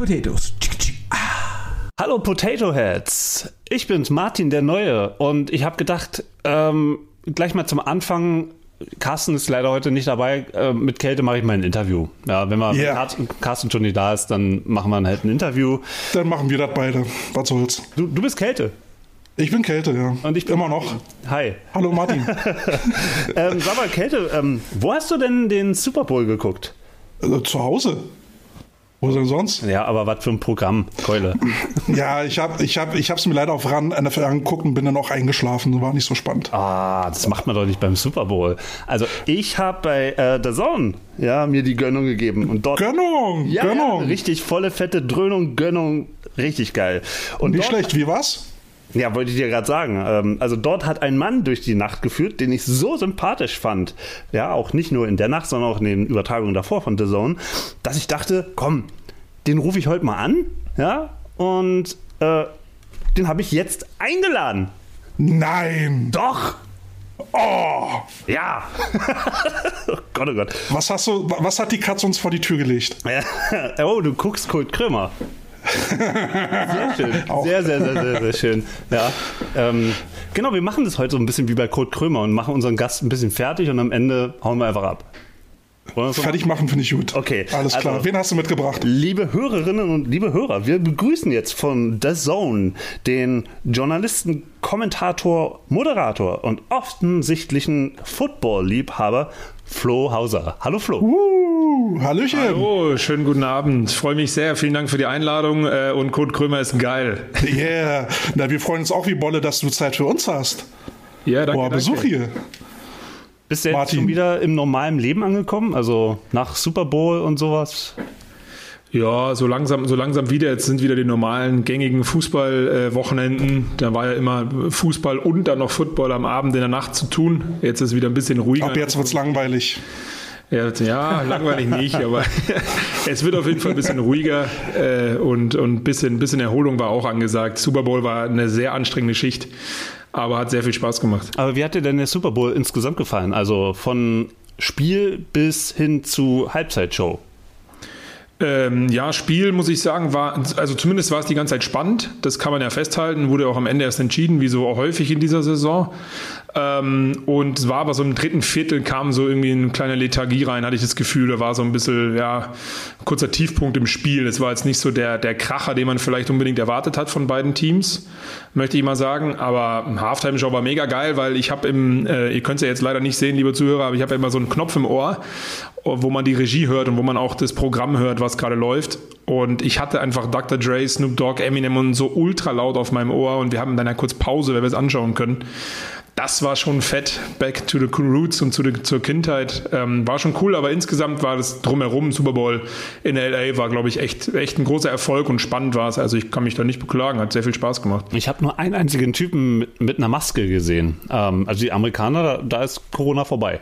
Potatoes. Hallo Potato Heads, ich bin's, Martin der Neue, und ich habe gedacht, gleich mal zum Anfang, Carsten ist leider heute nicht dabei, mit Kälte mache ich mal ein Interview. Ja, wenn Carsten schon nicht da ist, dann machen wir halt ein Interview. Dann machen wir das beide, was soll's. Du bist Kälte. Ich bin Kälte, ja. Und ich bin immer noch. Hi. Hallo Martin. Sag mal, Kälte, wo hast du denn den Super Bowl geguckt? Zu Hause. Wo denn sonst? Ja, aber was für ein Programm, Keule. Ja, ich hab's mir leider auf NFL angeguckt und bin dann auch eingeschlafen. War nicht so spannend. Das macht man doch nicht beim Super Bowl. Also ich habe bei DAZN mir die Gönnung gegeben. Und dort, Gönnung! Ja, richtig volle, fette Dröhnung, Gönnung, richtig geil. Und nicht schlecht, wie war's? Ja, wollte ich dir gerade sagen. Also dort hat ein Mann durch die Nacht geführt, den ich so sympathisch fand. Ja, auch nicht nur in der Nacht, sondern auch in den Übertragungen davor von DAZN, dass ich dachte, komm, den rufe ich heute mal an. Ja, und den habe ich jetzt eingeladen. Nein! Doch! Oh! Ja! Oh Gott, oh Gott. Was hat die Katze uns vor die Tür gelegt? Oh, du guckst Kurt Krömer. Sehr schön. Sehr, sehr, sehr, sehr, sehr schön. Ja. Genau, wir machen das heute so ein bisschen wie bei Kurt Krömer und machen unseren Gast ein bisschen fertig und am Ende hauen wir einfach ab. Fertig machen finde ich gut. Okay. Alles klar. Also, wen hast du mitgebracht? Liebe Hörerinnen und liebe Hörer, wir begrüßen jetzt von DAZN den Journalisten, Kommentator, Moderator und offensichtlichen Football-Liebhaber Flo Hauser. Hallo Flo. Hallöchen. Hallo, schönen guten Abend. Freue mich sehr. Vielen Dank für die Einladung und Kurt Krömer ist geil. Yeah. Na, wir freuen uns auch wie Bolle, dass du Zeit für uns hast. Ja, danke. Besuch hier. Bist du jetzt schon wieder im normalen Leben angekommen? Also nach Super Bowl und sowas? Ja, so langsam wieder. Jetzt sind wieder die normalen, gängigen Fußballwochenenden. Da war ja immer Fußball und dann noch Football am Abend in der Nacht zu tun. Jetzt ist es wieder ein bisschen ruhiger. Ab jetzt wird's langweilig. Ja, langweilig nicht, aber es wird auf jeden Fall ein bisschen ruhiger und ein bisschen Erholung war auch angesagt. Super Bowl war eine sehr anstrengende Schicht, aber hat sehr viel Spaß gemacht. Aber wie hat dir denn der Super Bowl insgesamt gefallen? Also von Spiel bis hin zu Halbzeitshow? Spiel, muss ich sagen, zumindest war es die ganze Zeit spannend. Das kann man ja festhalten, wurde auch am Ende erst entschieden, wie so häufig in dieser Saison. Und es war aber so im dritten Viertel kam so irgendwie eine kleine Lethargie rein, hatte ich das Gefühl. Da war so ein bisschen, kurzer Tiefpunkt im Spiel. Es war jetzt nicht so der Kracher, den man vielleicht unbedingt erwartet hat von beiden Teams, möchte ich mal sagen. Aber Halftime-Show war mega geil, weil ich habe ihr könnt es ja jetzt leider nicht sehen, liebe Zuhörer, aber ich habe ja immer so einen Knopf im Ohr, wo man die Regie hört und wo man auch das Programm hört, was gerade läuft. Und ich hatte einfach Dr. Dre, Snoop Dogg, Eminem und so ultra laut auf meinem Ohr und wir haben dann ja kurz Pause, weil wir es anschauen können. Das war schon fett, back to the roots und zur Kindheit. War schon cool, aber insgesamt war das drumherum, Super Bowl in L.A. war, glaube ich, echt ein großer Erfolg und spannend war es. Also ich kann mich da nicht beklagen, hat sehr viel Spaß gemacht. Ich habe nur einen einzigen Typen mit einer Maske gesehen. Also die Amerikaner, da ist Corona vorbei.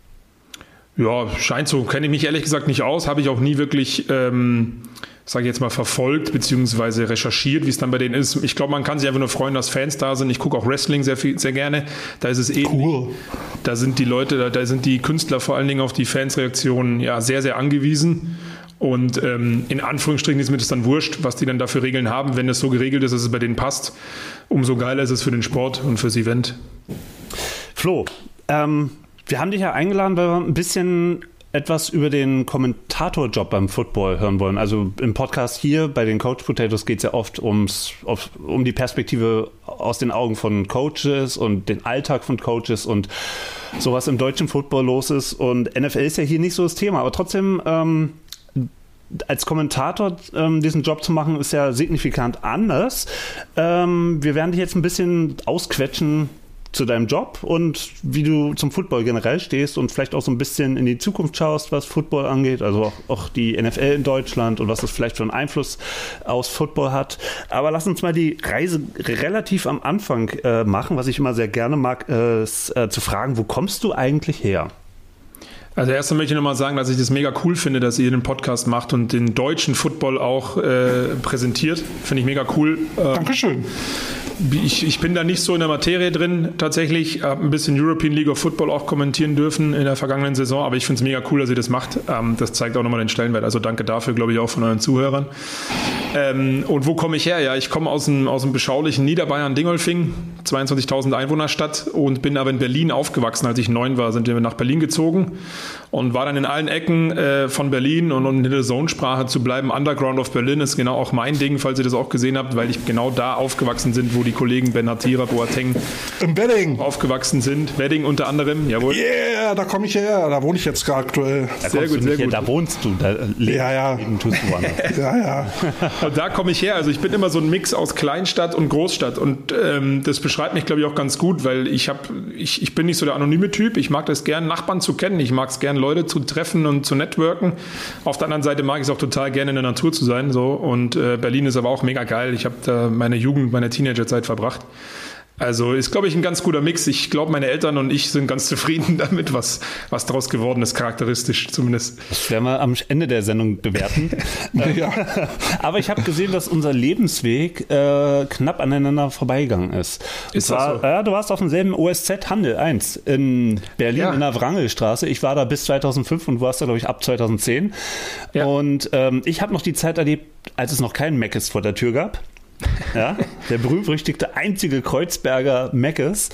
Ja, scheint so. Kenne ich mich ehrlich gesagt nicht aus. Habe ich auch nie wirklich, sage ich jetzt mal, verfolgt bzw. recherchiert, wie es dann bei denen ist. Ich glaube, man kann sich einfach nur freuen, dass Fans da sind. Ich gucke auch Wrestling sehr gerne. Da ist es ähnlich. Cool. Da sind die Leute, da sind die Künstler vor allen Dingen auf die Fansreaktionen sehr, sehr angewiesen. Und in Anführungsstrichen ist mir das dann wurscht, was die dann da für Regeln haben. Wenn es so geregelt ist, dass es bei denen passt, umso geiler ist es für den Sport und fürs Event. Flo, wir haben dich ja eingeladen, weil wir ein bisschen etwas über den Kommentatorjob beim Football hören wollen. Also im Podcast hier bei den Coach Potatoes geht es ja oft um die Perspektive aus den Augen von Coaches und den Alltag von Coaches und sowas im deutschen Football los ist. Und NFL ist ja hier nicht so das Thema, aber trotzdem als Kommentator diesen Job zu machen, ist ja signifikant anders. Wir werden dich jetzt ein bisschen ausquetschen zu deinem Job und wie du zum Football generell stehst und vielleicht auch so ein bisschen in die Zukunft schaust, was Football angeht, also auch die NFL in Deutschland und was das vielleicht für einen Einfluss aus Football hat. Aber lass uns mal die Reise relativ am Anfang machen, was ich immer sehr gerne mag, ist zu fragen, wo kommst du eigentlich her? Also erst einmal möchte ich nochmal sagen, dass ich das mega cool finde, dass ihr den Podcast macht und den deutschen Football auch präsentiert. Finde ich mega cool. Dankeschön. ich bin da nicht so in der Materie drin tatsächlich. Habe ein bisschen European League of Football auch kommentieren dürfen in der vergangenen Saison, aber ich finde es mega cool, dass ihr das macht. Das zeigt auch nochmal den Stellenwert. Also danke dafür, glaube ich, auch von euren Zuhörern. Und wo komme ich her? Ja, ich komme aus dem beschaulichen Niederbayern Dingolfing, 22.000 Einwohnerstadt, und bin aber in Berlin aufgewachsen. Als ich 9 war, sind wir nach Berlin gezogen und war dann in allen Ecken von Berlin, und um in der Zone-Sprache zu bleiben, Underground of Berlin ist genau auch mein Ding, falls ihr das auch gesehen habt, weil ich genau da aufgewachsen bin, wo die Kollegen Ben Hatira, Boateng im Wedding aufgewachsen sind. Wedding unter anderem, jawohl. Yeah, da komme ich her, da wohne ich jetzt aktuell. Sehr gut, sehr gut. Da wohnst du, da leben tust du woanders. Ja. Und da komme ich her. Also ich bin immer so ein Mix aus Kleinstadt und Großstadt, und das beschreibt mich, glaube ich, auch ganz gut, weil ich bin nicht so der anonyme Typ. Ich mag das gern, Nachbarn zu kennen. Ich mag es gern, Leute zu treffen und zu networken. Auf der anderen Seite mag ich es auch total gerne, in der Natur zu sein. So. Und Berlin ist aber auch mega geil. Ich habe da meine Jugend, meine Teenagerzeit verbracht. Also ist, glaube ich, ein ganz guter Mix. Ich glaube, meine Eltern und ich sind ganz zufrieden damit, was daraus geworden ist, charakteristisch zumindest. Das werden wir am Ende der Sendung bewerten. Ja. Aber ich habe gesehen, dass unser Lebensweg knapp aneinander vorbeigegangen ist. Ist das so? Ja, du warst auf demselben OSZ Handel 1 in Berlin in der Wrangelstraße. Ich war da bis 2005 und du warst da, glaube ich, ab 2010. Ja. Und ich habe noch die Zeit erlebt, als es noch keinen Mc's vor der Tür gab. Ja, der berühmt-berüchtigte einzige Kreuzberger Mc's.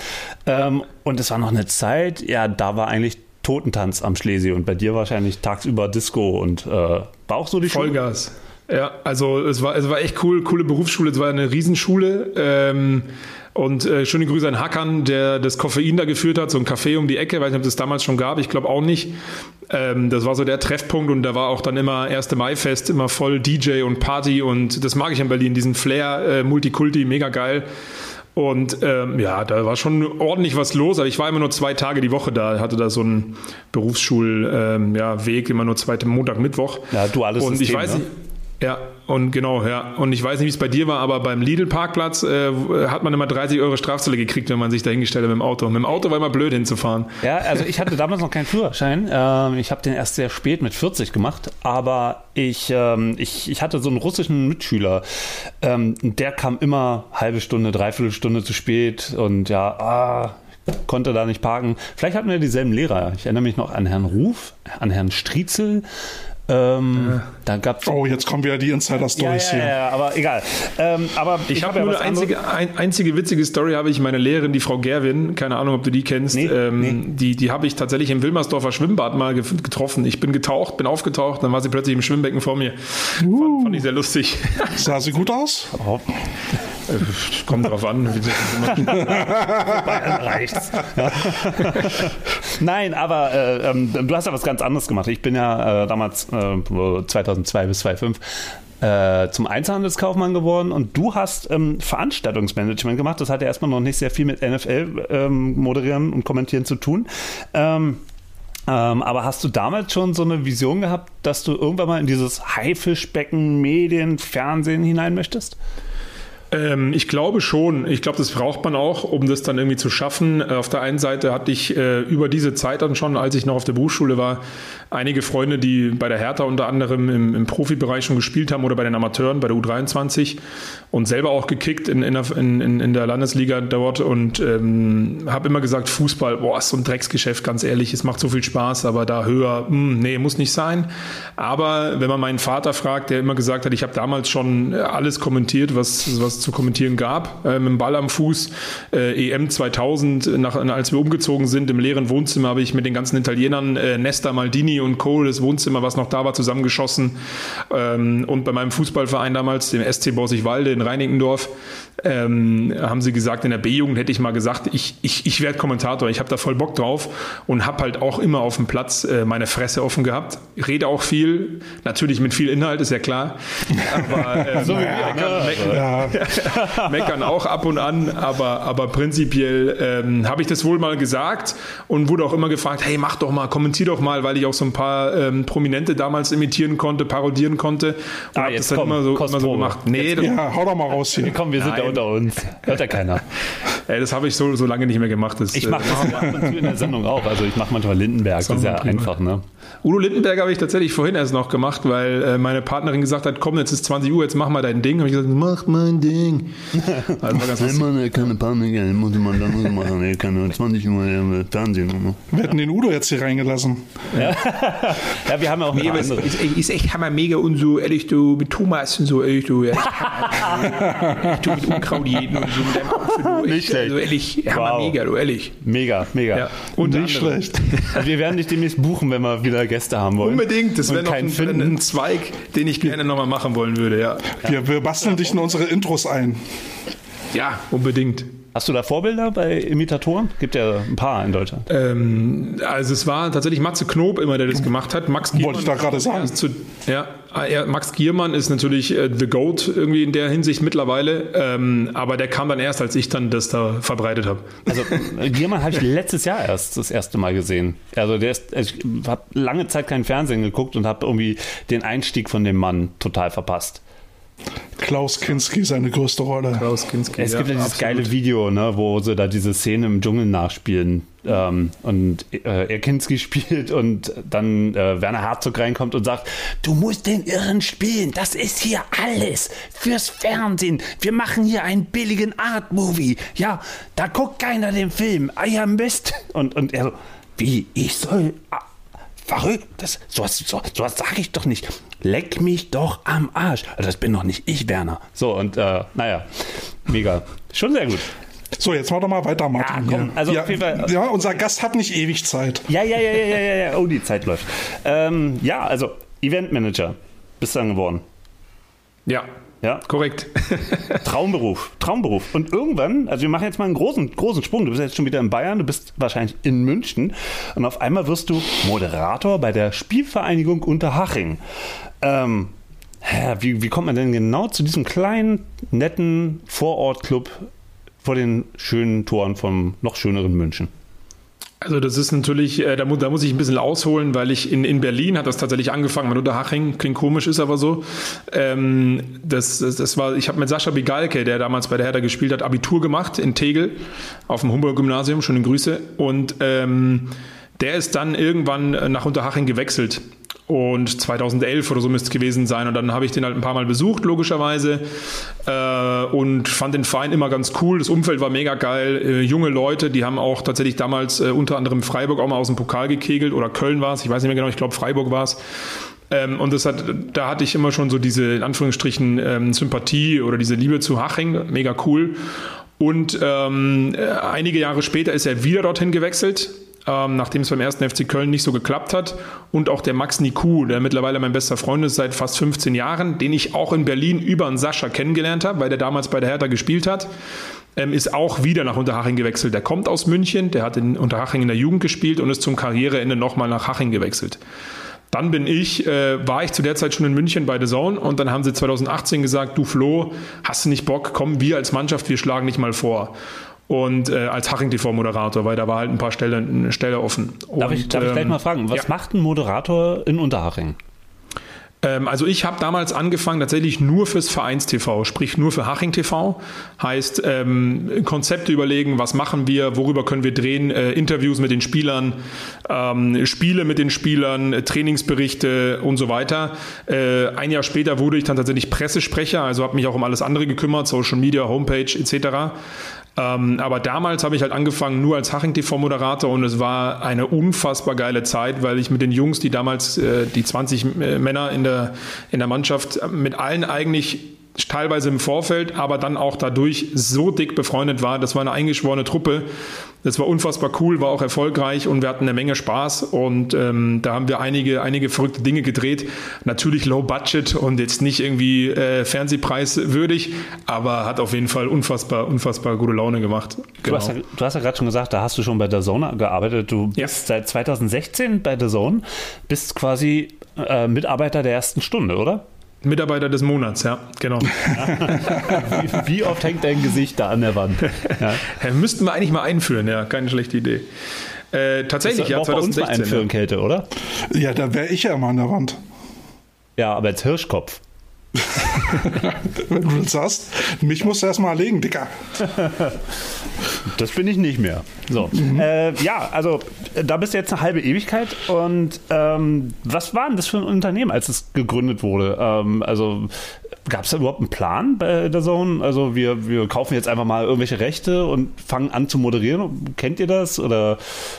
Und es war noch eine Zeit, ja, da war eigentlich Totentanz am Schlesi, und bei dir wahrscheinlich tagsüber Disco, und war auch so die Vollgas. Ja, also es war echt cool, coole Berufsschule, es war eine Riesenschule. Und schöne Grüße an Hackern, der das Koffein da geführt hat, so ein Café um die Ecke, weiß nicht, ob es das damals schon gab, ich glaube auch nicht. Das war so der Treffpunkt, und da war auch dann immer 1. Mai-Fest, immer voll DJ und Party, und das mag ich in Berlin, diesen Flair, Multikulti, mega geil. Und da war schon ordentlich was los, aber ich war immer nur 2 Tage die Woche da, hatte da so einen Berufsschul-Weg, immer nur Montag, Mittwoch. Ja, duales System, ich weiß nicht. Ja, und genau, ja. Und ich weiß nicht, wie es bei dir war, aber beim Lidl-Parkplatz hat man immer 30 € Strafzölle gekriegt, wenn man sich da hingestellt hat mit dem Auto. Mit dem Auto war immer blöd hinzufahren. Ja, also ich hatte damals noch keinen Führerschein. Ich habe den erst sehr spät mit 40 gemacht, aber ich hatte so einen russischen Mitschüler. Der kam immer halbe Stunde, dreiviertel Stunde zu spät, und konnte da nicht parken. Vielleicht hatten wir dieselben Lehrer. Ich erinnere mich noch an Herrn Ruf, an Herrn Striezel. Da gab's jetzt kommen wieder die Insider-Stories hier. Ja, aber egal. Aber ich habe nur eine einzige witzige Story, habe ich meine Lehrerin, die Frau Gerwin, keine Ahnung, ob du die kennst, nee. Die habe ich tatsächlich im Wilmersdorfer Schwimmbad mal getroffen. Ich bin aufgetaucht, dann war sie plötzlich im Schwimmbecken vor mir. Fand ich sehr lustig. Sah sie gut aus? Oh. Kommt drauf an. Bayern reicht's. Nein, aber du hast ja was ganz anderes gemacht. Ich bin ja damals 2002 bis 2005 zum Einzelhandelskaufmann geworden, und du hast Veranstaltungsmanagement gemacht. Das hat ja erstmal noch nicht sehr viel mit NFL moderieren und kommentieren zu tun. Aber hast du damals schon so eine Vision gehabt, dass du irgendwann mal in dieses Haifischbecken Medien, Fernsehen hinein möchtest? Ich glaube schon. Ich glaube, das braucht man auch, um das dann irgendwie zu schaffen. Auf der einen Seite hatte ich über diese Zeit dann schon, als ich noch auf der Berufsschule war, einige Freunde, die bei der Hertha unter anderem im Profibereich schon gespielt haben oder bei den Amateuren, bei der U23, und selber auch gekickt in der Landesliga dort, und habe immer gesagt, Fußball, ist so ein Drecksgeschäft, ganz ehrlich, es macht so viel Spaß, aber da höher, nee, muss nicht sein. Aber wenn man meinen Vater fragt, der immer gesagt hat, ich habe damals schon alles kommentiert, was zu kommentieren gab, mit dem Ball am Fuß, EM 2000, als wir umgezogen sind, im leeren Wohnzimmer habe ich mit den ganzen Italienern, Nesta, Maldini und Co., das Wohnzimmer, was noch da war, zusammengeschossen, und bei meinem Fußballverein damals, dem SC Borsigwalde in Reinickendorf, haben sie gesagt, in der B-Jugend hätte ich mal gesagt, ich werde Kommentator, ich habe da voll Bock drauf, und habe halt auch immer auf dem Platz meine Fresse offen gehabt, rede auch viel, natürlich mit viel Inhalt, ist ja klar, aber so meckern auch ab und an, aber prinzipiell habe ich das wohl mal gesagt und wurde auch immer gefragt, hey, mach doch mal, kommentier doch mal, weil ich auch so ein paar Prominente damals imitieren konnte, parodieren konnte, und habe das dann immer so gemacht. Nee, hau doch mal raus hier. Komm, wir sind ja unter uns. Hört ja keiner. Das habe ich so lange nicht mehr gemacht. Ich mache das ab und zu in der Sendung auch. Also ich mache manchmal Lindenberg, das ist ja einfach, ne? Udo Lindenberg habe ich tatsächlich vorhin erst noch gemacht, weil meine Partnerin gesagt hat, komm, jetzt ist 20 Uhr, jetzt mach mal dein Ding. Habe ich gesagt, mach mein Ding. Also war ganz lustig. Keine Panik, muss man dann machen. Er kann 20 Uhr Fernsehen. Wir hätten den Udo jetzt hier reingelassen. Ja, wir haben ja auch nee, aber ist echt hammer mega und so, ehrlich, du mit Thomas und so, ehrlich, du, ja, du mit Unkrautjäten und so mit deinem Outfit, du, nicht schlecht. Also ehrlich, hammer mega, du, ehrlich. Mega. Ja, und nicht schlecht. Also wir werden dich demnächst buchen, wenn wir wieder Gäste haben wollen. Unbedingt, das wäre noch ein Zweig, den ich gerne nochmal machen wollen würde, ja. Wir basteln dich in unsere Intros ein. Ja, unbedingt. Hast du da Vorbilder bei Imitatoren? Gibt ja ein paar in Deutschland. Also es war tatsächlich Matze Knob immer, der das gemacht hat. Max Giermann, wollte ich da gerade sagen. Max Giermann ist natürlich the GOAT irgendwie in der Hinsicht mittlerweile, aber der kam dann erst, als ich dann das da verbreitet habe. Also Giermann habe ich letztes Jahr erst das erste Mal gesehen. Also ich habe lange Zeit kein Fernsehen geguckt und habe irgendwie den Einstieg von dem Mann total verpasst. Klaus Kinski, seine größte Rolle. Klaus Kinski, es gibt ja dieses geile Video, ne, wo sie da diese Szene im Dschungel nachspielen und er Kinski spielt und dann Werner Herzog reinkommt und sagt, du musst den Irren spielen, das ist hier alles fürs Fernsehen. Wir machen hier einen billigen Art-Movie. Ja, da guckt keiner den Film. Ja, Mist. Und er so, wie, ich soll... Verrückt, sowas sage ich doch nicht. Leck mich doch am Arsch. Das bin doch nicht ich, Werner. So, und naja, mega. Schon sehr gut. So, jetzt mach doch mal weiter, Martin. Ja, komm, also auf jeden Fall, ja, unser Gast hat nicht ewig Zeit. Ja. Oh, die Zeit läuft. Ja, also Eventmanager bist du dann geworden. Ja, korrekt. Traumberuf. Und irgendwann, also wir machen jetzt mal einen großen Sprung. Du bist jetzt schon wieder in Bayern, du bist wahrscheinlich in München und auf einmal wirst du Moderator bei der Spielvereinigung Unterhaching. Wie kommt man denn genau zu diesem kleinen, netten Vorortclub vor den schönen Toren vom noch schöneren München? Also das ist natürlich, da muss ich ein bisschen ausholen, weil ich in Berlin hat das tatsächlich angefangen mit Unterhaching, klingt komisch, ist aber so. Das war, ich habe mit Sascha Bigalke, der damals bei der Hertha gespielt hat, Abitur gemacht in Tegel auf dem Humboldt-Gymnasium, schöne Grüße. Und der ist dann irgendwann nach Unterhaching gewechselt. Und 2011 oder so müsste es gewesen sein. Und dann habe ich den halt ein paar Mal besucht, logischerweise. Und fand den Verein immer ganz cool. Das Umfeld war mega geil. Junge Leute, die haben auch tatsächlich damals unter anderem Freiburg auch mal aus dem Pokal gekegelt. Oder Köln war es, ich weiß nicht mehr genau, ich glaube Freiburg war es. Und da hatte ich immer schon so diese, in Anführungsstrichen, Sympathie oder diese Liebe zu Haching. Mega cool. Und einige Jahre später ist er wieder dorthin gewechselt. Nachdem es beim 1. FC Köln nicht so geklappt hat. Und auch der Max Nikou, der mittlerweile mein bester Freund ist seit fast 15 Jahren, den ich auch in Berlin über einen Sascha kennengelernt habe, weil der damals bei der Hertha gespielt hat, ist auch wieder nach Unterhaching gewechselt. Der kommt aus München, der hat in Unterhaching in der Jugend gespielt und ist zum Karriereende nochmal nach Haching gewechselt. Dann war ich zu der Zeit schon in München bei DAZN und dann haben sie 2018 gesagt, du Flo, hast du nicht Bock, komm, wir als Mannschaft, wir schlagen dich mal vor. Und als Haching-TV-Moderator, weil da war halt ein paar Stelle offen. Darf ich gleich mal fragen, was macht ein Moderator in Unterhaching? Also ich habe damals angefangen tatsächlich nur fürs Vereins-TV, sprich nur für Haching-TV. Heißt, Konzepte überlegen, was machen wir, worüber können wir drehen, Interviews mit den Spielern, Spiele mit den Spielern, Trainingsberichte und so weiter. Ein Jahr später wurde ich dann tatsächlich Pressesprecher, also habe mich auch um alles andere gekümmert, Social Media, Homepage etc. Aber damals habe ich halt angefangen nur als Haching-TV-Moderator und es war eine unfassbar geile Zeit, weil ich mit den Jungs, die damals, die 20 Männer in der Mannschaft, mit allen eigentlich teilweise im Vorfeld, aber dann auch dadurch so dick befreundet war. Das war eine eingeschworene Truppe. Das war unfassbar cool, war auch erfolgreich und wir hatten eine Menge Spaß und da haben wir einige verrückte Dinge gedreht. Natürlich low budget und jetzt nicht irgendwie fernsehpreiswürdig, aber hat auf jeden Fall unfassbar gute Laune gemacht. Genau. Du hast ja gerade schon gesagt, da hast du schon bei DAZN gearbeitet. Du bist seit 2016 bei DAZN, bist quasi Mitarbeiter der ersten Stunde, oder? Mitarbeiter des Monats, ja, genau. Wie oft hängt dein Gesicht da an der Wand? Ja. Müssten wir eigentlich mal einführen, ja, keine schlechte Idee. Tatsächlich, ja, 2016. Mal einführen, Kälte, oder? Ja, da wäre ich ja immer an der Wand. Ja, aber als Hirschkopf. Wenn du das sagst, mich musst du erstmal erlegen, Dicker. Das bin ich nicht mehr. So. Ja, also da bist du jetzt eine halbe Ewigkeit. Und was war denn das für ein Unternehmen, als es gegründet wurde? Also gab es da überhaupt einen Plan bei der Zone? Also wir kaufen jetzt einfach mal irgendwelche Rechte und fangen an zu moderieren. Kennt ihr das? Oder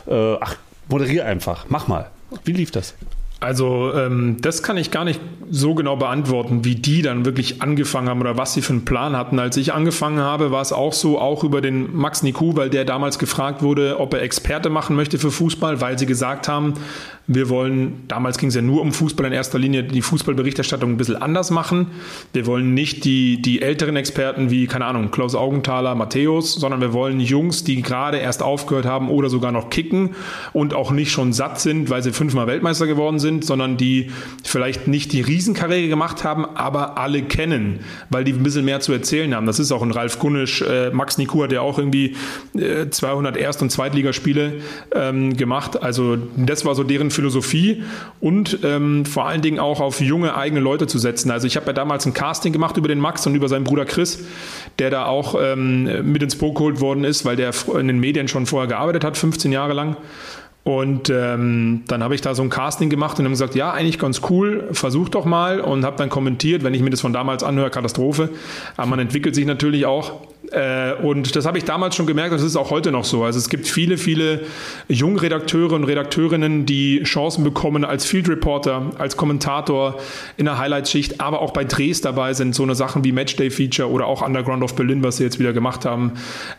moderier einfach. Mach mal. Wie lief das? Also das kann ich gar nicht so genau beantworten, wie die dann wirklich angefangen haben oder was sie für einen Plan hatten. Als ich angefangen habe, war es auch so, auch über den Max Nicou, weil der damals gefragt wurde, ob er Experte machen möchte für Fußball, weil sie gesagt haben, wir wollen, damals ging es ja nur um Fußball in erster Linie, die Fußballberichterstattung ein bisschen anders machen. Wir wollen nicht die älteren Experten wie, keine Ahnung, Klaus Augenthaler, Matthäus, sondern wir wollen Jungs, die gerade erst aufgehört haben oder sogar noch kicken und auch nicht schon satt sind, weil sie 5-mal Weltmeister geworden sind, sondern die vielleicht nicht die Riesenkarriere gemacht haben, aber alle kennen, weil die ein bisschen mehr zu erzählen haben. Das ist auch ein Ralf Gunnisch, Max Nicou hat ja auch irgendwie 200 Erst- und Zweitligaspiele gemacht. Also das war so deren Philosophie und vor allen Dingen auch auf junge eigene Leute zu setzen. Also ich habe ja damals ein Casting gemacht über den Max und über seinen Bruder Chris, der da auch mit ins Boot geholt worden ist, weil der in den Medien schon vorher gearbeitet hat, 15 Jahre lang. Und dann habe ich da so ein Casting gemacht und haben gesagt, ja, eigentlich ganz cool, versuch doch mal, und habe dann kommentiert, wenn ich mir das von damals anhöre, Katastrophe, aber man entwickelt sich natürlich auch. Und das habe ich damals schon gemerkt, das ist auch heute noch so. Also es gibt viele, viele Jungredakteure und Redakteurinnen, die Chancen bekommen als Field Reporter, als Kommentator in der Highlights-Schicht, aber auch bei Drehs dabei sind, so eine Sachen wie Matchday-Feature oder auch Underground of Berlin, was sie jetzt wieder gemacht haben.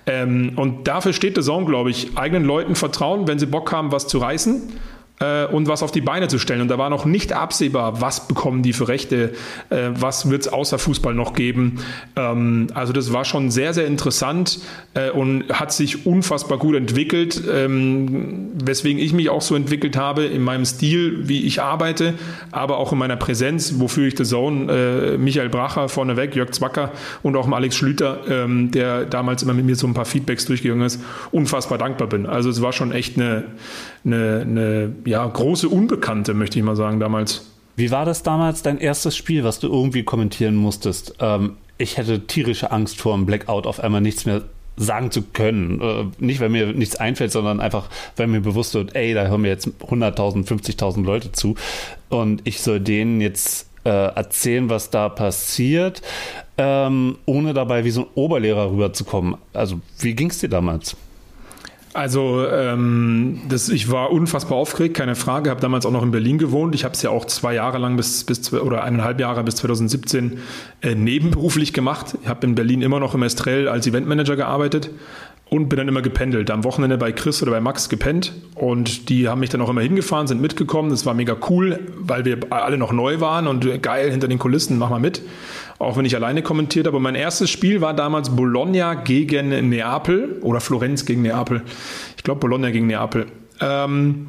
Und dafür steht The Zone, glaube ich, eigenen Leuten vertrauen, wenn sie Bock haben, was zu reißen und was auf die Beine zu stellen. Und da war noch nicht absehbar, was bekommen die für Rechte, was wird es außer Fußball noch geben. Also das war schon sehr, sehr interessant und hat sich unfassbar gut entwickelt, weswegen ich mich auch so entwickelt habe in meinem Stil, wie ich arbeite, aber auch in meiner Präsenz, wofür ich The Zone, Michael Bracher vorneweg, Jörg Zwacker und auch Alex Schlüter, der damals immer mit mir so ein paar Feedbacks durchgegangen ist, unfassbar dankbar bin. Also es war schon echt eine große Unbekannte, möchte ich mal sagen, damals. Wie war das damals, dein erstes Spiel, was du irgendwie kommentieren musstest? Ich hätte tierische Angst vor einem Blackout, auf einmal nichts mehr sagen zu können. Nicht, weil mir nichts einfällt, sondern einfach, weil mir bewusst wird, da hören mir jetzt 100.000, 50.000 Leute zu und ich soll denen jetzt erzählen, was da passiert, ohne dabei wie so ein Oberlehrer rüberzukommen. Also, wie ging es dir damals? Also ich war unfassbar aufgeregt, keine Frage. Habe damals auch noch in Berlin gewohnt. Ich habe es ja auch 2 Jahre lang bis 1,5 Jahre bis 2017 nebenberuflich gemacht. Ich habe in Berlin immer noch im Estrell als Eventmanager gearbeitet und bin dann immer gependelt. Am Wochenende bei Chris oder bei Max gepennt und die haben mich dann auch immer hingefahren, sind mitgekommen. Das war mega cool, weil wir alle noch neu waren und geil hinter den Kulissen, mach mal mit. Auch wenn ich alleine kommentiert habe. Und mein erstes Spiel war damals Bologna gegen Neapel oder Florenz gegen Neapel. Ich glaube Bologna gegen Neapel. Da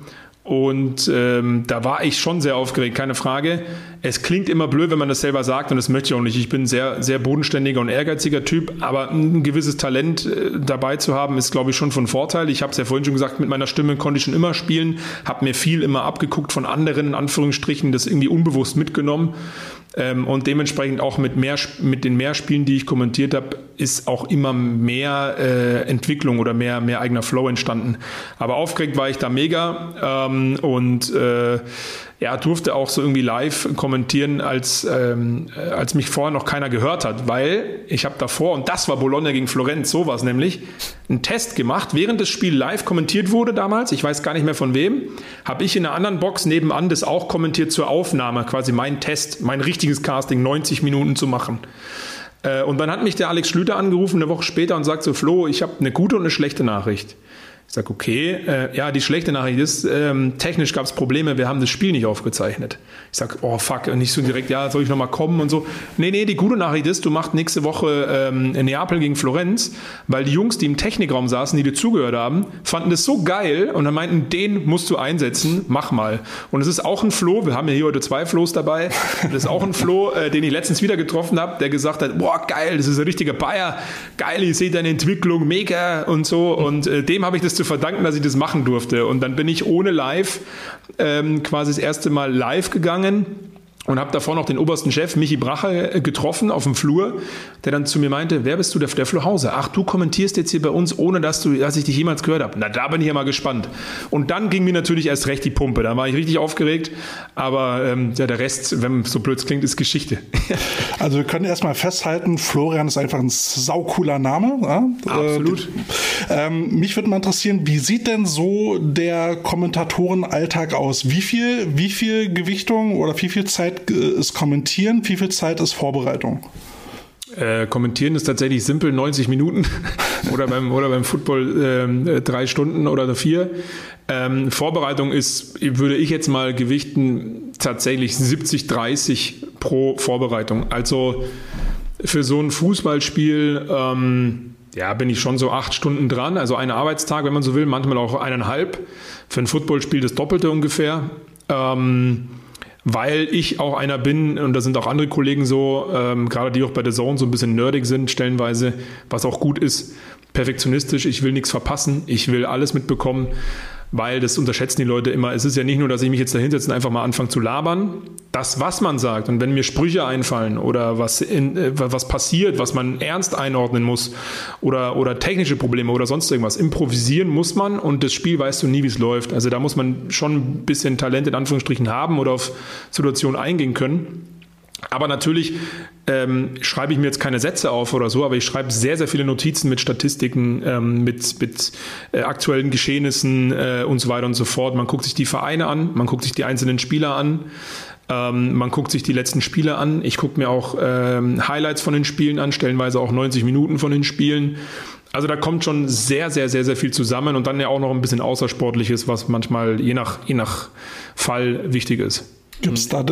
war ich schon sehr aufgeregt, keine Frage. Es klingt immer blöd, wenn man das selber sagt und das möchte ich auch nicht. Ich bin ein sehr, sehr bodenständiger und ehrgeiziger Typ, aber ein gewisses Talent dabei zu haben, ist, glaube ich, schon von Vorteil. Ich habe es ja vorhin schon gesagt, mit meiner Stimme konnte ich schon immer spielen, habe mir viel immer abgeguckt von anderen, in Anführungsstrichen, das irgendwie unbewusst mitgenommen. Und dementsprechend auch mit den Mehrspielen, die ich kommentiert habe, ist auch immer mehr Entwicklung oder mehr eigener Flow entstanden. Aber aufgeregt war ich da mega durfte auch so irgendwie live kommentieren, als mich vorher noch keiner gehört hat, weil ich habe davor, und das war Bologna gegen Florenz, so war es nämlich, einen Test gemacht, während das Spiel live kommentiert wurde damals, ich weiß gar nicht mehr von wem, habe ich in einer anderen Box nebenan das auch kommentiert zur Aufnahme, quasi mein Test, mein richtiges Casting, 90 Minuten zu machen. Und dann hat mich der Alex Schlüter angerufen, eine Woche später, und sagt so, Flo, ich habe eine gute und eine schlechte Nachricht. Ich sage, okay, die schlechte Nachricht ist, technisch gab es Probleme, wir haben das Spiel nicht aufgezeichnet. Ich sage, oh fuck, und nicht so direkt, soll ich nochmal kommen und so. Nee, die gute Nachricht ist, du machst nächste Woche in Neapel gegen Florenz, weil die Jungs, die im Technikraum saßen, die dir zugehört haben, fanden das so geil und dann meinten, den musst du einsetzen, mach mal. Und es ist auch ein Flo, wir haben ja hier heute 2 Flo's dabei, das ist auch ein Flo, den ich letztens wieder getroffen habe, der gesagt hat, boah, geil, das ist ein richtiger Bayer, geil, ich sehe deine Entwicklung, mega und so, und dem habe ich das zu verdanken, dass ich das machen durfte. Und dann bin ich ohne Live quasi das erste Mal live gegangen Und habe davor noch den obersten Chef, Michi Brache, getroffen auf dem Flur, der dann zu mir meinte, wer bist du? Der Flo Hause. Ach, du kommentierst jetzt hier bei uns, ohne dass ich dich jemals gehört habe. Na, da bin ich ja mal gespannt. Und dann ging mir natürlich erst recht die Pumpe. Da war ich richtig aufgeregt. Aber der Rest, wenn so blöd es klingt, ist Geschichte. Also wir können erstmal festhalten, Florian ist einfach ein saucooler Name. Ja? Absolut. Mich würde mal interessieren, wie sieht denn so der Kommentatorenalltag aus? Wie viel Gewichtung oder wie viel Zeit ist Kommentieren, wie viel Zeit ist Vorbereitung? Kommentieren ist tatsächlich simpel, 90 Minuten oder beim Football 3 Stunden oder 4. Vorbereitung ist, würde ich jetzt mal gewichten, tatsächlich 70-30 pro Vorbereitung. Also für so ein Fußballspiel bin ich schon so 8 Stunden dran, also ein Arbeitstag, wenn man so will, manchmal auch 1,5. Für ein Footballspiel das Doppelte ungefähr. Weil ich auch einer bin, und da sind auch andere Kollegen so, gerade die auch bei der Zone so ein bisschen nerdig sind, stellenweise, was auch gut ist, perfektionistisch, ich will nichts verpassen, ich will alles mitbekommen, weil das unterschätzen die Leute immer. Es ist ja nicht nur, dass ich mich jetzt da hinsetze und einfach mal anfange zu labern. Das, was man sagt, und wenn mir Sprüche einfallen oder was passiert, was man ernst einordnen muss oder technische Probleme oder sonst irgendwas, improvisieren muss man, und das Spiel weißt du nie, wie es läuft. Also da muss man schon ein bisschen Talent in Anführungsstrichen haben oder auf Situationen eingehen können. Aber natürlich schreibe ich mir jetzt keine Sätze auf oder so, aber ich schreibe sehr, sehr viele Notizen mit Statistiken, mit aktuellen Geschehnissen und so weiter und so fort. Man guckt sich die Vereine an, man guckt sich die einzelnen Spieler an, man guckt sich die letzten Spiele an. Ich gucke mir auch Highlights von den Spielen an, stellenweise auch 90 Minuten von den Spielen. Also da kommt schon sehr, sehr, sehr, sehr viel zusammen und dann ja auch noch ein bisschen Außersportliches, was manchmal je nach Fall wichtig ist. Gibt's da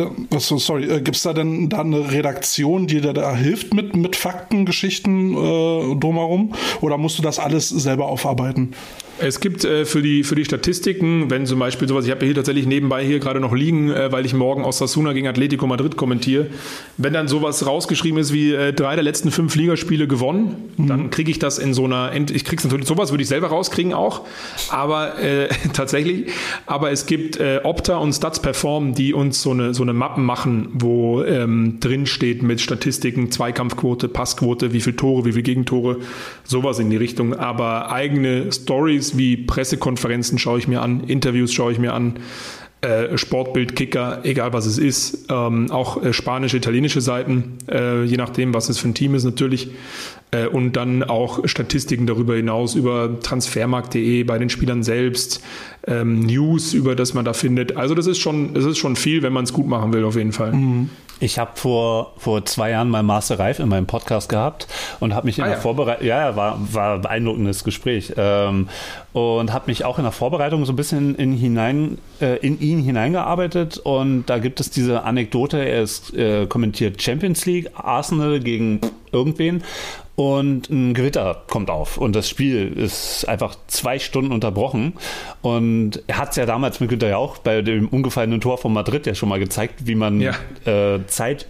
denn da eine Redaktion, die dir da hilft mit Fakten, Geschichten drumherum? Oder musst du das alles selber aufarbeiten? Es gibt für die Statistiken, wenn zum Beispiel sowas, ich habe hier tatsächlich nebenbei hier gerade noch liegen, weil ich morgen Osasuna gegen Atletico Madrid kommentiere, wenn dann sowas rausgeschrieben ist wie 3 der letzten 5 Ligaspiele gewonnen, dann kriege ich das in so einer, ich kriege es natürlich, sowas würde ich selber rauskriegen auch, aber tatsächlich, aber es gibt Opta und Stats Perform, die uns so eine Mappen machen, wo drin steht mit Statistiken, Zweikampfquote, Passquote, wie viele Tore, wie viele Gegentore, sowas in die Richtung, aber eigene Stories wie Pressekonferenzen schaue ich mir an, Interviews schaue ich mir an, Sportbild, Kicker, egal was es ist, auch spanische, italienische Seiten, je nachdem, was es für ein Team ist natürlich, und dann auch Statistiken darüber hinaus über transfermarkt.de bei den Spielern selbst, News, über das man da findet. Also das ist schon viel, wenn man es gut machen will, auf jeden Fall. Ich habe vor 2 Jahren mal Marcel Reif in meinem Podcast gehabt und habe mich in der Vorbereitung, war ein beeindruckendes Gespräch, und habe mich auch in der Vorbereitung so ein bisschen in ihn hineingearbeitet, und da gibt es diese Anekdote, er ist kommentiert Champions League, Arsenal gegen irgendwen, und ein Gewitter kommt auf und das Spiel ist einfach 2 Stunden unterbrochen, und er hat es ja damals mit Günther Jauch bei dem umgefallenen Tor von Madrid ja schon mal gezeigt, wie man Zeit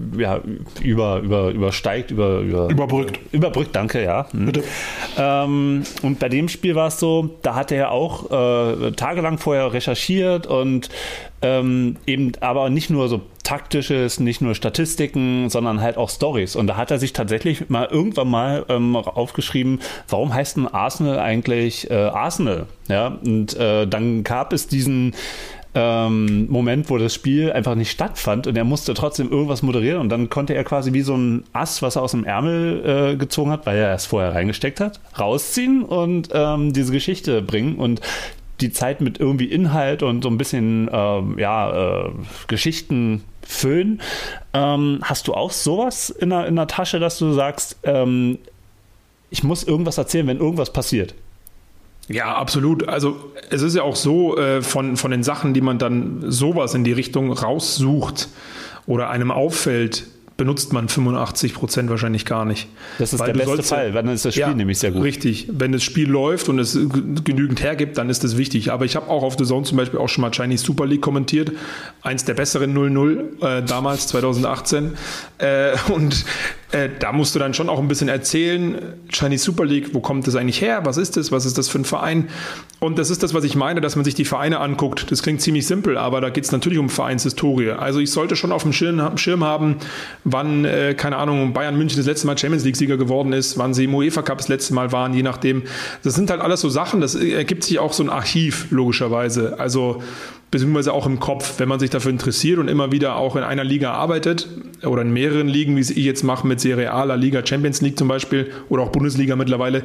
überbrückt, danke, ja. Bitte. Und bei dem Spiel war es so, da hat er auch tagelang vorher recherchiert und eben aber nicht nur so Taktisches, nicht nur Statistiken, sondern halt auch Storys. Und da hat er sich tatsächlich irgendwann mal aufgeschrieben, warum heißt denn Arsenal eigentlich Arsenal? Ja, und dann gab es diesen Moment, wo das Spiel einfach nicht stattfand, und er musste trotzdem irgendwas moderieren, und dann konnte er quasi wie so ein Ass, was er aus dem Ärmel gezogen hat, weil er es vorher reingesteckt hat, rausziehen und diese Geschichte bringen und die Zeit mit irgendwie Inhalt und so ein bisschen Geschichten füllen. Hast du auch sowas in der Tasche, dass du sagst, ich muss irgendwas erzählen, wenn irgendwas passiert? Ja, absolut. Also es ist ja auch so, von den Sachen, die man dann sowas in die Richtung raussucht oder einem auffällt, benutzt man 85% wahrscheinlich gar nicht. Das ist der beste Fall, dann ist das Spiel nämlich sehr gut. Richtig, wenn das Spiel läuft und es genügend hergibt, dann ist das wichtig. Aber ich habe auch auf The Zone zum Beispiel auch schon mal Chinese Super League kommentiert, eins der besseren 0-0 damals, 2018. Und da musst du dann schon auch ein bisschen erzählen, Chinese Super League, wo kommt das eigentlich her, was ist das für ein Verein? Und das ist das, was ich meine, dass man sich die Vereine anguckt. Das klingt ziemlich simpel, aber da geht es natürlich um Vereinshistorie. Also ich sollte schon auf dem Schirm haben, wann, keine Ahnung, Bayern München das letzte Mal Champions League-Sieger geworden ist, wann sie im UEFA Cup das letzte Mal waren, je nachdem. Das sind halt alles so Sachen, das ergibt sich auch so ein Archiv, logischerweise. Also beziehungsweise auch im Kopf, wenn man sich dafür interessiert und immer wieder auch in einer Liga arbeitet oder in mehreren Ligen, wie es ich jetzt mache mit Serie A, La Liga, Champions League zum Beispiel oder auch Bundesliga mittlerweile,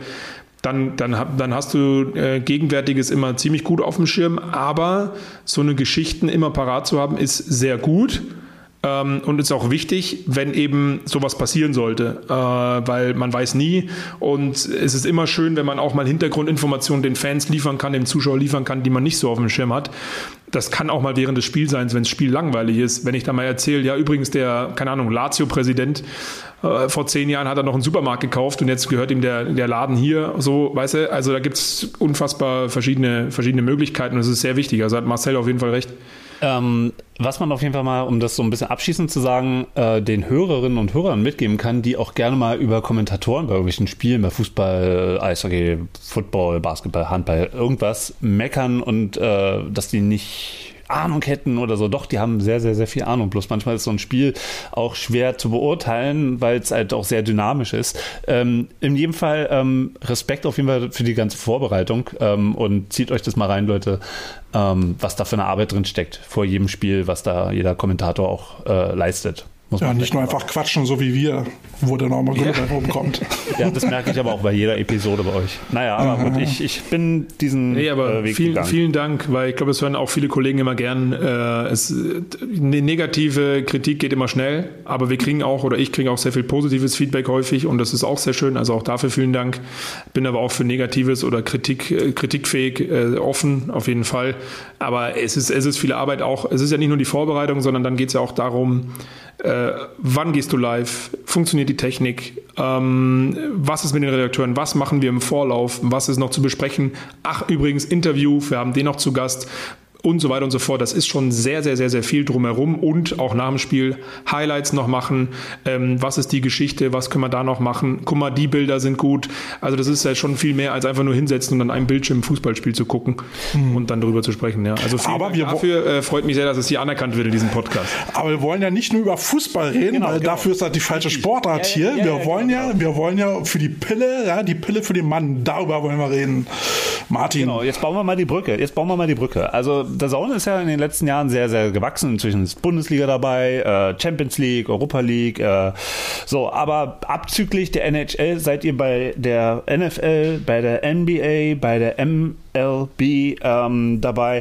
dann hast du Gegenwärtiges immer ziemlich gut auf dem Schirm, aber so eine Geschichten immer parat zu haben, ist sehr gut. Und ist auch wichtig, wenn eben sowas passieren sollte, weil man weiß nie und es ist immer schön, wenn man auch mal Hintergrundinformationen den Fans liefern kann, dem Zuschauer liefern kann, die man nicht so auf dem Schirm hat. Das kann auch mal während des Spiels sein, wenn das Spiel langweilig ist. Wenn ich da mal erzähle, ja übrigens der, keine Ahnung, Lazio-Präsident, vor 10 Jahren hat er noch einen Supermarkt gekauft und jetzt gehört ihm der Laden hier, so, weißt du, also da gibt es unfassbar verschiedene Möglichkeiten und das ist sehr wichtig, also hat Marcel auf jeden Fall recht. Was man auf jeden Fall mal, um das so ein bisschen abschließend zu sagen, den Hörerinnen und Hörern mitgeben kann, die auch gerne mal über Kommentatoren bei irgendwelchen Spielen, bei Fußball, Eishockey, Football, Basketball, Handball, irgendwas meckern und dass die nicht Ahnung hätten oder so. Doch, die haben sehr, sehr, sehr viel Ahnung. Bloß manchmal ist so ein Spiel auch schwer zu beurteilen, weil es halt auch sehr dynamisch ist. In jedem Fall Respekt auf jeden Fall für die ganze Vorbereitung und zieht euch das mal rein, Leute, was da für eine Arbeit drin steckt vor jedem Spiel, was da jeder Kommentator auch leistet. Ja, nicht nur einfach quatschen, so wie wir, wo der Norman Gülle bei rumkommt. Ja, das merke ich aber auch bei jeder Episode bei euch. Naja, aber gut, ich bin diesen Weg gegangen. Vielen Dank, weil ich glaube, es hören auch viele Kollegen immer gern. Eine negative Kritik geht immer schnell, aber ich kriege auch sehr viel positives Feedback häufig und das ist auch sehr schön, also auch dafür vielen Dank. Bin aber auch für Negatives oder kritikfähig offen, auf jeden Fall. Aber es ist viel Arbeit auch. Es ist ja nicht nur die Vorbereitung, sondern dann geht es ja auch darum, wann gehst du live? Funktioniert die Technik? Was ist mit den Redakteuren? Was machen wir im Vorlauf? Was ist noch zu besprechen? Ach, übrigens Interview, wir haben den noch zu Gast. Und so weiter und so fort. Das ist schon sehr, sehr, sehr, sehr viel drumherum und auch nach dem Spiel Highlights noch machen. Was ist die Geschichte? Was können wir da noch machen? Guck mal, die Bilder sind gut. Also das ist ja schon viel mehr als einfach nur hinsetzen und an einem Bildschirm ein Fußballspiel zu gucken und dann darüber zu sprechen. Ja. Also dafür freut mich sehr, dass es hier anerkannt wird in diesem Podcast. Aber wir wollen ja nicht nur über Fußball reden, weil dafür ist halt die falsche Sportart hier. Wir wollen ja für die Pille für den Mann, darüber wollen wir reden. Martin. Genau, jetzt bauen wir mal die Brücke. Also der Zone ist ja in den letzten Jahren sehr, sehr gewachsen. Inzwischen ist Bundesliga dabei, Champions League, Europa League. Aber abzüglich der NHL seid ihr bei der NFL, bei der NBA, bei der MLB dabei.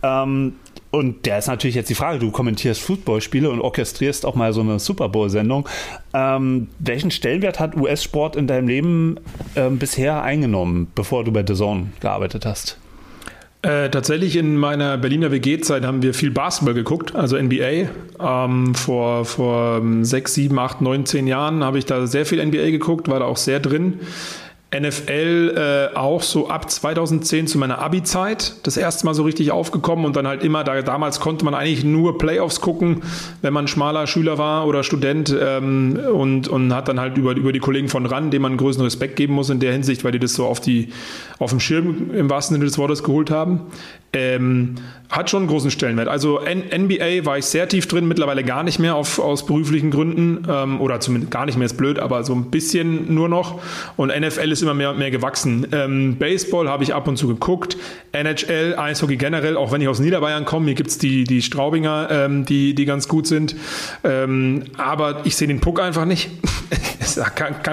Und der ist natürlich jetzt die Frage, du kommentierst Footballspiele und orchestrierst auch mal so eine Super Bowl-Sendung. Welchen Stellenwert hat US-Sport in deinem Leben bisher eingenommen, bevor du bei The Zone gearbeitet hast? Tatsächlich in meiner Berliner WG-Zeit haben wir viel Basketball geguckt, also NBA. Vor 6, 7, 8, 9, 10 Jahren habe ich da sehr viel NBA geguckt, war da auch sehr drin. NFL auch so ab 2010 zu meiner Abi-Zeit das erste Mal so richtig aufgekommen und dann halt immer, damals konnte man eigentlich nur Playoffs gucken, wenn man schmaler Schüler war oder Student und hat dann halt über die Kollegen von RAN, denen man größten Respekt geben muss in der Hinsicht, weil die das so auf dem Schirm im wahrsten Sinne des Wortes geholt haben. Hat schon einen großen Stellenwert. Also NBA war ich sehr tief drin, mittlerweile gar nicht mehr aus beruflichen Gründen oder zumindest gar nicht mehr, ist blöd, aber so ein bisschen nur noch und NFL ist immer mehr gewachsen. Baseball habe ich ab und zu geguckt, NHL, Eishockey generell, auch wenn ich aus Niederbayern komme, hier gibt es die Straubinger, die ganz gut sind, aber ich sehe den Puck einfach nicht. Da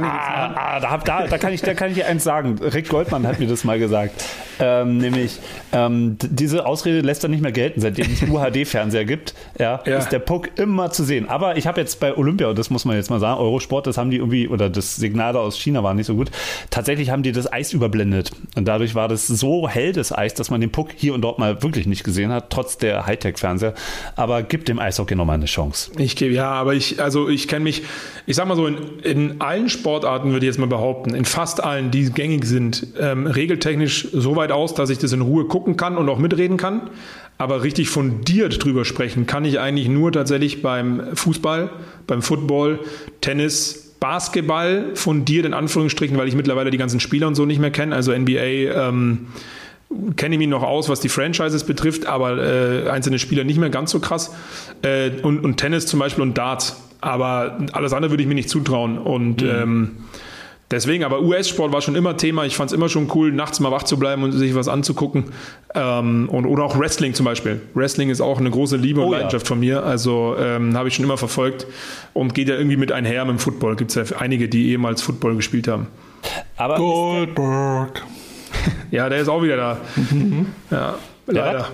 kann ich dir eins sagen. Rick Goldmann hat mir das mal gesagt. Nämlich, diese Ausrede lässt er nicht mehr gelten, seitdem es UHD-Fernseher gibt, ist der Puck immer zu sehen. Aber ich habe jetzt bei Olympia, und das muss man jetzt mal sagen, Eurosport, das haben die irgendwie, oder das Signal da aus China war nicht so gut, tatsächlich haben die das Eis überblendet. Und dadurch war das so hell, das Eis, dass man den Puck hier und dort mal wirklich nicht gesehen hat, trotz der Hightech-Fernseher. Aber gibt dem Eishockey nochmal eine Chance. Ich kenne mich, ich sag mal so, in allen Sportarten würde ich jetzt mal behaupten, in fast allen, die gängig sind, regeltechnisch so weit aus, dass ich das in Ruhe gucken kann und auch mitreden kann. Aber richtig fundiert drüber sprechen kann ich eigentlich nur tatsächlich beim Fußball, beim Football, Tennis, Basketball fundiert, in Anführungsstrichen, weil ich mittlerweile die ganzen Spieler und so nicht mehr kenne. Also NBA kenne ich mich noch aus, was die Franchises betrifft, aber einzelne Spieler nicht mehr ganz so krass. Und Tennis zum Beispiel und Darts. Aber alles andere würde ich mir nicht zutrauen. Und deswegen, aber US-Sport war schon immer Thema. Ich fand es immer schon cool, nachts mal wach zu bleiben und sich was anzugucken. Oder auch Wrestling zum Beispiel. Wrestling ist auch eine große Liebe und Leidenschaft von mir. Also habe ich schon immer verfolgt und geht ja irgendwie mit einher mit dem Football. Gibt es ja einige, die ehemals Football gespielt haben. Aber Goldberg. Ja, der ist auch wieder da. Ja, leider.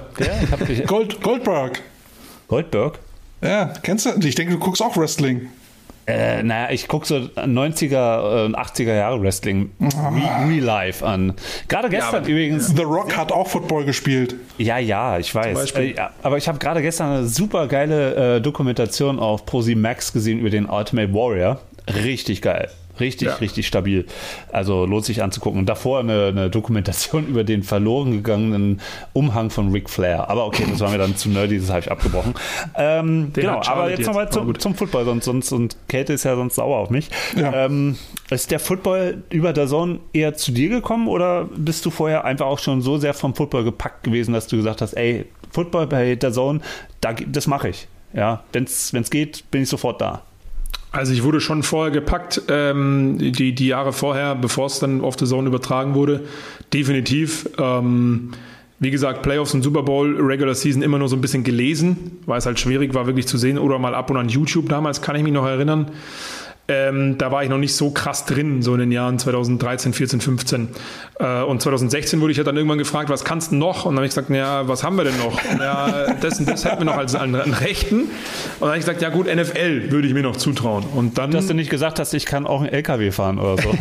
Goldberg. Goldberg? Ja, kennst du? Ich denke, du guckst auch Wrestling. Naja, ich gucke so 90er und 80er Jahre Wrestling Real Life an. Gerade gestern übrigens. The Rock hat auch Football gespielt. Ja, ich weiß. Aber ich habe gerade gestern eine super geile Dokumentation auf ProSieben Max gesehen über den Ultimate Warrior. Richtig geil. Richtig stabil. Also lohnt sich anzugucken. Und davor eine Dokumentation über den verloren gegangenen Umhang von Ric Flair. Aber okay, das war mir dann zu nerdy, das habe ich abgebrochen. Genau, aber jetzt nochmal zum Football. Und Käthe ist ja sonst sauer auf mich. Ja. Ist der Football über DAZN eher zu dir gekommen oder bist du vorher einfach auch schon so sehr vom Football gepackt gewesen, dass du gesagt hast, ey, Football bei DAZN, das mache ich. Ja, wenn es geht, bin ich sofort da. Also ich wurde schon vorher gepackt, die Jahre vorher, bevor es dann auf DAZN übertragen wurde. Definitiv. Wie gesagt, Playoffs und Super Bowl, Regular Season immer nur so ein bisschen gelesen, weil es halt schwierig war, wirklich zu sehen. Oder mal ab und an YouTube damals, kann ich mich noch erinnern. Da war ich noch nicht so krass drin, so in den Jahren 2013, 14, 15. Und 2016 wurde ich ja dann irgendwann gefragt, was kannst du noch? Und dann habe ich gesagt, ja, was haben wir denn noch? Ja, das und das hätten wir noch als an Rechten. Und dann habe ich gesagt, ja gut, NFL würde ich mir noch zutrauen. Und dann, dass du nicht gesagt hast, ich kann auch einen LKW fahren oder so.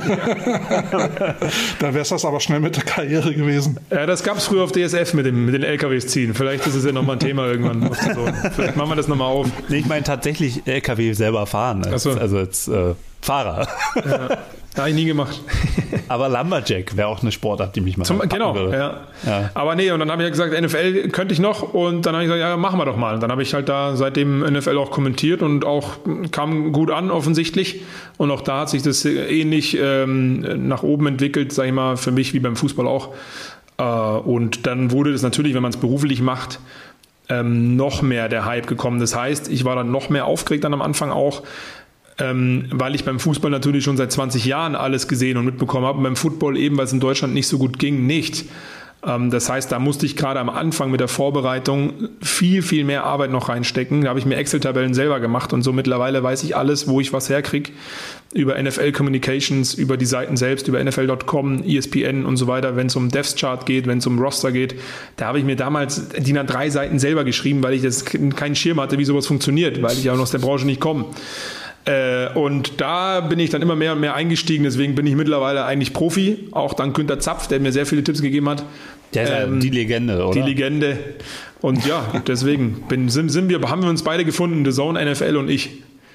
Da wäre es das aber schnell mit der Karriere gewesen. Ja, das gab es früher auf DSF mit den LKWs ziehen. Vielleicht ist es ja nochmal ein Thema irgendwann. Vielleicht machen wir das nochmal auf. Nee, ich meine tatsächlich LKW selber fahren. Also als Fahrer. Ja, habe ich nie gemacht. Aber Lumberjack wäre auch eine Sportart, die mich mal genau, würde. Ja. Aber nee, und dann habe ich ja gesagt, NFL könnte ich noch und dann habe ich gesagt, ja, machen wir doch mal. Und dann habe ich halt da seitdem NFL auch kommentiert und auch kam gut an offensichtlich und auch da hat sich das ähnlich nach oben entwickelt, sage ich mal, für mich wie beim Fußball auch. Und dann wurde das natürlich, wenn man es beruflich macht, noch mehr der Hype gekommen. Das heißt, ich war dann noch mehr aufgeregt dann am Anfang auch, weil ich beim Fußball natürlich schon seit 20 Jahren alles gesehen und mitbekommen habe und beim Football eben, weil es in Deutschland nicht so gut ging, nicht. Das heißt, da musste ich gerade am Anfang mit der Vorbereitung viel, viel mehr Arbeit noch reinstecken. Da habe ich mir Excel-Tabellen selber gemacht und so mittlerweile weiß ich alles, wo ich was herkriege. Über NFL Communications, über die Seiten selbst, über NFL.com, ESPN und so weiter, wenn es um Devs-Chart geht, wenn es um Roster geht. Da habe ich mir damals DIN A3 Seiten selber geschrieben, weil ich das keinen Schirm hatte, wie sowas funktioniert, weil ich ja aus der Branche nicht komme. Und da bin ich dann immer mehr und mehr eingestiegen, deswegen bin ich mittlerweile eigentlich Profi, auch dank Günter Zapf, der mir sehr viele Tipps gegeben hat. Der ist ja die Legende, oder? Die Legende. Und ja, deswegen haben wir uns beide gefunden, DAZN, NFL und ich.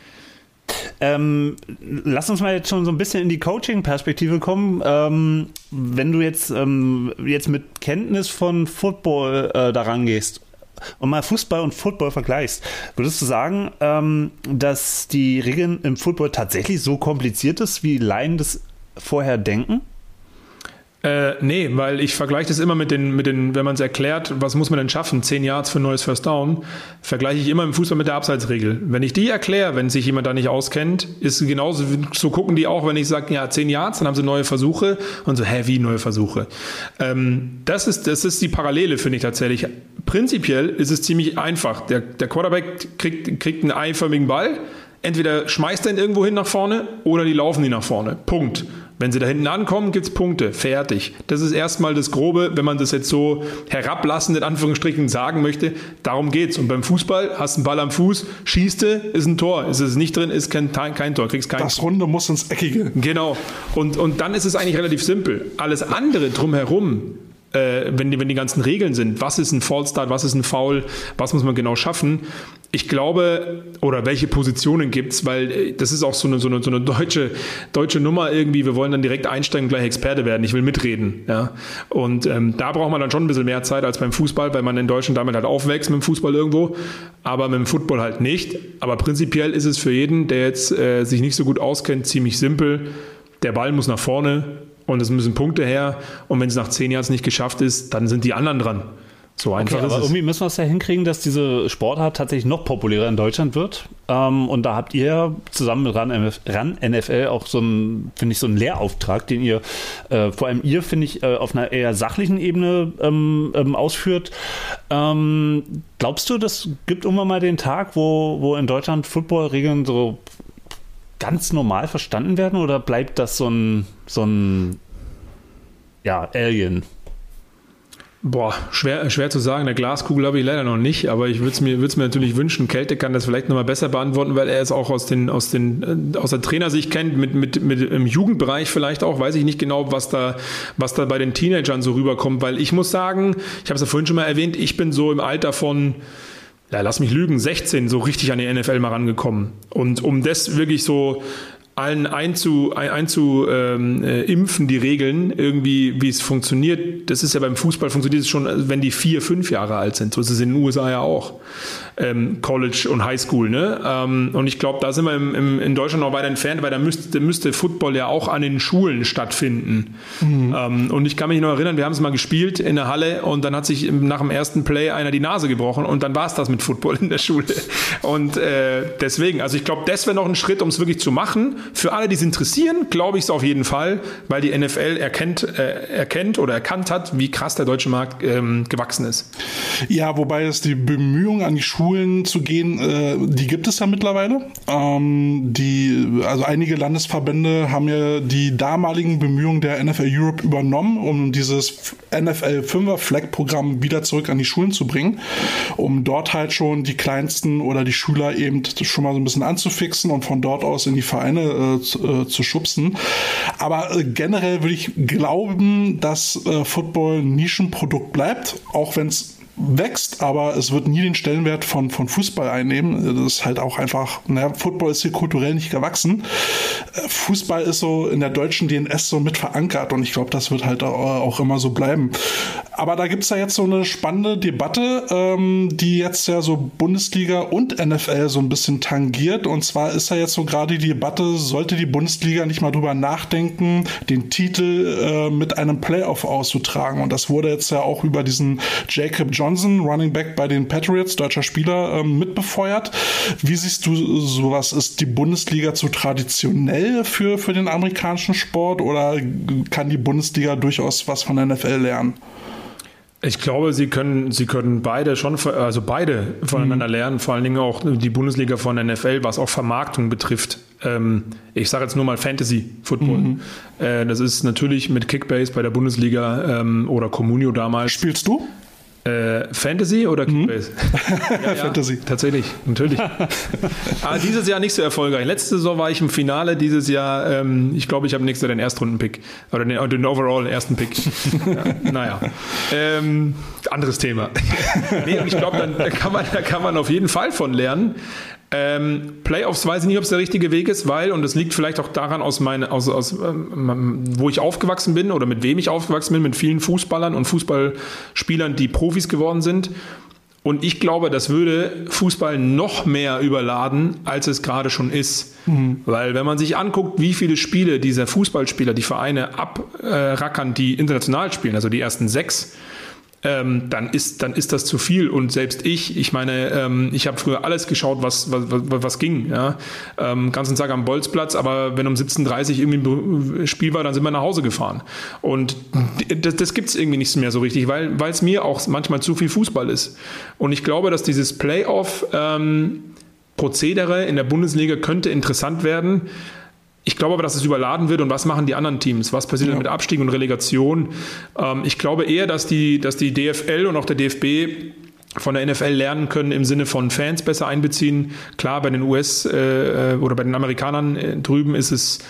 Lass uns mal jetzt schon so ein bisschen in die Coaching-Perspektive kommen. Wenn du jetzt mit Kenntnis von Football daran gehst und mal Fußball und Football vergleichst, würdest du sagen, dass die Regeln im Football tatsächlich so kompliziert ist, wie Laien das vorher denken? Nee, weil ich vergleiche das immer mit den, wenn man es erklärt, was muss man denn schaffen, 10 Yards für ein neues First Down, vergleiche ich immer im Fußball mit der Abseitsregel. Wenn ich die erkläre, wenn sich jemand da nicht auskennt, ist genauso, so gucken die auch, wenn ich sage, ja, 10 Yards, dann haben sie neue Versuche und so, wie neue Versuche? Das ist die Parallele, finde ich tatsächlich. Prinzipiell ist es ziemlich einfach. Der Quarterback kriegt einen eiförmigen Ball, entweder schmeißt er ihn irgendwo hin nach vorne oder die laufen ihn nach vorne. Punkt. Wenn sie da hinten ankommen, gibt es Punkte. Fertig. Das ist erstmal das Grobe, wenn man das jetzt so herablassend in Anführungsstrichen sagen möchte. Darum geht's. Und beim Fußball hast du einen Ball am Fuß, schießt du, ist ein Tor. Ist es nicht drin, ist kein Tor. Kriegst kein Das Runde muss ins Eckige. Genau. Und dann ist es eigentlich relativ simpel. Alles andere drumherum, wenn die ganzen Regeln sind, was ist ein False Start, was ist ein Foul, was muss man genau schaffen, Ich glaube, oder welche Positionen gibt es, weil das ist auch so eine deutsche Nummer irgendwie, wir wollen dann direkt einsteigen und gleich Experte werden, ich will mitreden. Ja? Und da braucht man dann schon ein bisschen mehr Zeit als beim Fußball, weil man in Deutschland damit halt aufwächst mit dem Fußball irgendwo, aber mit dem Football halt nicht. Aber prinzipiell ist es für jeden, der jetzt sich nicht so gut auskennt, ziemlich simpel. Der Ball muss nach vorne und es müssen Punkte her und wenn es nach 10 Jahren nicht geschafft ist, dann sind die anderen dran. So einfach ist es. Aber irgendwie müssen wir es ja hinkriegen, dass diese Sportart tatsächlich noch populärer in Deutschland wird. Und da habt ihr zusammen mit RAN NFL auch so einen Lehrauftrag, den ihr, vor allem ihr, finde ich, auf einer eher sachlichen Ebene ausführt. Glaubst du, das gibt irgendwann mal den Tag, wo in Deutschland Football-Regeln so ganz normal verstanden werden, oder bleibt das so ein Alien? Boah, schwer zu sagen. Eine Glaskugel habe ich leider noch nicht, aber ich würde es mir natürlich wünschen. Kälte kann das vielleicht nochmal besser beantworten, weil er es auch aus der Trainersicht kennt, mit im Jugendbereich vielleicht auch. Weiß ich nicht genau, was da bei den Teenagern so rüberkommt, weil ich muss sagen, ich habe es ja vorhin schon mal erwähnt, ich bin so im Alter von, lass mich lügen, 16 so richtig an die NFL mal rangekommen. Und um das wirklich so allen impfen, die Regeln, irgendwie, wie es funktioniert. Das ist ja beim Fußball funktioniert es schon, wenn die 4, 5 Jahre alt sind. So ist es in den USA ja auch. College und Highschool, ne? Und ich glaube, da sind wir in Deutschland noch weit entfernt, weil da müsste Football ja auch an den Schulen stattfinden. Mhm. Und ich kann mich noch erinnern, wir haben es mal gespielt in der Halle und dann hat sich nach dem ersten Play einer die Nase gebrochen und dann war es das mit Football in der Schule. Und deswegen, also ich glaube, das wäre noch ein Schritt, um es wirklich zu machen. Für alle, die es interessieren, glaube ich es auf jeden Fall, weil die NFL erkannt hat, wie krass der deutsche Markt gewachsen ist. Ja, wobei es die Bemühungen an die Schulen zu gehen, die gibt es ja mittlerweile. Also einige Landesverbände haben ja die damaligen Bemühungen der NFL Europe übernommen, um dieses NFL 5er Flag-Programm wieder zurück an die Schulen zu bringen, um dort halt schon die Kleinsten oder die Schüler eben schon mal so ein bisschen anzufixen und von dort aus in die Vereine zu schubsen. Aber generell würde ich glauben, dass Football ein Nischenprodukt bleibt, auch wenn es wächst, aber es wird nie den Stellenwert von Fußball einnehmen. Das ist halt auch einfach, Football ist hier kulturell nicht gewachsen. Fußball ist so in der deutschen DNS so mit verankert und ich glaube, das wird halt auch immer so bleiben. Aber da gibt es ja jetzt so eine spannende Debatte, die jetzt ja so Bundesliga und NFL so ein bisschen tangiert, und zwar ist ja jetzt so gerade die Debatte, sollte die Bundesliga nicht mal drüber nachdenken, den Titel mit einem Playoff auszutragen, und das wurde jetzt ja auch über diesen Jacob Johnson, Running Back bei den Patriots, deutscher Spieler, mitbefeuert. Wie siehst du sowas? Ist die Bundesliga zu traditionell für den amerikanischen Sport, oder kann die Bundesliga durchaus was von der NFL lernen? Ich glaube, sie können beide voneinander lernen, vor allen Dingen auch die Bundesliga von der NFL, was auch Vermarktung betrifft. Ich sage jetzt nur mal Fantasy Football. Mhm. Das ist natürlich mit Kickbase bei der Bundesliga oder Communio damals. Spielst du? Fantasy oder Kickbase? Ja, Fantasy. Tatsächlich, natürlich. Aber dieses Jahr nicht so erfolgreich. Letzte Saison war ich im Finale, dieses Jahr, ich glaube, ich habe nächstes Jahr den Erstrunden-Pick. Oder den overall ersten Pick. Anderes Thema. Nee, und ich glaube, da kann man auf jeden Fall von lernen. Playoffs weiß ich nicht, ob es der richtige Weg ist, weil, und das liegt vielleicht auch daran, wo ich aufgewachsen bin oder mit wem ich aufgewachsen bin, mit vielen Fußballern und Fußballspielern, die Profis geworden sind. Und ich glaube, das würde Fußball noch mehr überladen, als es gerade schon ist. Mhm. Weil wenn man sich anguckt, wie viele Spiele dieser Fußballspieler, die Vereine abrackern, die international spielen, also die ersten 6, dann ist das zu viel. Und selbst ich meine, ich habe früher alles geschaut, was ging. Ja? Ganzen Tag am Bolzplatz, aber wenn um 17:30 irgendwie ein Spiel war, dann sind wir nach Hause gefahren. Und das gibt es irgendwie nicht mehr so richtig, weil es mir auch manchmal zu viel Fußball ist. Und ich glaube, dass dieses Playoff-Prozedere in der Bundesliga könnte interessant werden. Ich glaube aber, dass es überladen wird. Und was machen die anderen Teams? Was passiert mit Abstieg und Relegation? Ich glaube eher, dass die DFL und auch der DFB von der NFL lernen können, im Sinne von Fans besser einbeziehen. Klar, bei den oder bei den Amerikanern drüben ist es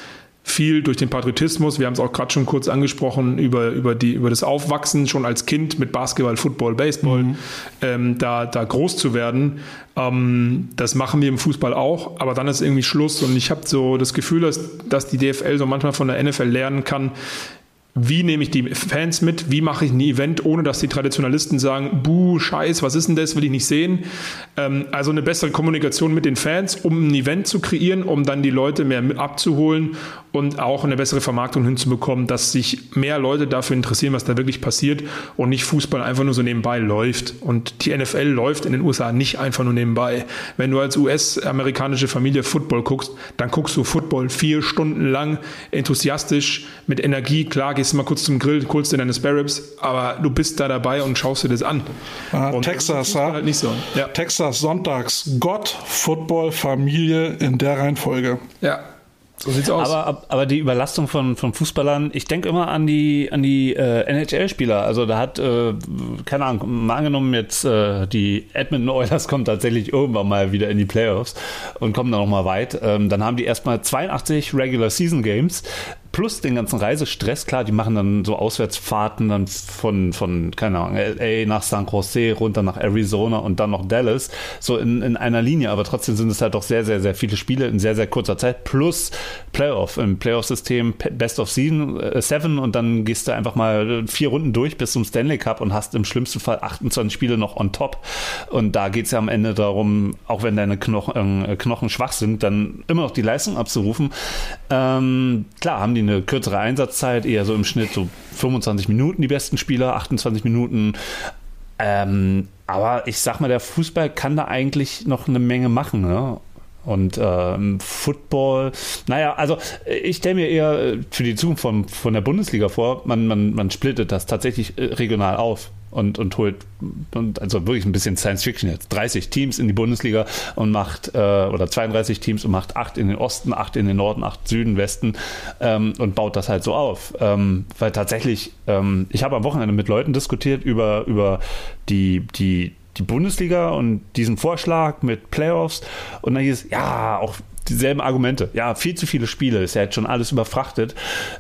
viel durch den Patriotismus. Wir haben es auch gerade schon kurz angesprochen über das Aufwachsen schon als Kind mit Basketball, Football, Baseball, da groß zu werden. Das machen wir im Fußball auch, aber dann ist irgendwie Schluss und ich habe so das Gefühl, dass die DFL so manchmal von der NFL lernen kann, wie nehme ich die Fans mit, wie mache ich ein Event, ohne dass die Traditionalisten sagen, buh, Scheiß, was ist denn das, will ich nicht sehen. Also eine bessere Kommunikation mit den Fans, um ein Event zu kreieren, um dann die Leute mehr mit abzuholen und auch eine bessere Vermarktung hinzubekommen, dass sich mehr Leute dafür interessieren, was da wirklich passiert und nicht Fußball einfach nur so nebenbei läuft. Und die NFL läuft in den USA nicht einfach nur nebenbei. Wenn du als US-amerikanische Familie Football guckst, dann guckst du Football 4 Stunden lang, enthusiastisch, mit Energie, klar, gehst du mal kurz zum Grill, holst dir deine Sparrows, aber du bist da dabei und schaust dir das an. Texas, halt nicht so. Ja. Texas, sonntags, Gott, Football, Familie in der Reihenfolge. Ja. So sieht's aus. Aber die Überlastung von Fußballern, ich denke immer an die NHL-Spieler. Also da hat, keine Ahnung, mal angenommen jetzt die Edmonton Oilers kommen tatsächlich irgendwann mal wieder in die Playoffs und kommen dann noch mal weit. Dann haben die erstmal 82 Regular Season Games plus den ganzen Reisestress. Klar, die machen dann so Auswärtsfahrten dann von keine Ahnung, LA nach San Jose, runter nach Arizona und dann noch Dallas, so in einer Linie. Aber trotzdem sind es halt doch sehr, sehr, sehr viele Spiele in sehr, sehr kurzer Zeit plus Playoff. Im Playoff-System Best of 7 und dann gehst du einfach mal 4 Runden durch bis zum Stanley Cup und hast im schlimmsten Fall 28 Spiele noch on top. Und da geht es ja am Ende darum, auch wenn deine Knochen schwach sind, dann immer noch die Leistung abzurufen. Klar, haben die eine kürzere Einsatzzeit, eher so im Schnitt so 25 Minuten die besten Spieler, 28 Minuten. Aber ich sag mal, der Fußball kann da eigentlich noch eine Menge machen, ne? Und Football, naja, also ich stelle mir eher für die Zukunft von der Bundesliga vor, man splittet das tatsächlich regional auf und holt, also wirklich ein bisschen Science Fiction jetzt, 30 Teams in die Bundesliga und macht, oder 32 Teams und macht 8 in den Osten, 8 in den Norden, 8 Süden, Westen und baut das halt so auf. Weil tatsächlich, ich habe am Wochenende mit Leuten diskutiert über die Bundesliga und diesen Vorschlag mit Playoffs und dann hieß es, ja, auch dieselben Argumente. Ja, viel zu viele Spiele, ist ja jetzt schon alles überfrachtet.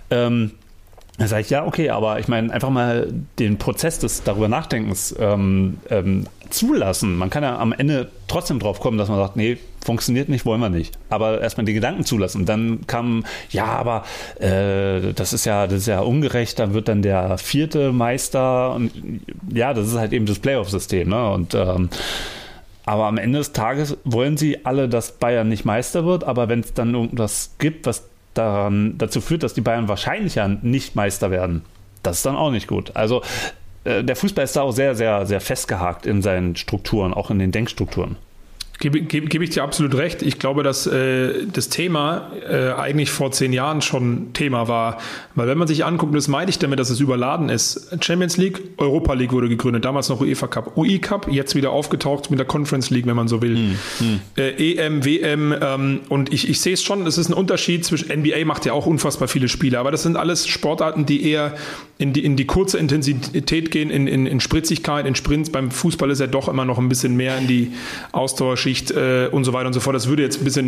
Da sage ich, ja, okay, aber ich meine, einfach mal den Prozess des darüber Nachdenkens zulassen. Man kann ja am Ende trotzdem drauf kommen, dass man sagt, nee, funktioniert nicht, wollen wir nicht. Aber erstmal die Gedanken zulassen. Und dann kam, ja, aber das ist ja ungerecht, dann wird dann der 4. Meister und ja, das ist halt eben das Playoff-System, ne? Und aber am Ende des Tages wollen sie alle, dass Bayern nicht Meister wird, aber wenn es dann irgendwas gibt, was dazu führt, dass die Bayern wahrscheinlich ja nicht Meister werden, das ist dann auch nicht gut. Also der Fußball ist da auch sehr, sehr, sehr festgehakt in seinen Strukturen, auch in den Denkstrukturen. Gebe ich dir absolut recht. Ich glaube, dass das Thema eigentlich vor 10 Jahren schon Thema war. Weil wenn man sich anguckt, das meine ich damit, dass es überladen ist. Champions League, Europa League wurde gegründet, damals noch UEFA Cup. UI Cup, jetzt wieder aufgetaucht mit der Conference League, wenn man so will. EM, WM und ich sehe es schon, es ist ein Unterschied zwischen, NBA macht ja auch unfassbar viele Spiele, aber das sind alles Sportarten, die eher in die kurze Intensität gehen, in Spritzigkeit, in Sprints. Beim Fußball ist ja doch immer noch ein bisschen mehr in die Ausdauerschicht und so weiter und so fort. Das würde jetzt ein bisschen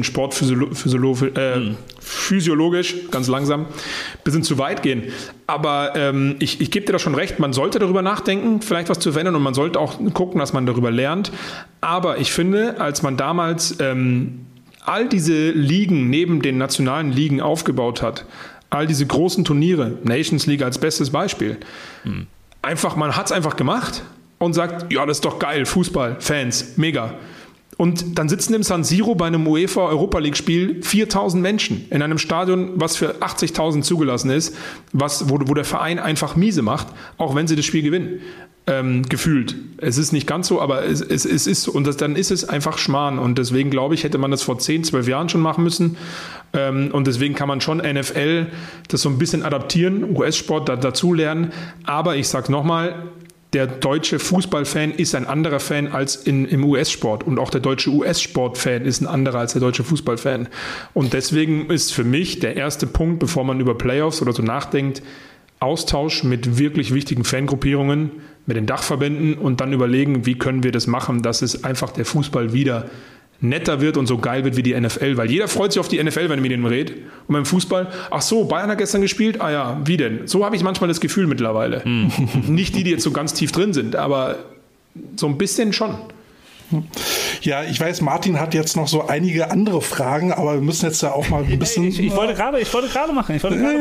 physiologisch, ganz langsam, ein bisschen zu weit gehen. Aber ich gebe dir da schon recht, man sollte darüber nachdenken, vielleicht was zu verändern und man sollte auch gucken, dass man darüber lernt. Aber ich finde, als man damals all diese Ligen neben den nationalen Ligen aufgebaut hat, all diese großen Turniere, Nations League als bestes Beispiel, man hat es einfach gemacht und sagt, ja, das ist doch geil, Fußball, Fans, mega. Und dann sitzen im San Siro bei einem UEFA Europa League Spiel 4.000 Menschen in einem Stadion, was für 80.000 zugelassen ist, wo der Verein einfach miese macht, auch wenn sie das Spiel gewinnen. Gefühlt. Es ist nicht ganz so, aber es ist so. Und dann ist es einfach Schmarrn. Und deswegen glaube ich, hätte man das vor 10, 12 Jahren schon machen müssen. Und deswegen kann man schon NFL das so ein bisschen adaptieren, US-Sport dazu lernen. Aber ich sage nochmal, der deutsche Fußballfan ist ein anderer Fan als im US-Sport. Und auch der deutsche US-Sport-Fan ist ein anderer als der deutsche Fußballfan. Und deswegen ist für mich der erste Punkt, bevor man über Playoffs oder so nachdenkt, Austausch mit wirklich wichtigen Fangruppierungen, mit den Dachverbänden und dann überlegen, wie können wir das machen, dass es einfach der Fußball wieder netter wird und so geil wird wie die NFL, weil jeder freut sich auf die NFL, wenn er mit denen redet. Und beim Fußball, ach so, Bayern hat gestern gespielt? Ah ja, wie denn? So habe ich manchmal das Gefühl mittlerweile. Nicht die jetzt so ganz tief drin sind, aber so ein bisschen schon. Ja, ich weiß, Martin hat jetzt noch so einige andere Fragen, aber wir müssen jetzt ja auch mal ein bisschen... Ich wollte gerade machen.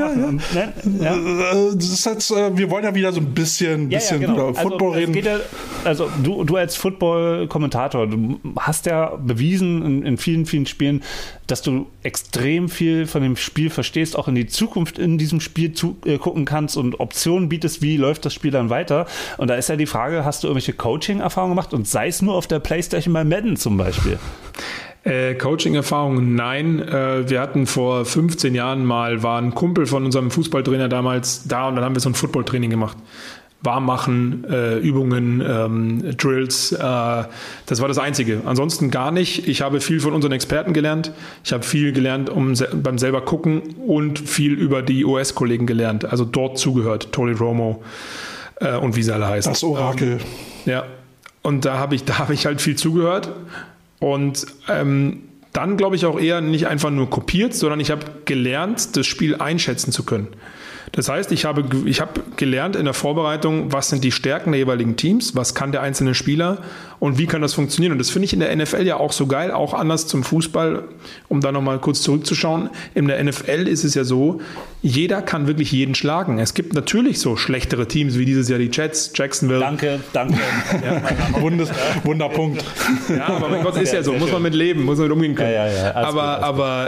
Das ist jetzt, wir wollen ja wieder so ein bisschen genau. über Football reden. Also du als Football-Kommentator, du hast ja bewiesen in vielen, vielen Spielen, dass du extrem viel von dem Spiel verstehst, auch in die Zukunft in diesem Spiel gucken kannst und Optionen bietest, wie läuft das Spiel dann weiter. Und da ist ja die Frage, hast du irgendwelche Coaching-Erfahrungen gemacht und sei es nur auf der Playstation bei Madden zum Beispiel? Coaching-Erfahrungen, nein. Wir hatten vor 15 Jahren war ein Kumpel von unserem Fußballtrainer damals da und dann haben wir so ein Football-Training gemacht. Warmmachen, Übungen, Drills, das war das Einzige. Ansonsten gar nicht. Ich habe viel von unseren Experten gelernt. Ich habe viel gelernt beim selber gucken und viel über die US-Kollegen gelernt. Also dort zugehört, Tony Romo und wie sie alle heißen. Das Orakel. Ja, und da habe ich halt viel zugehört und dann glaube ich auch eher nicht einfach nur kopiert, sondern ich habe gelernt, das Spiel einschätzen zu können. Das heißt, ich habe gelernt in der Vorbereitung, was sind die Stärken der jeweiligen Teams, was kann der einzelne Spieler und wie kann das funktionieren. Und das finde ich in der NFL ja auch so geil, auch anders zum Fußball, um da nochmal kurz zurückzuschauen. In der NFL ist es ja so, jeder kann wirklich jeden schlagen. Es gibt natürlich so schlechtere Teams, wie dieses Jahr die Jets, Jacksonville. Danke. Ja. Wunderpunkt. Ja, aber mein Gott, ist ja so, muss man mit leben, muss man mit umgehen können. Ja, aber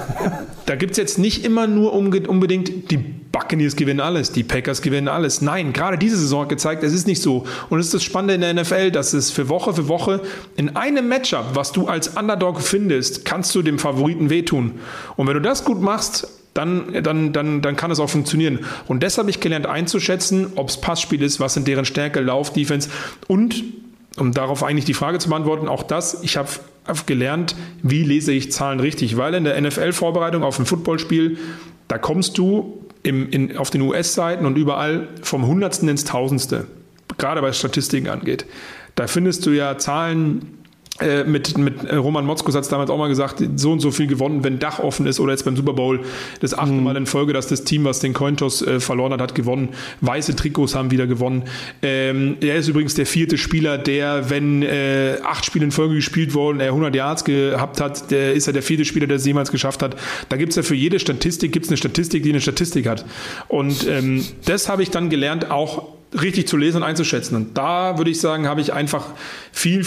da gibt es jetzt nicht immer nur unbedingt die Buccaneers gewinnen alles, die Packers gewinnen alles. Nein, gerade diese Saison hat gezeigt, es ist nicht so. Und es ist das Spannende in der NFL, dass es für Woche in einem Matchup, was du als Underdog findest, kannst du dem Favoriten wehtun. Und wenn du das gut machst, dann kann es auch funktionieren. Und deshalb habe ich gelernt einzuschätzen, ob es Passspiel ist, was sind deren Stärke, Lauf, Defense und, um darauf eigentlich die Frage zu beantworten, auch das, ich habe gelernt, wie lese ich Zahlen richtig, weil in der NFL-Vorbereitung auf ein Footballspiel, da kommst du auf den US-Seiten und überall vom Hundertsten ins Tausendste, gerade was Statistiken angeht. Da findest du ja Zahlen, mit Roman Motzkus hat es damals auch mal gesagt, so und so viel gewonnen, wenn Dach offen ist, oder jetzt beim Super Bowl das 8. Mal in Folge, dass das Team, was den Cointoss verloren hat gewonnen. Weiße Trikots haben wieder gewonnen. Er ist übrigens der 4. Spieler, der, wenn 8 Spiele in Folge gespielt wurden, er 100 Yards gehabt hat, ist er der 4. Spieler, der es jemals geschafft hat. Da gibt es ja für jede Statistik, eine Statistik, die eine Statistik hat. Und das habe ich dann gelernt, auch richtig zu lesen und einzuschätzen. Und da würde ich sagen, habe ich einfach viel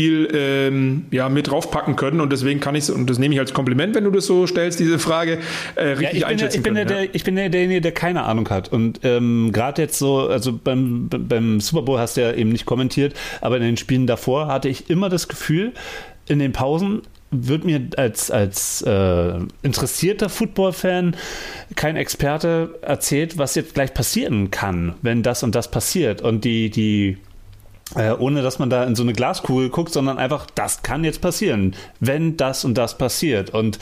mit draufpacken können. Und deswegen kann ich es, und das nehme ich als Kompliment, wenn du das so stellst, diese Frage, richtig einschätzen können. Ich bin derjenige, der keine Ahnung hat. Und gerade jetzt so, also beim Super Bowl hast du ja eben nicht kommentiert, aber in den Spielen davor hatte ich immer das Gefühl, in den Pausen wird mir als interessierter Football-Fan kein Experte erzählt, was jetzt gleich passieren kann, wenn das und das passiert. Und die ohne dass man da in so eine Glaskugel guckt, sondern einfach, das kann jetzt passieren, wenn das und das passiert. Und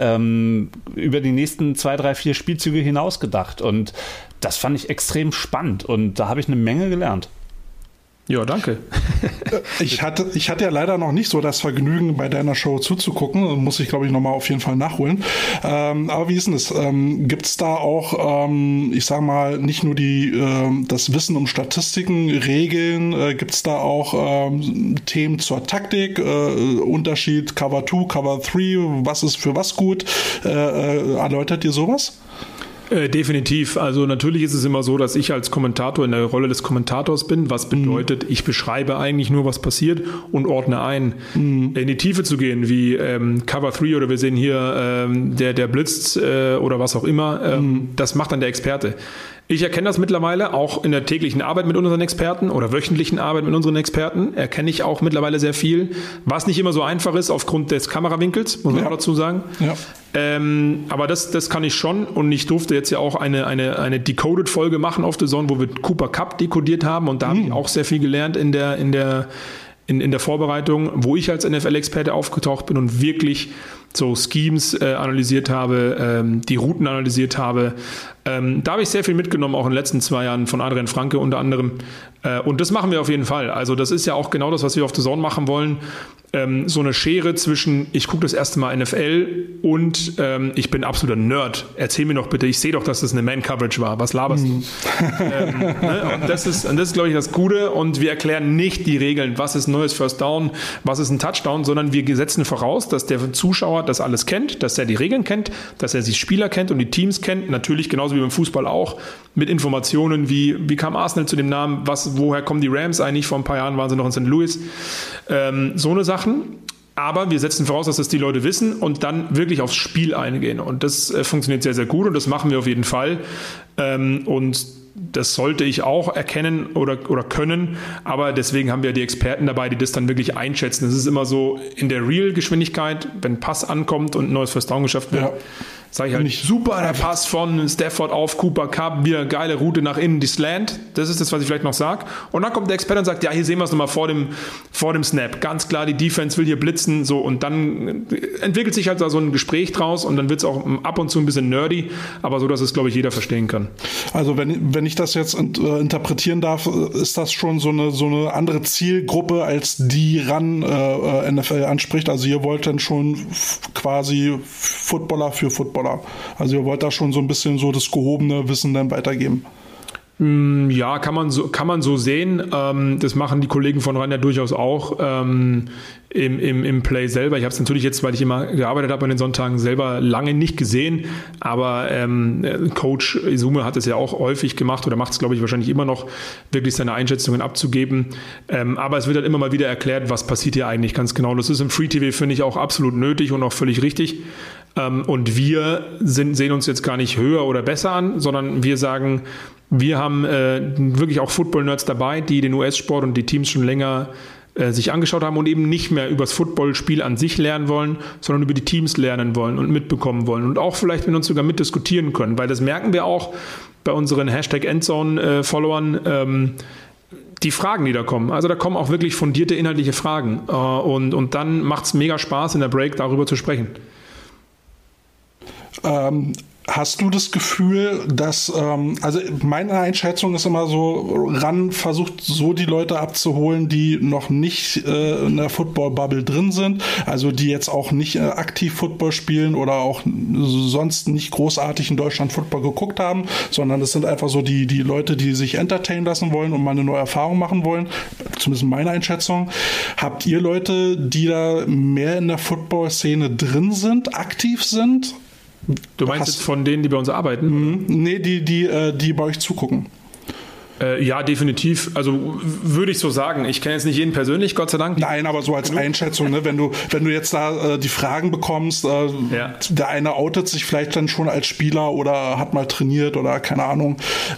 über die nächsten 2, 3, 4 Spielzüge hinaus gedacht. Und das fand ich extrem spannend. Und da habe ich eine Menge gelernt. Ja, danke. Ich hatte ja leider noch nicht so das Vergnügen, bei deiner Show zuzugucken. Muss ich, glaube ich, nochmal auf jeden Fall nachholen. Aber wie ist denn das? Gibt es da auch, ich sag mal, nicht nur das Wissen um Statistiken, Regeln, gibt es da auch Themen zur Taktik, Unterschied Cover 2, Cover 3, was ist für was gut? Erläutert ihr sowas? Definitiv. Also natürlich ist es immer so, dass ich als Kommentator in der Rolle des Kommentators bin, was bedeutet, ich beschreibe eigentlich nur, was passiert und ordne ein. In die Tiefe zu gehen, wie Cover 3 oder wir sehen hier der blitzt oder was auch immer, das macht dann der Experte. Ich erkenne das mittlerweile auch in der täglichen Arbeit mit unseren Experten oder wöchentlichen Arbeit mit unseren Experten. Erkenne ich auch mittlerweile sehr viel, was nicht immer so einfach ist aufgrund des Kamerawinkels, muss man auch dazu sagen. Ja. Aber das kann ich schon, und ich durfte jetzt ja auch eine Decoded-Folge machen auf The Zone, wo wir Cooper Kupp dekodiert haben, und da habe ich auch sehr viel gelernt in der Vorbereitung, wo ich als NFL-Experte aufgetaucht bin und wirklich so Schemes analysiert habe, die Routen analysiert habe. Da habe ich sehr viel mitgenommen, auch in den letzten 2 Jahren von Adrian Franke unter anderem. Und das machen wir auf jeden Fall. Also das ist ja auch genau das, was wir auf The Zone machen wollen. so eine Schere zwischen, ich gucke das erste Mal NFL und ich bin absoluter Nerd. Erzähl mir doch bitte, ich sehe doch, dass das eine Man-Coverage war. Was laberst du? Und das ist, glaube ich, das Gute. Und wir erklären nicht die Regeln, was ist ein neues First Down, was ist ein Touchdown, sondern wir setzen voraus, dass der Zuschauer das alles kennt, dass er die Regeln kennt, dass er die Spieler kennt und die Teams kennt. Natürlich, genauso wie beim Fußball auch, mit Informationen wie kam Arsenal zu dem Namen, woher kommen die Rams eigentlich? Vor ein paar Jahren waren sie noch in St. Louis. So eine Sache. Aber wir setzen voraus, dass das die Leute wissen und dann wirklich aufs Spiel eingehen. Und das funktioniert sehr, sehr gut und das machen wir auf jeden Fall. Und das sollte ich auch erkennen oder können, aber deswegen haben wir die Experten dabei, die das dann wirklich einschätzen. Es ist immer so in der Real-Geschwindigkeit, wenn ein Pass ankommt und ein neues First Down geschafft wird, sage ich halt nicht, super, der Pass von Stafford auf Cooper Kupp, wieder geile Route nach innen, die Slant, das ist das, was ich vielleicht noch sage. Und dann kommt der Experte und sagt, ja, hier sehen wir es nochmal vor dem Snap. Ganz klar, die Defense will hier blitzen, so, und dann entwickelt sich halt da so ein Gespräch draus und dann wird es auch ab und zu ein bisschen nerdy, aber so, dass es, glaube ich, jeder verstehen kann. Also wenn ich das jetzt interpretieren darf, ist das schon so eine andere Zielgruppe, als die NFL anspricht. Also ihr wollt dann schon quasi Footballer für Footballer. Also ihr wollt da schon so ein bisschen so das gehobene Wissen dann weitergeben. Ja, kann man so sehen. Das machen die Kollegen von RAN ja durchaus auch im Play selber. Ich habe es natürlich jetzt, weil ich immer gearbeitet habe an den Sonntagen, selber lange nicht gesehen, aber Coach Izume hat es ja auch häufig gemacht oder macht es, glaube ich, wahrscheinlich immer noch, wirklich seine Einschätzungen abzugeben. Aber es wird halt immer mal wieder erklärt, was passiert hier eigentlich ganz genau. Das ist im Free TV, finde ich, auch absolut nötig und auch völlig richtig. Und wir sehen uns jetzt gar nicht höher oder besser an, sondern wir sagen, wir haben wirklich auch Football-Nerds dabei, die den US-Sport und die Teams schon länger sich angeschaut haben und eben nicht mehr über das Footballspiel an sich lernen wollen, sondern über die Teams lernen wollen und mitbekommen wollen und auch vielleicht mit uns sogar mitdiskutieren können, weil das merken wir auch bei unseren #Endzone-Followern, die Fragen, die da kommen. Also da kommen auch wirklich fundierte inhaltliche Fragen und dann macht es mega Spaß, in der Break darüber zu sprechen. Hast du das Gefühl, dass, also meine Einschätzung ist immer so, RAN versucht so die Leute abzuholen, die noch nicht in der Football-Bubble drin sind, also die jetzt auch nicht aktiv Football spielen oder auch sonst nicht großartig in Deutschland Football geguckt haben, sondern das sind einfach so die Leute, die sich entertainen lassen wollen und mal eine neue Erfahrung machen wollen, zumindest meine Einschätzung. Habt ihr Leute, die da mehr in der Football-Szene drin sind, aktiv sind? Du meinst jetzt von denen, die bei uns arbeiten? Nee, die bei euch zugucken. Ja, definitiv. Also würde ich so sagen. Ich kenne jetzt nicht jeden persönlich, Gott sei Dank. Nein, aber so als Einschätzung, ne? Wenn du jetzt da die Fragen bekommst, der eine outet sich vielleicht dann schon als Spieler oder hat mal trainiert oder keine Ahnung.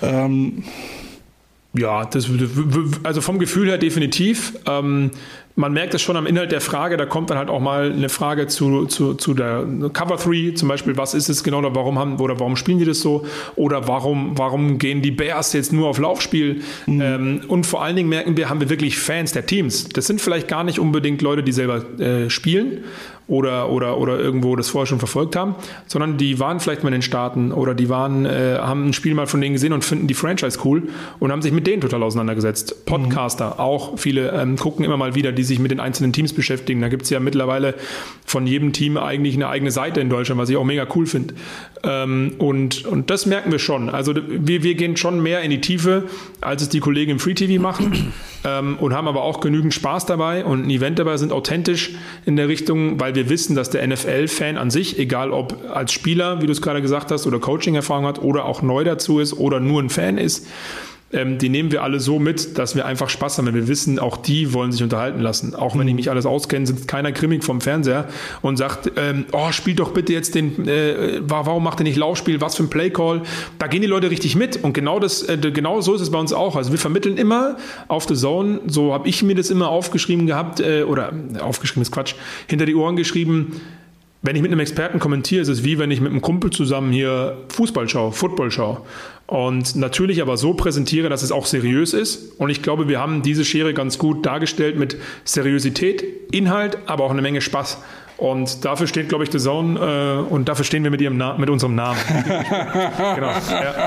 Ja, also vom Gefühl her definitiv. Man merkt es schon am Inhalt der Frage, da kommt dann halt auch mal eine Frage zu der Cover 3, zum Beispiel, was ist es genau, oder warum spielen die das so, oder warum gehen die Bears jetzt nur auf Laufspiel? Und vor allen Dingen merken wir, haben wir wirklich Fans der Teams. Das sind vielleicht gar nicht unbedingt Leute, die selber spielen oder irgendwo das vorher schon verfolgt haben, sondern die waren vielleicht mal in den Staaten oder die haben ein Spiel mal von denen gesehen und finden die Franchise cool und haben sich mit denen total auseinandergesetzt. Podcaster, auch viele gucken immer mal wieder, die sich mit den einzelnen Teams beschäftigen. Da gibt es ja mittlerweile von jedem Team eigentlich eine eigene Seite in Deutschland, was ich auch mega cool finde. Und das merken wir schon. Also wir gehen schon mehr in die Tiefe, als es die Kollegen im Free TV machen und haben aber auch genügend Spaß dabei und ein Event dabei, sind authentisch in der Richtung, weil wir wissen, dass der NFL-Fan an sich, egal ob als Spieler, wie du es gerade gesagt hast, oder Coaching-Erfahrung hat oder auch neu dazu ist oder nur ein Fan ist, die nehmen wir alle so mit, dass wir einfach Spaß haben. Wir wissen, auch die wollen sich unterhalten lassen. Auch wenn die nicht alles auskennen, sitzt keiner grimmig vom Fernseher und sagt, spielt doch bitte jetzt warum macht ihr nicht Laufspiel, was für ein Playcall? Da gehen die Leute richtig mit und genau so ist es bei uns auch. Also wir vermitteln immer auf The Zone, so habe ich mir das immer aufgeschrieben gehabt, oder aufgeschrieben ist Quatsch, hinter die Ohren geschrieben, wenn ich mit einem Experten kommentiere, ist es wie wenn ich mit einem Kumpel zusammen hier Football schaue. Und natürlich aber so präsentiere, dass es auch seriös ist. Und ich glaube, wir haben diese Schere ganz gut dargestellt mit Seriosität, Inhalt, aber auch eine Menge Spaß. Und dafür steht, glaube ich, The Zone und dafür stehen wir mit unserem Namen. Genau. Ja.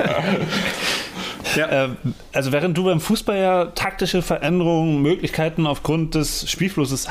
Ja. Also während du beim Fußball ja taktische Veränderungen, Möglichkeiten aufgrund des Spielflusses halt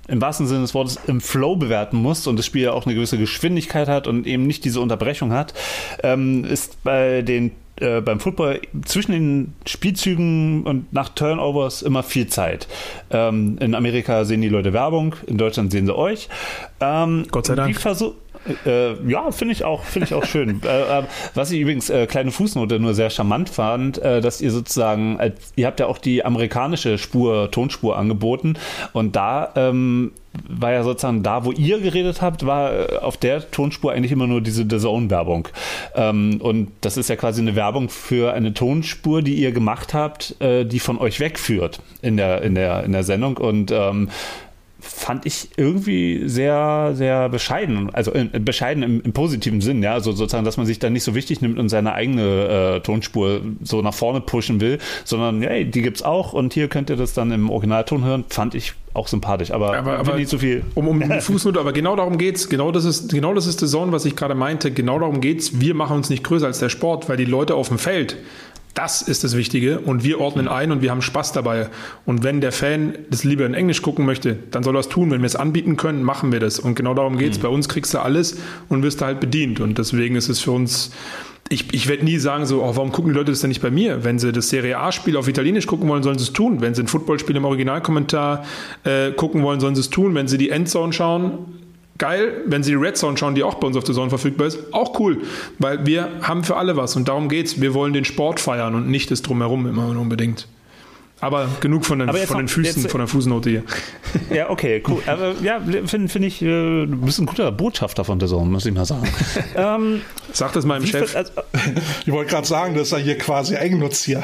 im wahrsten Sinne des Wortes im Flow bewerten musst und das Spiel ja auch eine gewisse Geschwindigkeit hat und eben nicht diese Unterbrechung hat, ist beim Football zwischen den Spielzügen und nach Turnovers immer viel Zeit. In Amerika sehen die Leute Werbung, in Deutschland sehen sie euch. Gott sei Dank. Ja, finde ich auch schön. Was ich übrigens, kleine Fußnote, nur sehr charmant fand, dass ihr sozusagen, ihr habt ja auch die amerikanische Tonspur angeboten und da war ja sozusagen da, wo ihr geredet habt, war auf der Tonspur eigentlich immer nur diese DAZN-Werbung. Und das ist ja quasi eine Werbung für eine Tonspur, die ihr gemacht habt, die von euch wegführt in der Sendung und fand ich irgendwie sehr, sehr bescheiden. Also bescheiden im positiven Sinn, ja. Also sozusagen, dass man sich da nicht so wichtig nimmt und seine eigene Tonspur so nach vorne pushen will, sondern, hey, die gibt's auch und hier könnt ihr das dann im Originalton hören. Fand ich auch sympathisch, aber nicht so viel. Um die Fußnote, aber genau darum geht's. Genau das ist the Zone, was ich gerade meinte. Genau darum geht's. Wir machen uns nicht größer als der Sport, weil die Leute auf dem Feld, das ist das Wichtige und wir ordnen ein und wir haben Spaß dabei. Und wenn der Fan das lieber in Englisch gucken möchte, dann soll er es tun. Wenn wir es anbieten können, machen wir das. Und genau darum geht es. Bei uns kriegst du alles und wirst da halt bedient. Und deswegen ist es für uns, ich werde nie sagen so, warum gucken die Leute das denn nicht bei mir? Wenn sie das Serie A-Spiel auf Italienisch gucken wollen, sollen sie es tun. Wenn sie ein Footballspiel im Originalkommentar gucken wollen, sollen sie es tun. Wenn sie die Endzone schauen, geil, wenn sie die Red Zone schauen, die auch bei uns auf der Zone verfügbar ist, auch cool, weil wir haben für alle was und darum geht's. Wir wollen den Sport feiern und nicht das Drumherum immer unbedingt. Aber genug von den Füßen, von der Fußnote hier. Ja, okay, cool. Aber ja, finde ich, du bist ein guter Botschafter von der Zone, muss ich mal sagen. Sag das meinem Chef. Ich wollte gerade sagen, das ist ja hier quasi Eigennutz hier.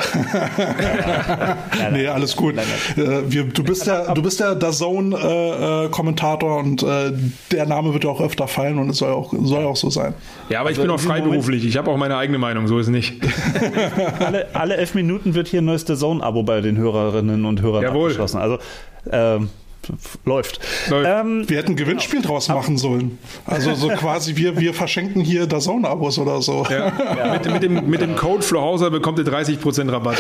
Nee, alles gut. Nein. Du bist der DAZN-Kommentator und der Name wird ja auch öfter fallen und es soll auch so sein. Ja, aber ich bin auch freiberuflich. Ich habe auch meine eigene Meinung, so ist es nicht. alle 11 Minuten wird hier ein neues DAZN-Abo bei den Hörerinnen und Hörern abgeschlossen. Also läuft. Wir hätten ein Gewinnspiel draus machen sollen. Also so quasi wir verschenken hier DAZN-Abos oder so. Ja. Mit dem Code Flohauser bekommt ihr 30% Rabatt.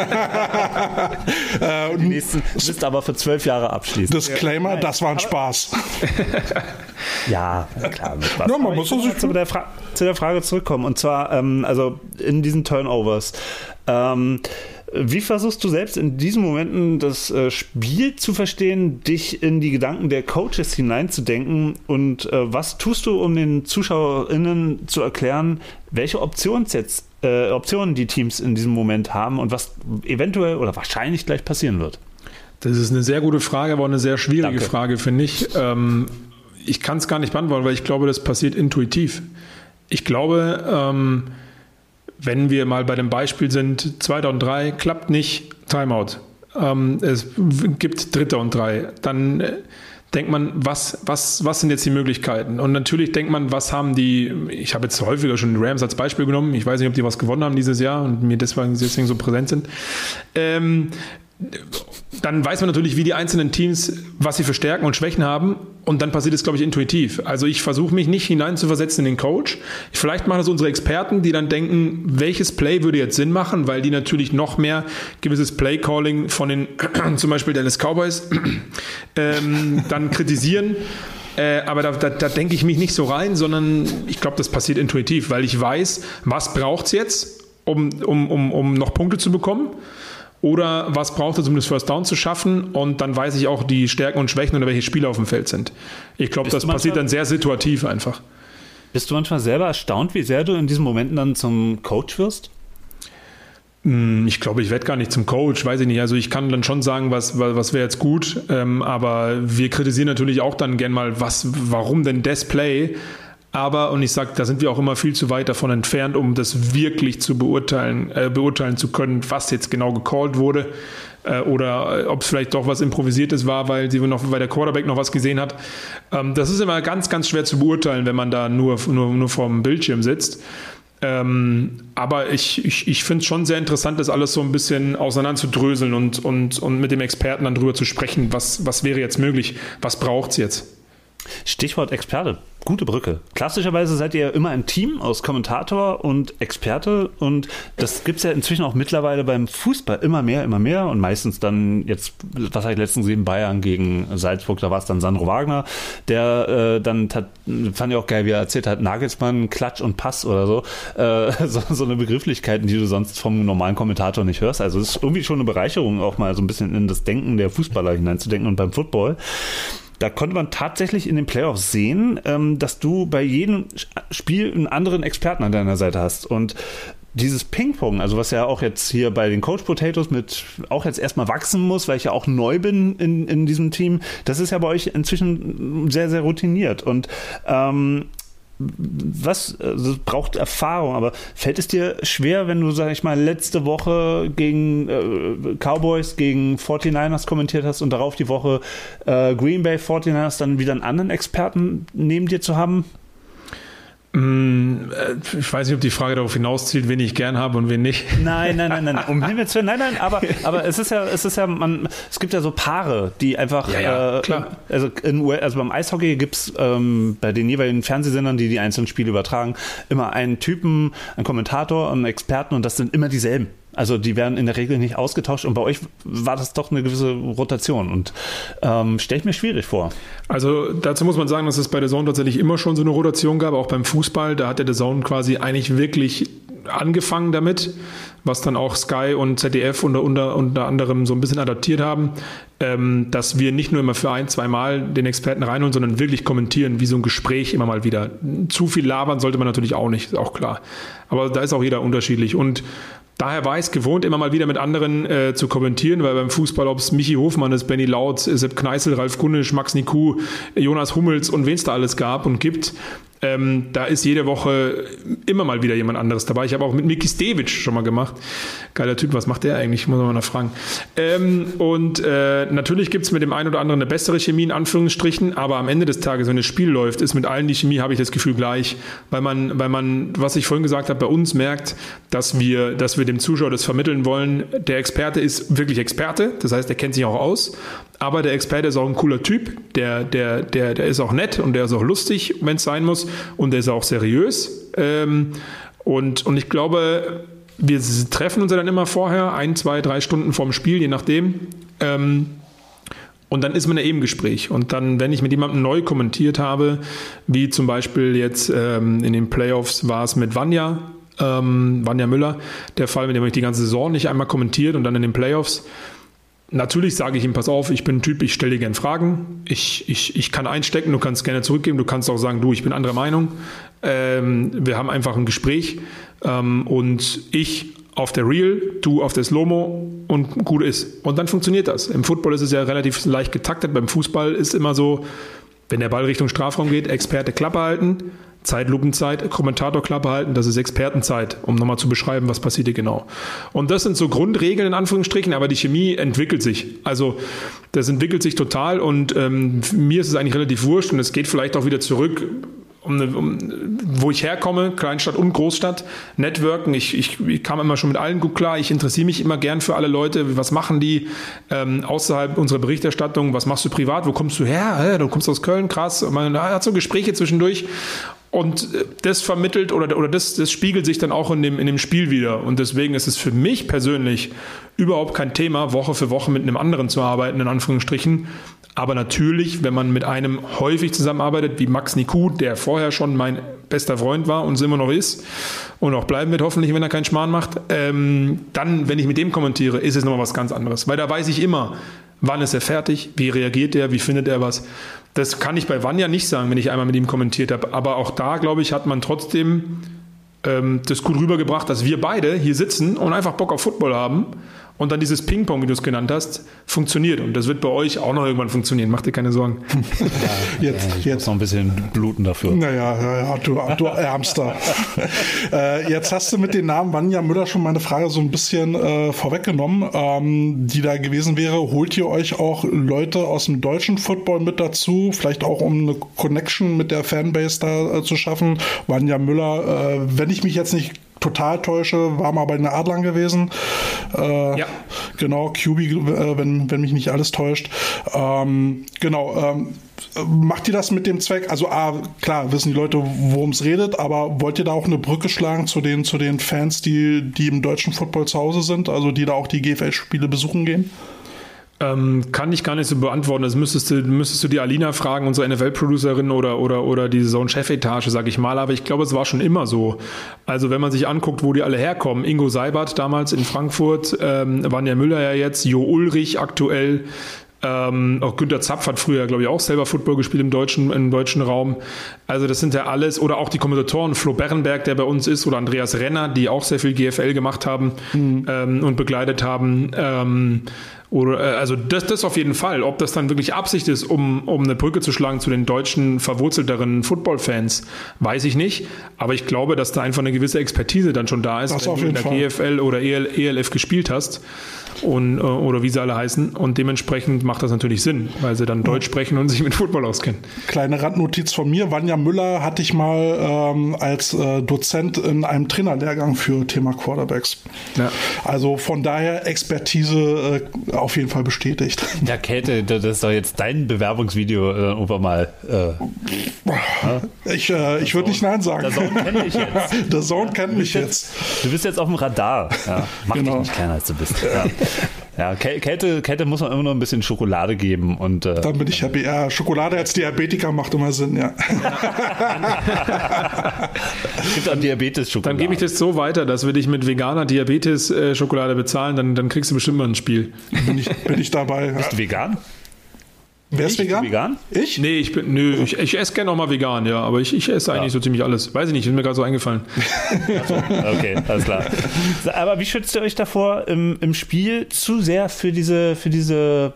Die nächsten müsst aber für 12 Jahre abschließen. Disclaimer, das war ein Spaß. Ja, klar, mit Spaß. Ja, man muss zu der Frage zurückkommen. Und zwar, also in diesen Turnovers, wie versuchst du selbst in diesen Momenten das Spiel zu verstehen, dich in die Gedanken der Coaches hineinzudenken und was tust du, um den ZuschauerInnen zu erklären, welche Optionen die Teams in diesem Moment haben und was eventuell oder wahrscheinlich gleich passieren wird? Das ist eine sehr gute Frage, aber auch eine sehr schwierige Frage, finde ich. Ich kann es gar nicht beantworten, weil ich glaube, das passiert intuitiv. Ich glaube, wenn wir mal bei dem Beispiel sind, 2. und 3, klappt nicht, Timeout. Es gibt 3. und 3. Dann denkt man, was sind jetzt die Möglichkeiten? Und natürlich denkt man, was haben ich habe jetzt häufiger schon die Rams als Beispiel genommen, ich weiß nicht, ob die was gewonnen haben dieses Jahr und mir deswegen so präsent sind. Dann weiß man natürlich, wie die einzelnen Teams, was sie für Stärken und Schwächen haben und dann passiert es, glaube ich, intuitiv. Also ich versuche mich nicht hineinzuversetzen in den Coach. Vielleicht machen das unsere Experten, die dann denken, welches Play würde jetzt Sinn machen, weil die natürlich noch mehr gewisses Play-Calling von den zum Beispiel Dallas Cowboys dann kritisieren. Aber da denke ich mich nicht so rein, sondern ich glaube, das passiert intuitiv, weil ich weiß, was braucht es jetzt, um noch Punkte zu bekommen. Oder was braucht es, um das First Down zu schaffen? Und dann weiß ich auch die Stärken und Schwächen oder welche Spieler auf dem Feld sind. Ich glaube, das passiert dann sehr situativ einfach. Bist du manchmal selber erstaunt, wie sehr du in diesen Momenten dann zum Coach wirst? Ich glaube, ich werde gar nicht zum Coach, weiß ich nicht. Also ich kann dann schon sagen, was wäre jetzt gut. Aber wir kritisieren natürlich auch dann gern mal, warum denn das Play? Aber, und ich sage, da sind wir auch immer viel zu weit davon entfernt, um das wirklich zu beurteilen zu können, was jetzt genau gecallt wurde oder ob es vielleicht doch was Improvisiertes war, weil der Quarterback noch was gesehen hat. Das ist immer ganz, ganz schwer zu beurteilen, wenn man da nur vorm Bildschirm sitzt. Aber ich finde es schon sehr interessant, das alles so ein bisschen auseinanderzudröseln und mit dem Experten dann drüber zu sprechen, was wäre jetzt möglich, was braucht es jetzt. Stichwort Experte. Gute Brücke. Klassischerweise seid ihr ja immer ein Team aus Kommentator und Experte und das gibt es ja inzwischen auch mittlerweile beim Fußball immer mehr und meistens dann jetzt, was habe ich letztens gesehen, Bayern gegen Salzburg, da war es dann Sandro Wagner, der dann, fand ich auch geil, wie er erzählt hat, Nagelsmann, Klatsch und Pass oder so, so eine Begrifflichkeiten, die du sonst vom normalen Kommentator nicht hörst. Also es ist irgendwie schon eine Bereicherung, auch mal so ein bisschen in das Denken der Fußballer hineinzudenken und beim Football. Da konnte man tatsächlich in den Playoffs sehen, dass du bei jedem Spiel einen anderen Experten an deiner Seite hast. Und dieses Ping-Pong, also was ja auch jetzt hier bei den Coach Potatoes mit auch jetzt erstmal wachsen muss, weil ich ja auch neu bin in diesem Team, das ist ja bei euch inzwischen sehr, sehr routiniert. Und also braucht Erfahrung, aber fällt es dir schwer, wenn du, sag ich mal, letzte Woche gegen Cowboys, gegen 49ers kommentiert hast und darauf die Woche Green Bay 49ers dann wieder einen anderen Experten neben dir zu haben? Ich weiß nicht, ob die Frage darauf hinauszielt, wen ich gern habe und wen nicht. Nein. Um Himmels Willen, nein, aber es gibt ja so Paare, die einfach, klar. Also beim Eishockey gibt es bei den jeweiligen Fernsehsendern, die einzelnen Spiele übertragen, immer einen Typen, einen Kommentator, einen Experten und das sind immer dieselben. Also die werden in der Regel nicht ausgetauscht und bei euch war das doch eine gewisse Rotation und stelle ich mir schwierig vor. Also dazu muss man sagen, dass es bei der DAZN tatsächlich immer schon so eine Rotation gab, auch beim Fußball. Da hat der DAZN quasi eigentlich wirklich angefangen damit, was dann auch Sky und ZDF unter anderem so ein bisschen adaptiert haben, dass wir nicht nur immer für 1-2 Mal den Experten reinholen, sondern wirklich kommentieren, wie so ein Gespräch immer mal wieder. Zu viel labern sollte man natürlich auch nicht, ist auch klar. Aber da ist auch jeder unterschiedlich und daher war ich es gewohnt, immer mal wieder mit anderen zu kommentieren, weil beim Fußball, ob es Michi Hofmann ist, Benny Lautz, Sepp Kneißl, Ralf Gunnisch, Max Niku, Jonas Hummels und wen es da alles gab und gibt, da ist jede Woche immer mal wieder jemand anderes dabei. Ich habe auch mit Miki Stevic schon mal gemacht. Geiler Typ, was macht der eigentlich? Muss man mal nachfragen. Natürlich gibt es mit dem einen oder anderen eine bessere Chemie, in Anführungsstrichen, aber am Ende des Tages, wenn das Spiel läuft, ist mit allen die Chemie, habe ich das Gefühl, gleich, weil man, was ich vorhin gesagt habe, bei uns merkt, dass wir dem Zuschauer das vermitteln wollen. Der Experte ist wirklich Experte, das heißt, er kennt sich auch aus, aber der Experte ist auch ein cooler Typ, der ist auch nett und der ist auch lustig, wenn es sein muss, und der ist auch seriös. Und ich glaube, wir treffen uns ja dann immer vorher, 1, 2, 3 Stunden vorm Spiel, je nachdem. Und dann ist man ja eben im Gespräch. Und dann, wenn ich mit jemandem neu kommentiert habe, wie zum Beispiel jetzt in den Playoffs war es mit Vanja Müller, der Fall, mit dem ich die ganze Saison nicht einmal kommentiert und dann in den Playoffs. Natürlich sage ich ihm, pass auf, ich bin ein Typ, ich stelle dir gerne Fragen, ich kann einstecken, du kannst gerne zurückgeben, du kannst auch sagen, du, ich bin anderer Meinung. Wir haben einfach ein Gespräch und ich auf der Real, du auf der Slow-Mo und gut ist. Und dann funktioniert das. Im Football ist es ja relativ leicht getaktet, beim Fußball ist immer so, wenn der Ball Richtung Strafraum geht, Experte Klappe halten, Zeitlupenzeit, Kommentator Klappe halten, das ist Expertenzeit, um nochmal zu beschreiben, was passiert hier genau. Und das sind so Grundregeln in Anführungsstrichen, aber die Chemie entwickelt sich. Also das entwickelt sich total und mir ist es eigentlich relativ wurscht und es geht vielleicht auch wieder zurück, wo ich herkomme, Kleinstadt und Großstadt, Networken, ich kam immer schon mit allen gut klar, ich interessiere mich immer gern für alle Leute, was machen die außerhalb unserer Berichterstattung, was machst du privat, wo kommst du her, du kommst aus Köln, krass, man hat so Gespräche zwischendurch und das vermittelt oder das spiegelt sich dann auch in dem Spiel wieder und deswegen ist es für mich persönlich überhaupt kein Thema, Woche für Woche mit einem anderen zu arbeiten, in Anführungsstrichen. Aber natürlich, wenn man mit einem häufig zusammenarbeitet, wie Max Niku, der vorher schon mein bester Freund war und es immer noch ist und auch bleiben wird hoffentlich, wenn er keinen Schmarrn macht, dann, wenn ich mit dem kommentiere, ist es nochmal was ganz anderes. Weil da weiß ich immer, wann ist er fertig, wie reagiert er, wie findet er was. Das kann ich bei Vanja nicht sagen, wenn ich einmal mit ihm kommentiert habe. Aber auch da, glaube ich, hat man trotzdem das gut rübergebracht, dass wir beide hier sitzen und einfach Bock auf Football haben. Und dann dieses Ping-Pong, wie du es genannt hast, funktioniert. Und das wird bei euch auch noch irgendwann funktionieren. Mach dir keine Sorgen. Ich muss noch ein bisschen bluten dafür. Naja, du Ärmster. Jetzt hast du mit dem Namen Vanja Müller schon meine Frage so ein bisschen vorweggenommen, die da gewesen wäre. Holt ihr euch auch Leute aus dem deutschen Football mit dazu? Vielleicht auch, um eine Connection mit der Fanbase da zu schaffen? Vanja Müller, wenn ich mich jetzt nicht total täusche, war mal bei den Adlern gewesen. Ja. Genau, QB, wenn mich nicht alles täuscht. Macht ihr das mit dem Zweck? Also klar, wissen die Leute, worum es redet, aber wollt ihr da auch eine Brücke schlagen zu den Fans, die im deutschen Football zu Hause sind, also die da auch die GFL-Spiele besuchen gehen? Kann ich gar nicht so beantworten. Das müsstest du die Alina fragen, unsere NFL-Producerin oder die Zone-Chefetage, sag ich mal. Aber ich glaube, es war schon immer so. Also wenn man sich anguckt, wo die alle herkommen, Ingo Seibert damals in Frankfurt, Vanja Müller ja jetzt, Jo Ulrich aktuell, auch Günter Zapf hat früher, glaube ich, auch selber Football gespielt im deutschen Raum. Also das sind ja alles, oder auch die Kommentatoren, Flo Berrenberg, der bei uns ist, oder Andreas Renner, die auch sehr viel GFL gemacht haben und begleitet haben. Also das auf jeden Fall. Ob das dann wirklich Absicht ist, um eine Brücke zu schlagen zu den deutschen verwurzelteren Football-Fans, weiß ich nicht. Aber ich glaube, dass da einfach eine gewisse Expertise dann schon da ist, das wenn du in der GFL oder ELF gespielt hast oder wie sie alle heißen. Und dementsprechend macht das natürlich Sinn, weil sie dann Deutsch sprechen und sich mit Football auskennen. Kleine Randnotiz von mir. Vanja Müller hatte ich mal als Dozent in einem Trainerlehrgang für Thema Quarterbacks. Ja. Also von daher Expertise auf jeden Fall bestätigt. Ja, Käthe, das ist doch jetzt dein Bewerbungsvideo irgendwann mal. Ich würde nicht Nein sagen. Der Zone kennt mich jetzt. Der Zone kennt mich jetzt. Du bist jetzt auf dem Radar. Ja, mach dich nicht kleiner, als du bist. Ja, Käthe muss man immer noch ein bisschen Schokolade geben. Und, dann bin ich happy. Ja, Schokolade als Diabetiker macht immer Sinn, ja. Es gibt auch Diabetes-Schokolade. Dann gebe ich das so weiter, dass wir dich mit veganer Diabetes-Schokolade bezahlen, dann kriegst du bestimmt mal ein Spiel. Bin ich dabei. Bist du vegan? Wer ist vegan? Vegan? Ich? Nee, ich esse gerne auch mal vegan, ja, aber ich esse eigentlich so ziemlich alles. Weiß ich nicht, ist mir gerade so eingefallen. Okay, alles klar. Aber wie schützt ihr euch davor, im Spiel zu sehr für diese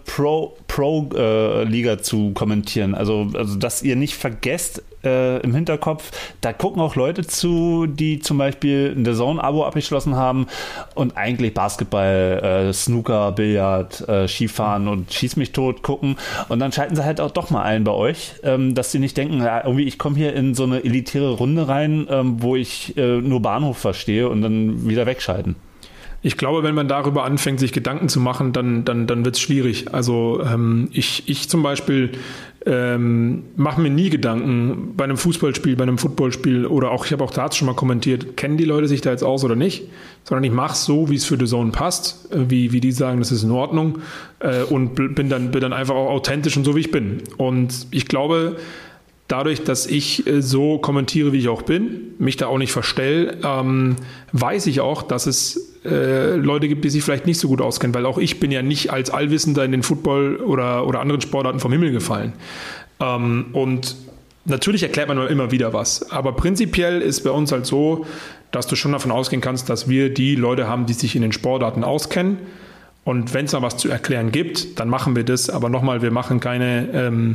Pro-Liga zu kommentieren? Also, dass ihr nicht vergesst, im Hinterkopf, da gucken auch Leute zu, die zum Beispiel ein DAZN-Abo abgeschlossen haben und eigentlich Basketball, Snooker, Billard, Skifahren und Schieß mich tot gucken und dann schalten sie halt auch doch mal ein bei euch, dass sie nicht denken, ja, irgendwie ich komme hier in so eine elitäre Runde rein, wo ich nur Bahnhof verstehe und dann wieder wegschalten. Ich glaube, wenn man darüber anfängt, sich Gedanken zu machen, dann wird es schwierig. Also ich zum Beispiel mache mir nie Gedanken bei einem Fußballspiel, bei einem Footballspiel oder auch, ich habe auch Darts schon mal kommentiert, kennen die Leute sich da jetzt aus oder nicht, sondern ich mache es so, wie es für The Zone passt, wie die sagen, das ist in Ordnung und bin dann einfach auch authentisch und so, wie ich bin. Und ich glaube, dadurch, dass ich so kommentiere, wie ich auch bin, mich da auch nicht verstelle, weiß ich auch, dass es Leute gibt, die sich vielleicht nicht so gut auskennen, weil auch ich bin ja nicht als Allwissender in den Football oder anderen Sportarten vom Himmel gefallen. Und natürlich erklärt man immer wieder was, aber prinzipiell ist bei uns halt so, dass du schon davon ausgehen kannst, dass wir die Leute haben, die sich in den Sportarten auskennen. Und wenn es da was zu erklären gibt, dann machen wir das. Aber nochmal, wir machen keine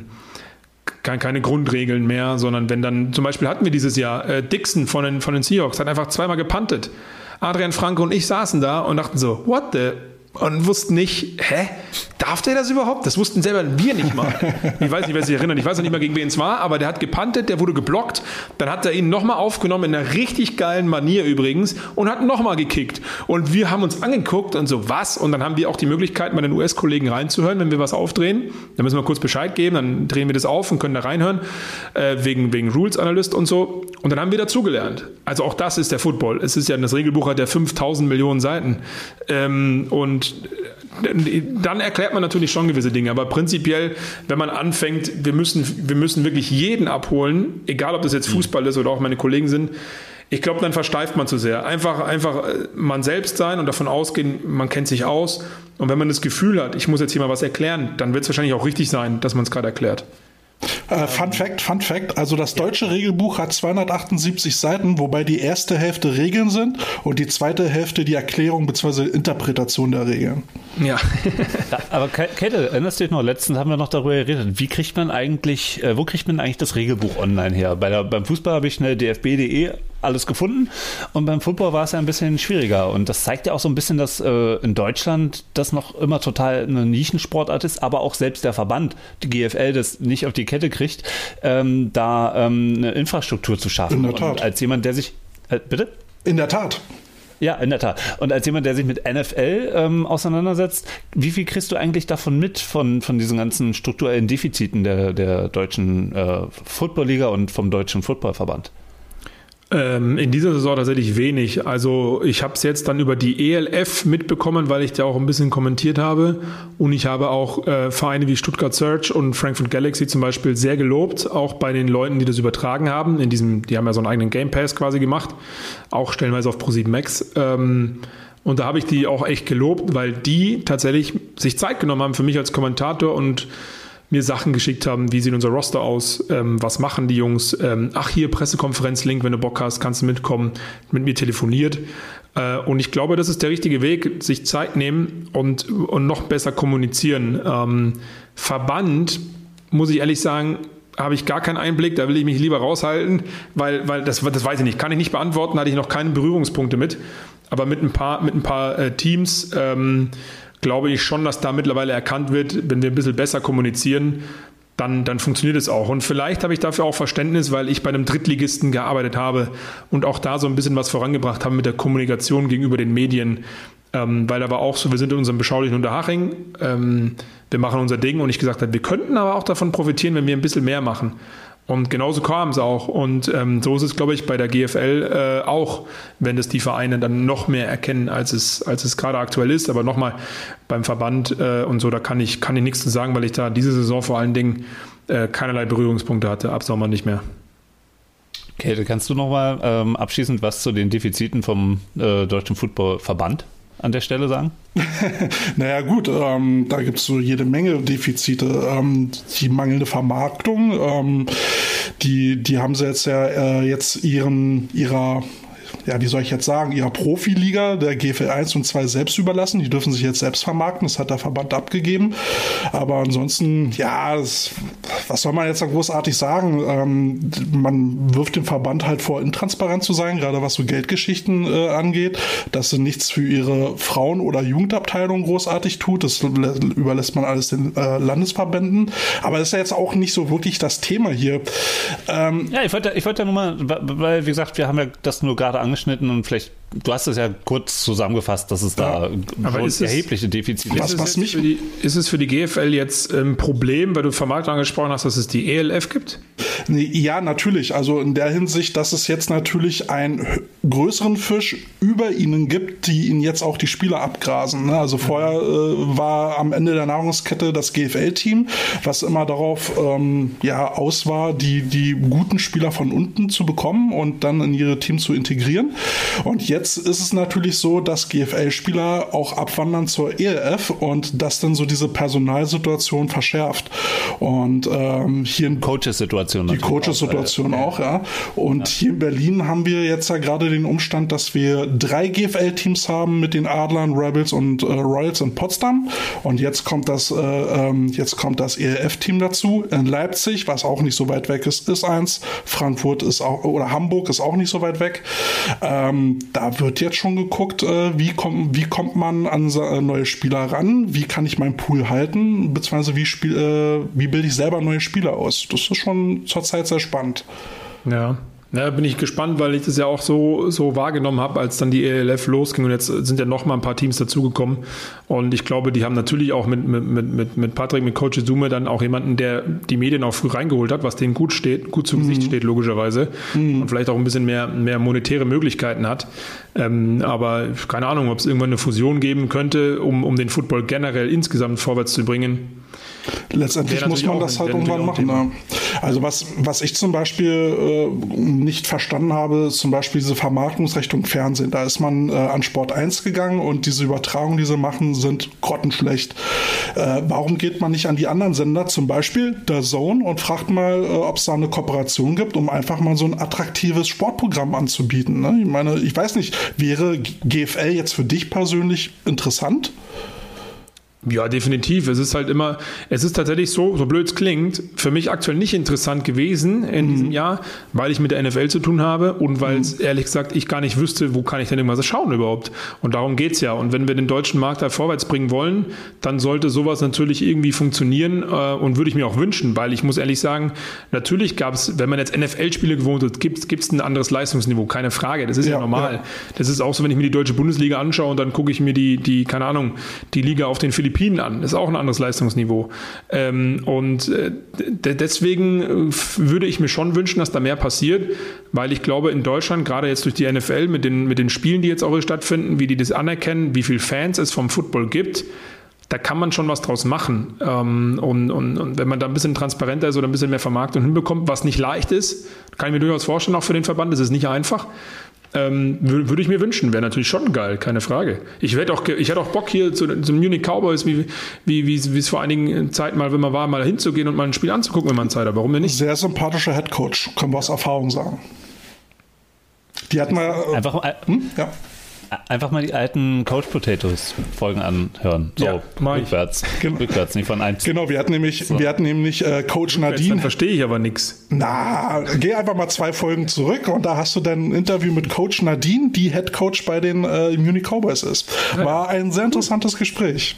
Grundregeln mehr, sondern wenn dann, zum Beispiel hatten wir dieses Jahr Dixon von den Seahawks, hat einfach zweimal gepuntet. Adrian Franke und ich saßen da und dachten so, what the? Und wussten nicht, darf der das überhaupt? Das wussten selber wir nicht mal. Ich weiß nicht, wer sich erinnert. Ich weiß noch nicht mal, gegen wen es war, aber der hat gepuntet, der wurde geblockt. Dann hat er ihn nochmal aufgenommen, in einer richtig geilen Manier übrigens, und hat nochmal gekickt. Und wir haben uns angeguckt und so, was? Und dann haben wir auch die Möglichkeit, bei den US-Kollegen reinzuhören, wenn wir was aufdrehen. Dann müssen wir kurz Bescheid geben, dann drehen wir das auf und können da reinhören, wegen Rules Analyst und so. Und dann haben wir dazugelernt. Also auch das ist der Football. Es ist ja, das Regelbuch hat ja 5000 Millionen Seiten. Und dann erklärt man natürlich schon gewisse Dinge, aber prinzipiell, wenn man anfängt, wir müssen wirklich jeden abholen, egal ob das jetzt Fußball ist oder auch meine Kollegen sind, ich glaube, dann versteift man zu sehr. Einfach man selbst sein und davon ausgehen, man kennt sich aus, und wenn man das Gefühl hat, ich muss jetzt hier mal was erklären, dann wird es wahrscheinlich auch richtig sein, dass man es gerade erklärt. Fun Fact, also das deutsche Regelbuch hat 278 Seiten, wobei die erste Hälfte Regeln sind und die zweite Hälfte die Erklärung bzw. Interpretation der Regeln. Ja. Aber Käthe, erinnerst du dich noch, letztens haben wir noch darüber geredet, wo kriegt man eigentlich das Regelbuch online her? Beim Fußball habe ich schnell dfb.de alles gefunden und beim Football war es ja ein bisschen schwieriger, und das zeigt ja auch so ein bisschen, dass in Deutschland das noch immer total eine Nischensportart ist, aber auch selbst der Verband, die GFL, das nicht auf die Kette kriegt, da eine Infrastruktur zu schaffen. In der Tat. Und als jemand, der sich... bitte? In der Tat. Ja, in der Tat. Und als jemand, der sich mit NFL auseinandersetzt, wie viel kriegst du eigentlich davon mit, von diesen ganzen strukturellen Defiziten der deutschen Football-Liga und vom Deutschen Footballverband? In dieser Saison tatsächlich wenig. Also ich habe es jetzt dann über die ELF mitbekommen, weil ich da auch ein bisschen kommentiert habe. Und ich habe auch Vereine wie Stuttgart Surge und Frankfurt Galaxy zum Beispiel sehr gelobt, auch bei den Leuten, die das übertragen haben. Die haben ja so einen eigenen Game Pass quasi gemacht, auch stellenweise auf Pro7 Max. Und da habe ich die auch echt gelobt, weil die tatsächlich sich Zeit genommen haben für mich als Kommentator und mir Sachen geschickt haben, wie sieht unser Roster aus, was machen die Jungs, hier Pressekonferenz-Link, wenn du Bock hast, kannst du mitkommen, mit mir telefoniert. Und ich glaube, das ist der richtige Weg, sich Zeit nehmen und noch besser kommunizieren. Verband, muss ich ehrlich sagen, habe ich gar keinen Einblick, da will ich mich lieber raushalten, weil das weiß ich nicht, kann ich nicht beantworten, hatte ich noch keine Berührungspunkte mit, aber mit ein paar Teams glaube ich schon, dass da mittlerweile erkannt wird, wenn wir ein bisschen besser kommunizieren, dann funktioniert es auch. Und vielleicht habe ich dafür auch Verständnis, weil ich bei einem Drittligisten gearbeitet habe und auch da so ein bisschen was vorangebracht habe mit der Kommunikation gegenüber den Medien. Weil da war auch so, wir sind in unserem beschaulichen Unterhaching, wir machen unser Ding und ich gesagt habe, wir könnten aber auch davon profitieren, wenn wir ein bisschen mehr machen. Und genauso kam es auch. Und so ist es, glaube ich, bei der GFL auch, wenn das die Vereine dann noch mehr erkennen, als es gerade aktuell ist. Aber nochmal, beim Verband und so, da kann ich nichts zu sagen, weil ich da diese Saison vor allen Dingen keinerlei Berührungspunkte hatte, ab Sommer nicht mehr. Okay, dann kannst du nochmal abschließend was zu den Defiziten vom Deutschen Footballverband an der Stelle sagen? Naja gut, da gibt es so jede Menge Defizite. Die mangelnde Vermarktung, die haben sie jetzt ihrer wie soll ich jetzt sagen, ihrer Profiliga, der GFL 1 und 2 selbst überlassen. Die dürfen sich jetzt selbst vermarkten, das hat der Verband abgegeben. Aber ansonsten, was soll man jetzt da großartig sagen? Man wirft dem Verband halt vor, intransparent zu sein, gerade was so Geldgeschichten angeht, dass sie nichts für ihre Frauen- oder Jugendabteilung großartig tut. Das überlässt man alles den Landesverbänden. Aber das ist ja jetzt auch nicht so wirklich das Thema hier. Ich wollte nur mal, weil, wie gesagt, wir haben ja das nur gerade angeschnitten und vielleicht, du hast es ja kurz zusammengefasst, dass es da erhebliche Defizite gibt. Ist es für die GFL jetzt ein Problem, weil du Vermarktung angesprochen hast, dass es die ELF gibt? Ja, natürlich. Also in der Hinsicht, dass es jetzt natürlich einen größeren Fisch über ihnen gibt, die ihnen jetzt auch die Spieler abgrasen. Also vorher war am Ende der Nahrungskette das GFL-Team, was immer darauf aus war, die guten Spieler von unten zu bekommen und dann in ihre Team zu integrieren. Und jetzt ist es natürlich so, dass GFL-Spieler auch abwandern zur ELF und das dann so diese Personalsituation verschärft. Und hier in Coaches-Situation. Die Coaches-Situation auch, ja. Und hier in Berlin haben wir jetzt ja gerade den Umstand, dass wir 3 GFL-Teams haben mit den Adlern, Rebels und Royals in Potsdam. Und jetzt kommt das ELF-Team dazu. In Leipzig, was auch nicht so weit weg ist eins. Frankfurt ist auch, oder Hamburg ist auch nicht so weit weg. Da wird jetzt schon geguckt, wie kommt man an neue Spieler ran, wie kann ich meinen Pool halten, beziehungsweise wie bilde ich selber neue Spieler aus. Das ist schon zurzeit sehr spannend. Ja. Ja, bin ich gespannt, weil ich das ja auch so wahrgenommen habe, als dann die ELF losging und jetzt sind ja noch mal ein paar Teams dazugekommen und ich glaube, die haben natürlich auch mit Patrick, mit Coach Izume dann auch jemanden, der die Medien auch früh reingeholt hat, was denen gut zu Gesicht steht, logischerweise und vielleicht auch ein bisschen mehr monetäre Möglichkeiten hat, aber keine Ahnung, ob es irgendwann eine Fusion geben könnte, um den Football generell insgesamt vorwärts zu bringen. Letztendlich muss man das halt irgendwann machen. Ne? Also was ich zum Beispiel nicht verstanden habe, ist zum Beispiel diese Vermarktungsrichtung Fernsehen. Da ist man an Sport 1 gegangen und diese Übertragungen, die sie machen, sind grottenschlecht. Warum geht man nicht an die anderen Sender, zum Beispiel DAZN, und fragt mal, ob es da eine Kooperation gibt, um einfach mal so ein attraktives Sportprogramm anzubieten? Ne? Ich meine, ich weiß nicht, wäre GFL jetzt für dich persönlich interessant? Ja, definitiv. Es ist tatsächlich so blöd es klingt, für mich aktuell nicht interessant gewesen in diesem Jahr, weil ich mit der NFL zu tun habe und weil es ehrlich gesagt ich gar nicht wüsste, wo kann ich denn irgendwas schauen überhaupt. Und darum geht's ja. Und wenn wir den deutschen Markt da vorwärts bringen wollen, dann sollte sowas natürlich irgendwie funktionieren und würde ich mir auch wünschen, weil ich muss ehrlich sagen, natürlich gab es, wenn man jetzt NFL-Spiele gewohnt hat, gibt's ein anderes Leistungsniveau, keine Frage. Das ist ja normal. Ja. Das ist auch so, wenn ich mir die deutsche Bundesliga anschaue und dann gucke ich mir die Liga auf den Philippinen an. Das ist auch ein anderes Leistungsniveau. Deswegen würde ich mir schon wünschen, dass da mehr passiert, weil ich glaube, in Deutschland, gerade jetzt durch die NFL, mit den Spielen, die jetzt auch hier stattfinden, wie die das anerkennen, wie viele Fans es vom Football gibt, da kann man schon was draus machen. Und wenn man da ein bisschen transparenter ist oder ein bisschen mehr Vermarktung hinbekommt, was nicht leicht ist, kann ich mir durchaus vorstellen, auch für den Verband, das ist nicht einfach. Würde ich mir wünschen, wäre natürlich schon geil, keine Frage. Ich hätte auch Bock hier zu Munich Cowboys, wie es vor einigen Zeiten mal, wenn man war, mal hinzugehen und mal ein Spiel anzugucken, wenn man Zeit hat. Warum denn nicht? Sehr sympathischer Headcoach, können wir aus Erfahrung sagen. Die hatten wir einfach mal die alten Couch Potatoes Folgen anhören. So, rückwärts. Rückwärts, nicht von 1. Genau, wir hatten nämlich Coach Nadine. Dann verstehe ich aber nichts. Na, geh einfach mal 2 Folgen zurück und da hast du dann ein Interview mit Coach Nadine, die Head Coach bei den Munich Cowboys ist. War ein sehr interessantes Gespräch.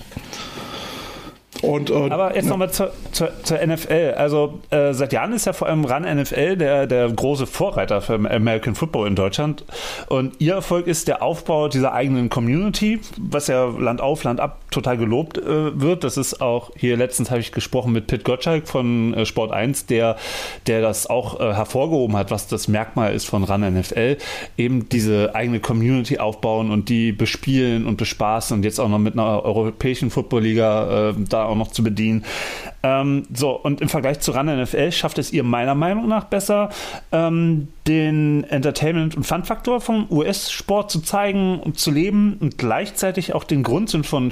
Aber jetzt nochmal zur NFL. Also seit Jahren ist ja vor allem RAN NFL der große Vorreiter für American Football in Deutschland. Und ihr Erfolg ist der Aufbau dieser eigenen Community, was ja Land auf, Land ab total gelobt wird. Das ist auch, hier letztens habe ich gesprochen mit Pit Gottschalk von Sport 1, der das auch hervorgehoben hat, was das Merkmal ist von RAN NFL. Eben diese eigene Community aufbauen und die bespielen und bespaßen und jetzt auch noch mit einer europäischen Football-Liga da auch noch zu bedienen. Und im Vergleich zu RAN NFL schafft es ihr meiner Meinung nach besser, den Entertainment- und Fun-Faktor vom US-Sport zu zeigen und zu leben und gleichzeitig auch den Grundsinn von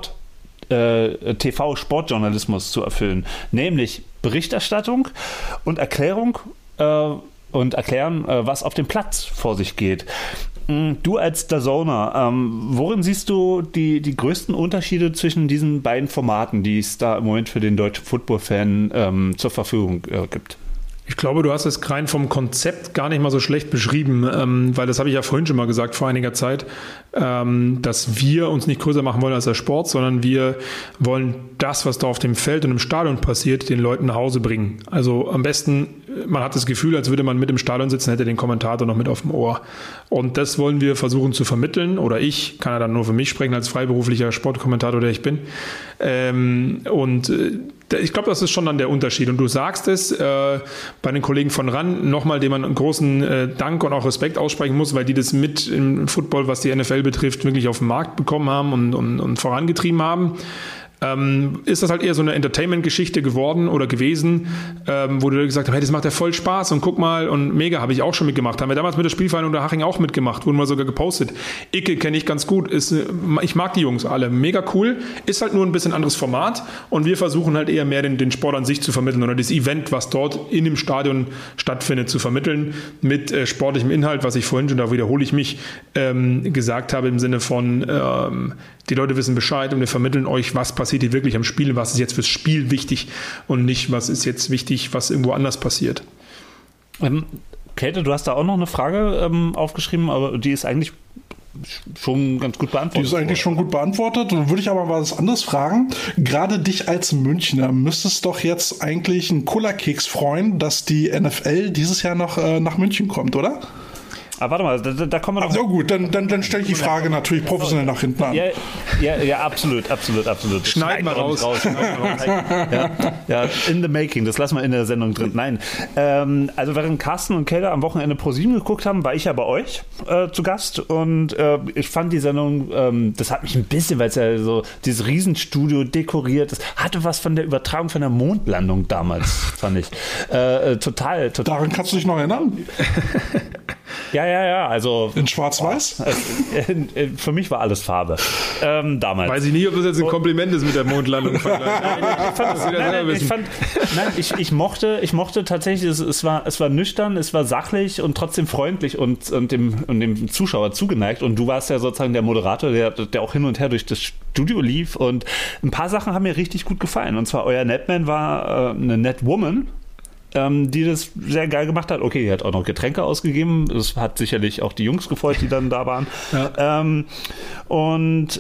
TV-Sportjournalismus zu erfüllen, nämlich Berichterstattung und Erklärung was auf dem Platz vor sich geht. Du als DAZNer, worin siehst du die größten Unterschiede zwischen diesen beiden Formaten, die es da im Moment für den deutschen Football-Fan zur Verfügung gibt? Ich glaube, du hast es rein vom Konzept gar nicht mal so schlecht beschrieben, weil das habe ich ja vorhin schon mal gesagt, vor einiger Zeit, dass wir uns nicht größer machen wollen als der Sport, sondern wir wollen das, was da auf dem Feld und im Stadion passiert, den Leuten nach Hause bringen. Also am besten, man hat das Gefühl, als würde man mit im Stadion sitzen, hätte den Kommentator noch mit auf dem Ohr. Und das wollen wir versuchen zu vermitteln, oder ich kann ja dann nur für mich sprechen, als freiberuflicher Sportkommentator, der ich bin. Ich glaube, das ist schon dann der Unterschied. Und du sagst es bei den Kollegen von RAN nochmal, dem man einen großen Dank und auch Respekt aussprechen muss, weil die das mit im Football, was die NFL betrifft, wirklich auf den Markt bekommen haben und vorangetrieben haben. Ist das halt eher so eine Entertainment-Geschichte geworden oder gewesen, wo du gesagt hast, hey, das macht ja voll Spaß und guck mal und mega, habe ich auch schon mitgemacht. Haben wir damals mit der Spielvereinigung der Haching auch mitgemacht, wurden wir sogar gepostet. Icke kenne ich ganz gut, ich mag die Jungs alle, mega cool, ist halt nur ein bisschen anderes Format und wir versuchen halt eher mehr den Sport an sich zu vermitteln oder das Event, was dort in dem Stadion stattfindet, zu vermitteln mit sportlichem Inhalt, was ich vorhin schon, da wiederhole ich mich, gesagt habe im Sinne von die Leute wissen Bescheid und wir vermitteln euch, was passiert hier wirklich am Spiel, was ist jetzt fürs Spiel wichtig und nicht, was ist jetzt wichtig, was irgendwo anders passiert. Käthe, du hast da auch noch eine Frage aufgeschrieben, aber die ist eigentlich schon ganz gut beantwortet. Die ist eigentlich schon gut beantwortet. Dann würde ich aber mal was anderes fragen. Gerade dich als Münchner müsstest doch jetzt eigentlich einen Cola-Keks freuen, dass die NFL dieses Jahr noch nach München kommt, oder? Aber warte mal, da kommen wir noch. Ach so, gut, dann stelle ich die Frage natürlich professionell nach hinten an. Ja, absolut. Schneiden wir raus. Ja, in the making, das lassen wir in der Sendung drin. Nein, also während Carsten und Käthe am Wochenende ProSieben geguckt haben, war ich ja bei euch zu Gast und ich fand die Sendung, das hat mich ein bisschen, weil es ja so dieses Riesenstudio dekoriert, das hatte was von der Übertragung von der Mondlandung damals, fand ich. Total. Daran kannst du dich noch erinnern? Ja, also... In Schwarz-Weiß? Für mich war alles Farbe. Damals. Weiß ich nicht, ob das jetzt ein Kompliment ist mit der Mondlandung. Ich mochte tatsächlich, es war nüchtern, es war sachlich und trotzdem freundlich und dem Zuschauer zugeneigt. Und du warst ja sozusagen der Moderator, der auch hin und her durch das Studio lief. Und ein paar Sachen haben mir richtig gut gefallen. Und zwar euer Netman war eine Netwoman, die das sehr geil gemacht hat. Okay, die hat auch noch Getränke ausgegeben. Das hat sicherlich auch die Jungs gefreut, die dann da waren. Ja. Und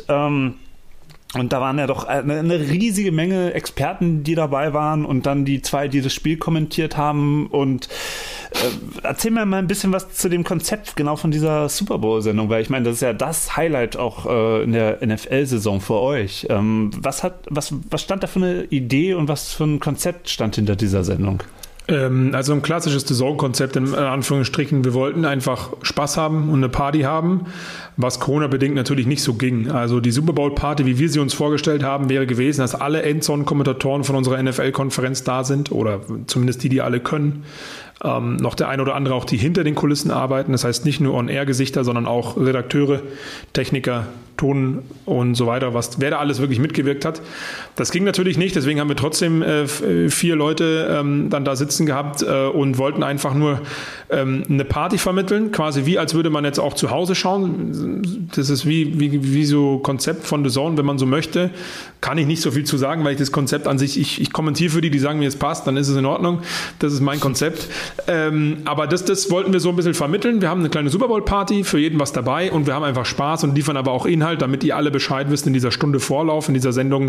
da waren ja doch eine riesige Menge Experten, die dabei waren und dann die zwei, die das Spiel kommentiert haben. Und erzähl mir mal ein bisschen was zu dem Konzept genau von dieser Super Bowl-Sendung, weil ich meine, das ist ja das Highlight auch in der NFL-Saison für euch. Was stand da für eine Idee und was für ein Konzept stand hinter dieser Sendung? Also ein klassisches The Zone-Konzept in Anführungsstrichen. Wir wollten einfach Spaß haben und eine Party haben, was Corona-bedingt natürlich nicht so ging. Also die Super Bowl-Party, wie wir sie uns vorgestellt haben, wäre gewesen, dass alle Endzone-Kommentatoren von unserer NFL-Konferenz da sind oder zumindest die alle können. Noch der ein oder andere auch, die hinter den Kulissen arbeiten. Das heißt nicht nur On-Air-Gesichter, sondern auch Redakteure, Techniker, Ton und so weiter, wer da alles wirklich mitgewirkt hat. Das ging natürlich nicht, deswegen haben wir trotzdem 4 Leute dann da sitzen gehabt und wollten einfach nur eine Party vermitteln, quasi wie als würde man jetzt auch zu Hause schauen. Das ist wie so Konzept von The Zone, wenn man so möchte. Kann ich nicht so viel zu sagen, weil ich das Konzept an sich, ich kommentiere für die sagen mir, es passt, dann ist es in Ordnung. Das ist mein Konzept. Aber das wollten wir so ein bisschen vermitteln. Wir haben eine kleine Super Bowl-Party, für jeden was dabei und wir haben einfach Spaß und liefern aber auch Inhalt, damit ihr alle Bescheid wisst in dieser Stunde Vorlauf, in dieser Sendung,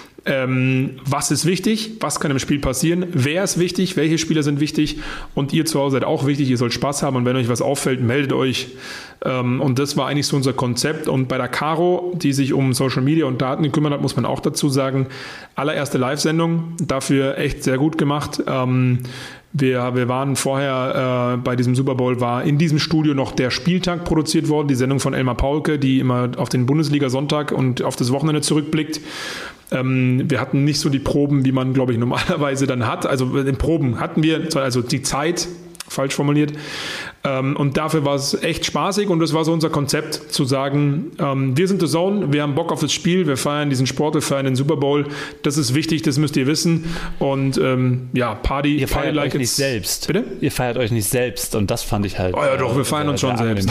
was ist wichtig, was kann im Spiel passieren, wer ist wichtig, welche Spieler sind wichtig und ihr zu Hause seid auch wichtig, ihr sollt Spaß haben und wenn euch was auffällt, meldet euch. Und das war eigentlich so unser Konzept. Und bei der Caro, die sich um Social Media und Daten gekümmert hat, muss man auch dazu sagen, allererste Live-Sendung, dafür echt sehr gut gemacht. Wir waren vorher bei diesem Super Bowl, war in diesem Studio noch der Spieltag produziert worden, die Sendung von Elmar Paulke, die immer auf den Bundesliga-Sonntag und auf das Wochenende zurückblickt. Wir hatten nicht so die Proben, wie man, glaube ich, normalerweise dann hat. Also in Proben hatten wir, also die Zeit, falsch formuliert. Und dafür war es echt spaßig und das war so unser Konzept, zu sagen, wir sind The Zone, wir haben Bock auf das Spiel, wir feiern diesen Sport, wir feiern den Super Bowl, das ist wichtig, das müsst ihr wissen und Party. Ihr feiert euch nicht selbst. Bitte? Ihr feiert euch nicht selbst und das fand ich halt... Oh ja doch, wir feiern uns schon selbst.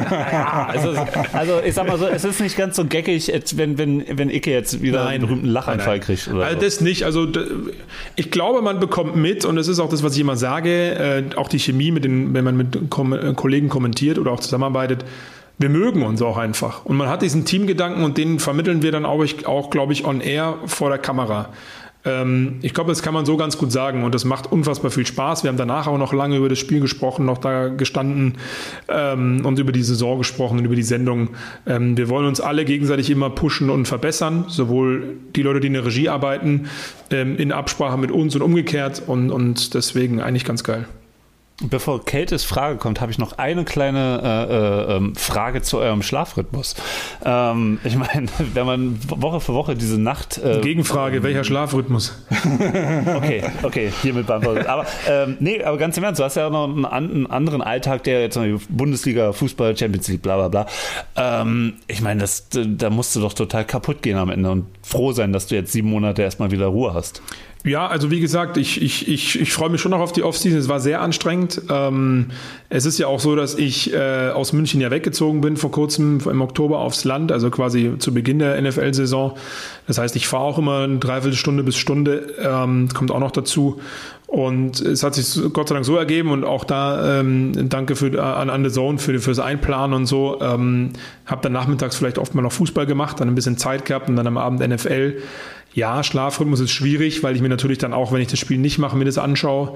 Also ich sag mal so, es ist nicht ganz so geckig, wenn Icke jetzt wieder einen berühmten Lachanfall kriegt. Oder also das nicht, also ich glaube, man bekommt mit und das ist auch das, was ich immer sage, auch die Chemie, wenn man mit Kollegen kommentiert oder auch zusammenarbeitet, wir mögen uns auch einfach. Und man hat diesen Teamgedanken und den vermitteln wir dann auch glaube ich, on air vor der Kamera. Ich glaube, das kann man so ganz gut sagen und das macht unfassbar viel Spaß. Wir haben danach auch noch lange über das Spiel gesprochen, noch da gestanden und über die Saison gesprochen und über die Sendung. Wir wollen uns alle gegenseitig immer pushen und verbessern, sowohl die Leute, die in der Regie arbeiten, in Absprache mit uns und umgekehrt und deswegen eigentlich ganz geil. Bevor Kates Frage kommt, habe ich noch eine kleine Frage zu eurem Schlafrhythmus. Ich meine, wenn man Woche für Woche diese Nacht... Gegenfrage, welcher Schlafrhythmus? Okay, hiermit beantwortet. Aber aber ganz im Ernst, du hast ja auch noch einen anderen Alltag, der jetzt Bundesliga, Fußball, Champions League, bla bla bla. Ich meine, da musst du doch total kaputt gehen am Ende und froh sein, dass du jetzt 7 Monate erstmal wieder Ruhe hast. Ja, also wie gesagt, ich freue mich schon noch auf die Offseason. Es war sehr anstrengend. Es ist ja auch so, dass ich aus München ja weggezogen bin vor kurzem im Oktober aufs Land, also quasi zu Beginn der NFL-Saison. Das heißt, ich fahre auch immer eine Dreiviertelstunde bis Stunde, kommt auch noch dazu. Und es hat sich Gott sei Dank so ergeben und auch da danke an The Zone fürs Einplanen und so. Habe dann nachmittags vielleicht oft mal noch Fußball gemacht, dann ein bisschen Zeit gehabt und dann am Abend NFL. Ja, Schlafrhythmus ist schwierig, weil ich mir natürlich dann auch, wenn ich das Spiel nicht mache, mir das anschaue.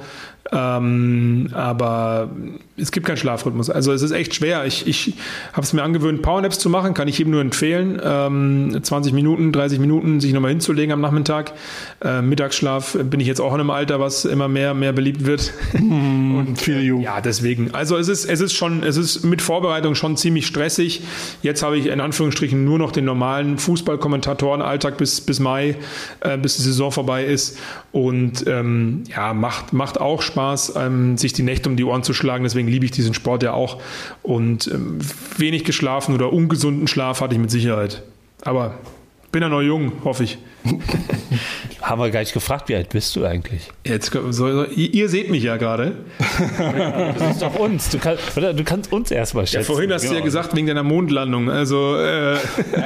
Aber es gibt keinen Schlafrhythmus. Also es ist echt schwer. Ich habe es mir angewöhnt, Powernaps zu machen, kann ich jedem nur empfehlen. 20 Minuten, 30 Minuten sich nochmal hinzulegen am Nachmittag. Mittagsschlaf bin ich jetzt auch in einem Alter, was immer mehr beliebt wird. Und viel jung. Ja, deswegen. Also es ist mit Vorbereitung schon ziemlich stressig. Jetzt habe ich in Anführungsstrichen nur noch den normalen Fußballkommentatoren-Alltag bis Mai, bis die Saison vorbei ist. Und macht auch Spaß. Spaß, sich die Nächte um die Ohren zu schlagen. Deswegen liebe ich diesen Sport ja auch. Und wenig geschlafen oder ungesunden Schlaf hatte ich mit Sicherheit. Aber bin ja noch jung, hoffe ich. Haben wir gar nicht gefragt, wie alt bist du eigentlich? Jetzt, ihr seht mich ja gerade. Du siehst doch uns. Du kannst uns erstmal schätzen. Ja, vorhin hast du ja gesagt, wegen deiner Mondlandung. Also, ja.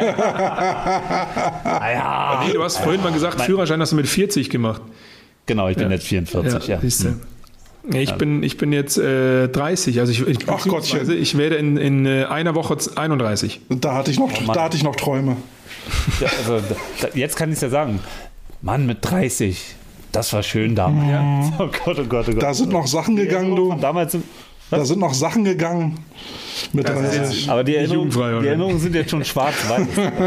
Nee, du hast vorhin mal gesagt, Führerschein hast du mit 40 gemacht. Genau, ich bin jetzt 44. Ja. Siehst du. Ich bin jetzt 30, also Ach Gottchen. Ich werde in einer Woche 31. Da hatte ich noch Träume. Also, jetzt kann ich es ja sagen. Mann, mit 30, das war schön damals. Ja. Oh Gott, oh Gott, oh Gott. Da sind noch Sachen gegangen, du. Damals Da sind noch Sachen gegangen mit 30. Aber die Erinnerungen sind jetzt schon schwarz-weiß.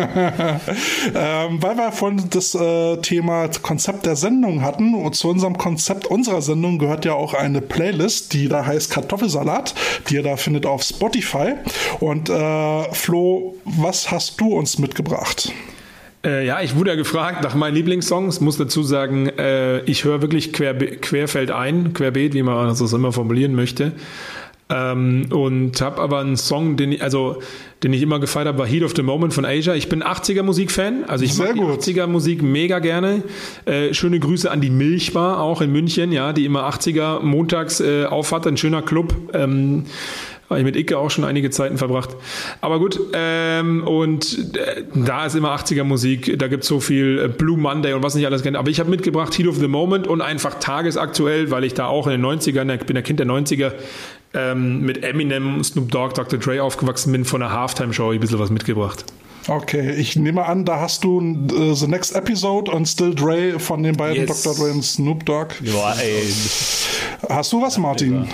Weil wir vorhin das Thema Konzept der Sendung hatten, und zu unserem Konzept unserer Sendung gehört ja auch eine Playlist, die da heißt Kartoffelsalat, die ihr da findet auf Spotify. Und Flo, was hast du uns mitgebracht? Ja, ich wurde ja gefragt nach meinen Lieblingssongs. Muss dazu sagen, ich höre wirklich querbeet, wie man das immer formulieren möchte. Und habe aber einen Song, den ich immer gefeiert habe, war Heat of the Moment von Asia. Ich bin 80er-Musik-Fan, also ich mag die 80er-Musik mega gerne. Schöne Grüße an die Milchbar, auch in München, ja, die immer 80er montags aufhat, ein schöner Club. Habe ich mit Icke auch schon einige Zeiten verbracht. Aber gut, da ist immer 80er Musik, da gibt es so viel Blue Monday und was nicht alles kennt. Aber ich habe mitgebracht Heat of the Moment und einfach tagesaktuell, weil ich da auch in den 90ern, ich bin der Kind der 90er, mit Eminem, Snoop Dogg, Dr. Dre aufgewachsen bin, von der Halftime-Show ein bisschen was mitgebracht. Okay, ich nehme an, da hast du The Next Episode und Still Dre von den beiden, yes. Dr. Dre und Snoop Dogg. Boah, ey. Hast du was, Martin?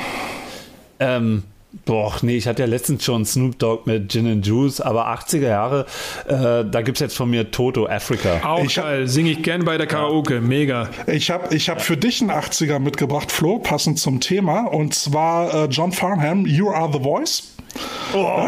Ich hatte ja letztens schon Snoop Dogg mit Gin and Juice, aber 80er Jahre, da gibt's jetzt von mir Toto Africa. Auch geil, singe ich gern bei der Karaoke, mega. Ich hab für dich einen 80er mitgebracht, Flo, passend zum Thema, und zwar John Farnham, You Are the Voice. Oh.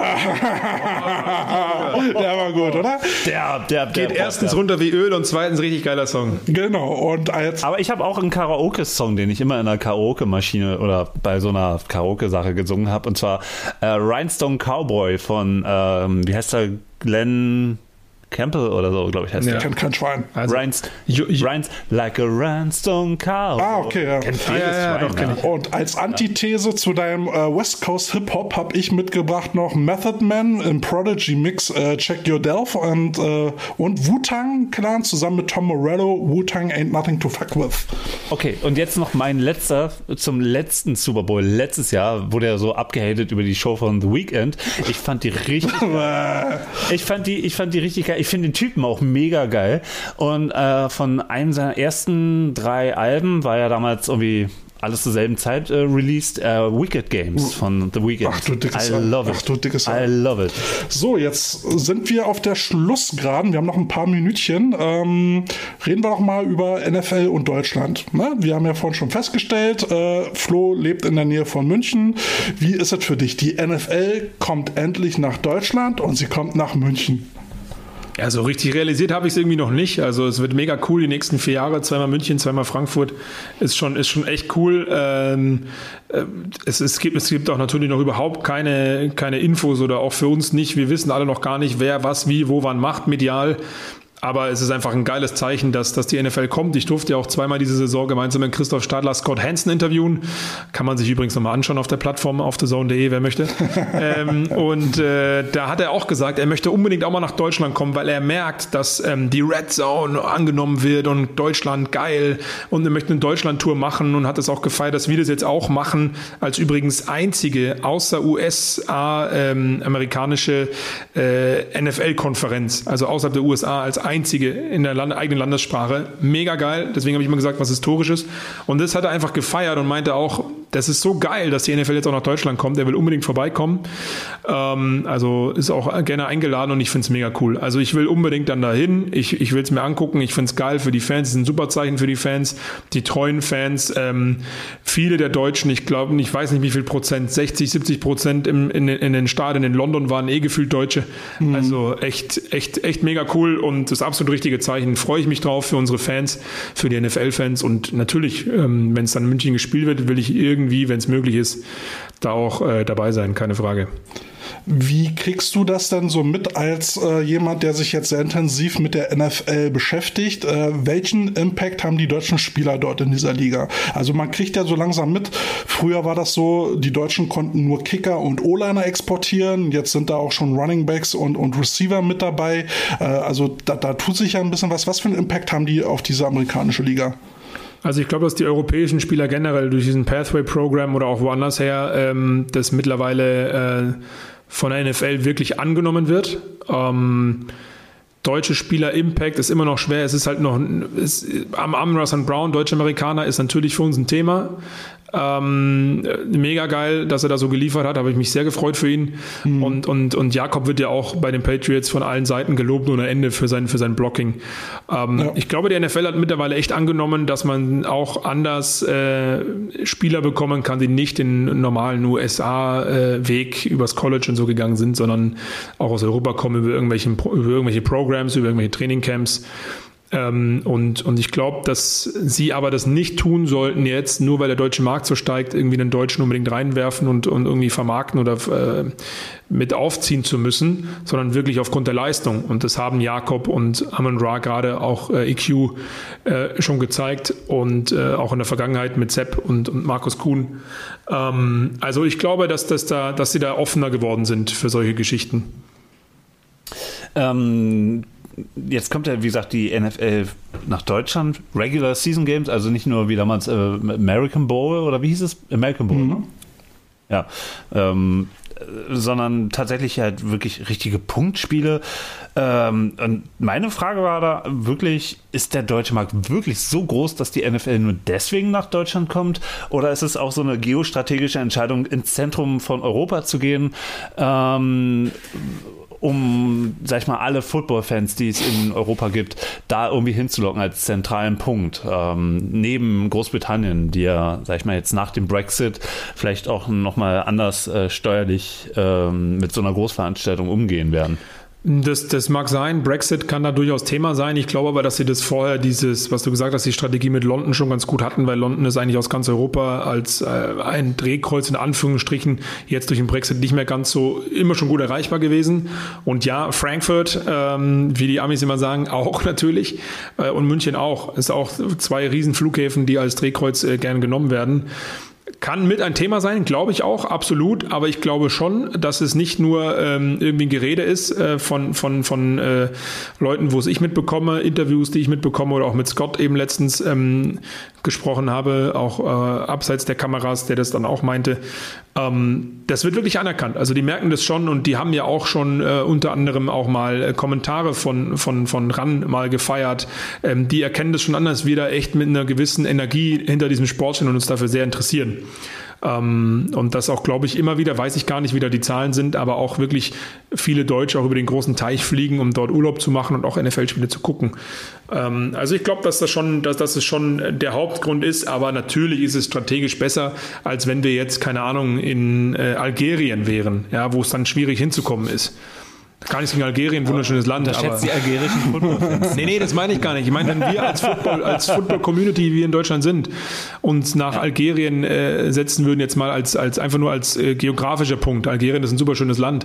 Der war gut, oder? Der geht erstens runter wie Öl und zweitens richtig geiler Song. Genau. Aber ich habe auch einen Karaoke-Song, den ich immer in einer Karaoke-Maschine oder bei so einer Karaoke-Sache gesungen habe, und zwar Rhinestone Cowboy von, wie heißt der, Glenn Campbell oder so, glaube ich, heißt der. Kennt kein Schwein. Also, Rhinds like a rhinestone cow. Okay, ja. Doch, kenn ich. Und als Antithese zu deinem West Coast Hip-Hop habe ich mitgebracht noch Method Man im Prodigy Mix, Check Your Delf, und Wu-Tang Clan zusammen mit Tom Morello, Wu-Tang Ain't Nothing to Fuck With. Okay, und jetzt noch mein letzter zum letzten Super Bowl. Letztes Jahr wurde er so abgehatet über die Show von The Weeknd. Ich fand die richtig geil. Ich fand die richtig geil. Ich finde den Typen auch mega geil. Und von einem seiner ersten 3 Alben war ja damals irgendwie alles zur selben Zeit released, Wicked Games von The Weeknd. Ach du dickes I love it. So, jetzt sind wir auf der Schlussgeraden. Wir haben noch ein paar Minütchen. Reden wir doch mal über NFL und Deutschland. Ne? Wir haben ja vorhin schon festgestellt, Flo lebt in der Nähe von München. Wie ist es für dich? Die NFL kommt endlich nach Deutschland und sie kommt nach München. Ja, so richtig realisiert habe ich es irgendwie noch nicht. Also es wird mega cool die nächsten 4 Jahre. 2-mal München, 2-mal Frankfurt. Ist schon echt cool. Es gibt auch natürlich noch überhaupt keine Infos oder auch für uns nicht. Wir wissen alle noch gar nicht, wer was, wie, wo, wann macht medial. Aber es ist einfach ein geiles Zeichen, dass die NFL kommt. Ich durfte ja auch 2-mal diese Saison gemeinsam mit Christoph Stadler Scott Hansen interviewen. Kann man sich übrigens nochmal anschauen auf der Plattform auf thezone.de, wer möchte. Da hat er auch gesagt, er möchte unbedingt auch mal nach Deutschland kommen, weil er merkt, dass die Red Zone angenommen wird und Deutschland geil. Und er möchte eine Deutschland-Tour machen und hat es auch gefeiert, dass wir das jetzt auch machen, als übrigens einzige außer USA amerikanische NFL-Konferenz, also außerhalb der USA als einzige in der eigenen Landessprache. Mega geil. Deswegen habe ich immer gesagt, was Historisches. Und das hat er einfach gefeiert und meinte auch, das ist so geil, dass die NFL jetzt auch nach Deutschland kommt. Er will unbedingt vorbeikommen. Also ist auch gerne eingeladen und ich finde es mega cool. Also ich will unbedingt dann dahin. Ich will es mir angucken. Ich finde es geil für die Fans. Es ist ein super Zeichen für die Fans, die treuen Fans. Viele der Deutschen, ich glaube, ich weiß nicht wie viel Prozent, 60-70% in den Stadien in London waren gefühlt Deutsche. Also echt mega cool und das absolut richtige Zeichen. Freue ich mich drauf für unsere Fans, für die NFL-Fans und natürlich, wenn es dann in München gespielt wird, will ich irgendwie, wenn es möglich ist, da auch dabei sein, keine Frage. Wie kriegst du das denn so mit als jemand, der sich jetzt sehr intensiv mit der NFL beschäftigt? Welchen Impact haben die deutschen Spieler dort in dieser Liga? Also man kriegt ja so langsam mit, früher war das so, die Deutschen konnten nur Kicker und O-Liner exportieren, jetzt sind da auch schon Running Backs und Receiver mit dabei. Also da tut sich ja ein bisschen was. Was für einen Impact haben die auf diese amerikanische Liga? Also ich glaube, dass die europäischen Spieler generell durch diesen Pathway-Programm oder auch woanders her, das mittlerweile von der NFL wirklich angenommen wird. Deutsche Spieler-Impact ist immer noch schwer. Es ist halt noch, Amon-Ra St. Brown, Deutsch-Amerikaner, ist natürlich für uns ein Thema. Mega geil, dass er da so geliefert hat, habe ich mich sehr gefreut für ihn. Und Jakob wird ja auch bei den Patriots von allen Seiten gelobt ohne Ende für sein Blocking. Ich glaube, die NFL hat mittlerweile echt angenommen, dass man auch anders Spieler bekommen kann, die nicht den normalen USA-Weg übers College und so gegangen sind, sondern auch aus Europa kommen über irgendwelche Programs, über irgendwelche Trainingcamps. Und ich glaube, dass sie aber das nicht tun sollten jetzt, nur weil der deutsche Markt so steigt, irgendwie einen Deutschen unbedingt reinwerfen und irgendwie vermarkten oder mit aufziehen zu müssen, sondern wirklich aufgrund der Leistung. Und das haben Jakob und Amon-Ra, gerade auch EQ, schon gezeigt und auch in der Vergangenheit mit Sepp und Markus Kuhn. Also ich glaube, dass sie da offener geworden sind für solche Geschichten. Jetzt kommt ja, wie gesagt, die NFL nach Deutschland. Regular Season Games, also nicht nur wie damals American Bowl oder wie hieß es? American Bowl, ne? Ja. Sondern tatsächlich halt wirklich richtige Punktspiele. Und meine Frage war da wirklich, ist der deutsche Markt wirklich so groß, dass die NFL nur deswegen nach Deutschland kommt? Oder ist es auch so eine geostrategische Entscheidung, ins Zentrum von Europa zu gehen? Um, sag ich mal, alle Football-Fans, die es in Europa gibt, da irgendwie hinzulocken als zentralen Punkt. Neben Großbritannien, die ja, sag ich mal, jetzt nach dem Brexit vielleicht auch nochmal anders steuerlich mit so einer Großveranstaltung umgehen werden. Das mag sein, Brexit kann da durchaus Thema sein. Ich glaube aber, dass sie das vorher, was du gesagt hast, die Strategie mit London schon ganz gut hatten, weil London ist eigentlich aus ganz Europa als ein Drehkreuz in Anführungsstrichen jetzt durch den Brexit nicht mehr ganz so, immer schon gut erreichbar gewesen. Und ja, Frankfurt, wie die Amis immer sagen, auch natürlich und München auch. Ist auch 2 Riesenflughäfen, die als Drehkreuz gern genommen werden. Kann mit ein Thema sein, glaube ich auch, absolut. Aber ich glaube schon, dass es nicht nur irgendwie ein Gerede ist von Leuten, wo es ich mitbekomme, Interviews, die ich mitbekomme oder auch mit Scott eben letztens gesprochen habe, auch abseits der Kameras, der das dann auch meinte. Das wird wirklich anerkannt. Also die merken das schon und die haben ja auch schon unter anderem auch mal Kommentare von RAN mal gefeiert. Die erkennen das schon an, dass wir da echt mit einer gewissen Energie hinter diesem Sport stehen und uns dafür sehr interessieren. Und das auch, glaube ich, immer wieder, weiß ich gar nicht, wie da die Zahlen sind, aber auch wirklich viele Deutsche auch über den großen Teich fliegen, um dort Urlaub zu machen und auch NFL-Spiele zu gucken. Also ich glaube, dass das schon der Hauptgrund ist, aber natürlich ist es strategisch besser, als wenn wir jetzt, keine Ahnung, in Algerien wären, ja, wo es dann schwierig hinzukommen ist. Gar nichts gegen Algerien, wunderschönes Land. Da schätzt die algerischen Football-Fans. Nee, das meine ich gar nicht. Ich meine, wenn wir als Football-Community, wie wir in Deutschland sind, uns nach Algerien setzen würden, jetzt mal als einfach nur als geografischer Punkt. Algerien ist ein super schönes Land.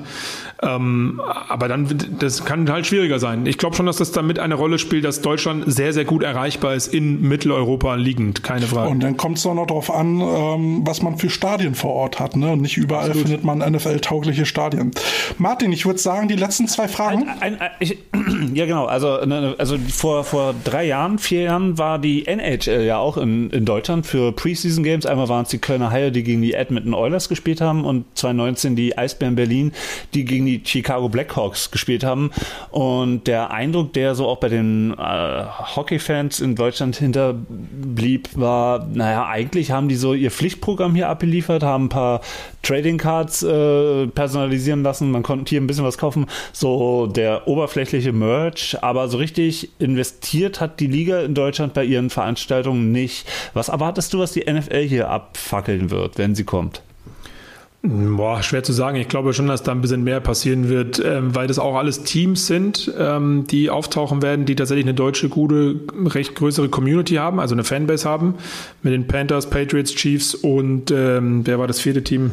Aber dann, das kann halt schwieriger sein. Ich glaube schon, dass das damit eine Rolle spielt, dass Deutschland sehr, sehr gut erreichbar ist in Mitteleuropa liegend. Keine Frage. Und dann kommt es doch noch darauf an, was man für Stadien vor Ort hat. Ne? Nicht überall findet man NFL-taugliche Stadien. Martin, ich würde sagen, die letzten 2 Fragen. Ja, genau. Also vor 4 Jahren war die NHL ja auch in Deutschland für Preseason Games. Einmal waren es die Kölner Haie, die gegen die Edmonton Oilers gespielt haben, und 2019 die Eisbären Berlin, die gegen die Chicago Blackhawks gespielt haben. Und der Eindruck, der so auch bei den Hockey-Fans in Deutschland hinterblieb, war, naja, eigentlich haben die so ihr Pflichtprogramm hier abgeliefert, haben ein paar Trading Cards personalisieren lassen, man konnte hier ein bisschen was kaufen, so der oberflächliche Merch, aber so richtig investiert hat die Liga in Deutschland bei ihren Veranstaltungen nicht. Was erwartest du, was die NFL hier abfackeln wird, wenn sie kommt? Boah, schwer zu sagen. Ich glaube schon, dass da ein bisschen mehr passieren wird, weil das auch alles Teams sind, die auftauchen werden, die tatsächlich eine deutsche, gute, recht größere Community haben, also eine Fanbase haben, mit den Panthers, Patriots, Chiefs und wer war das 4. Team?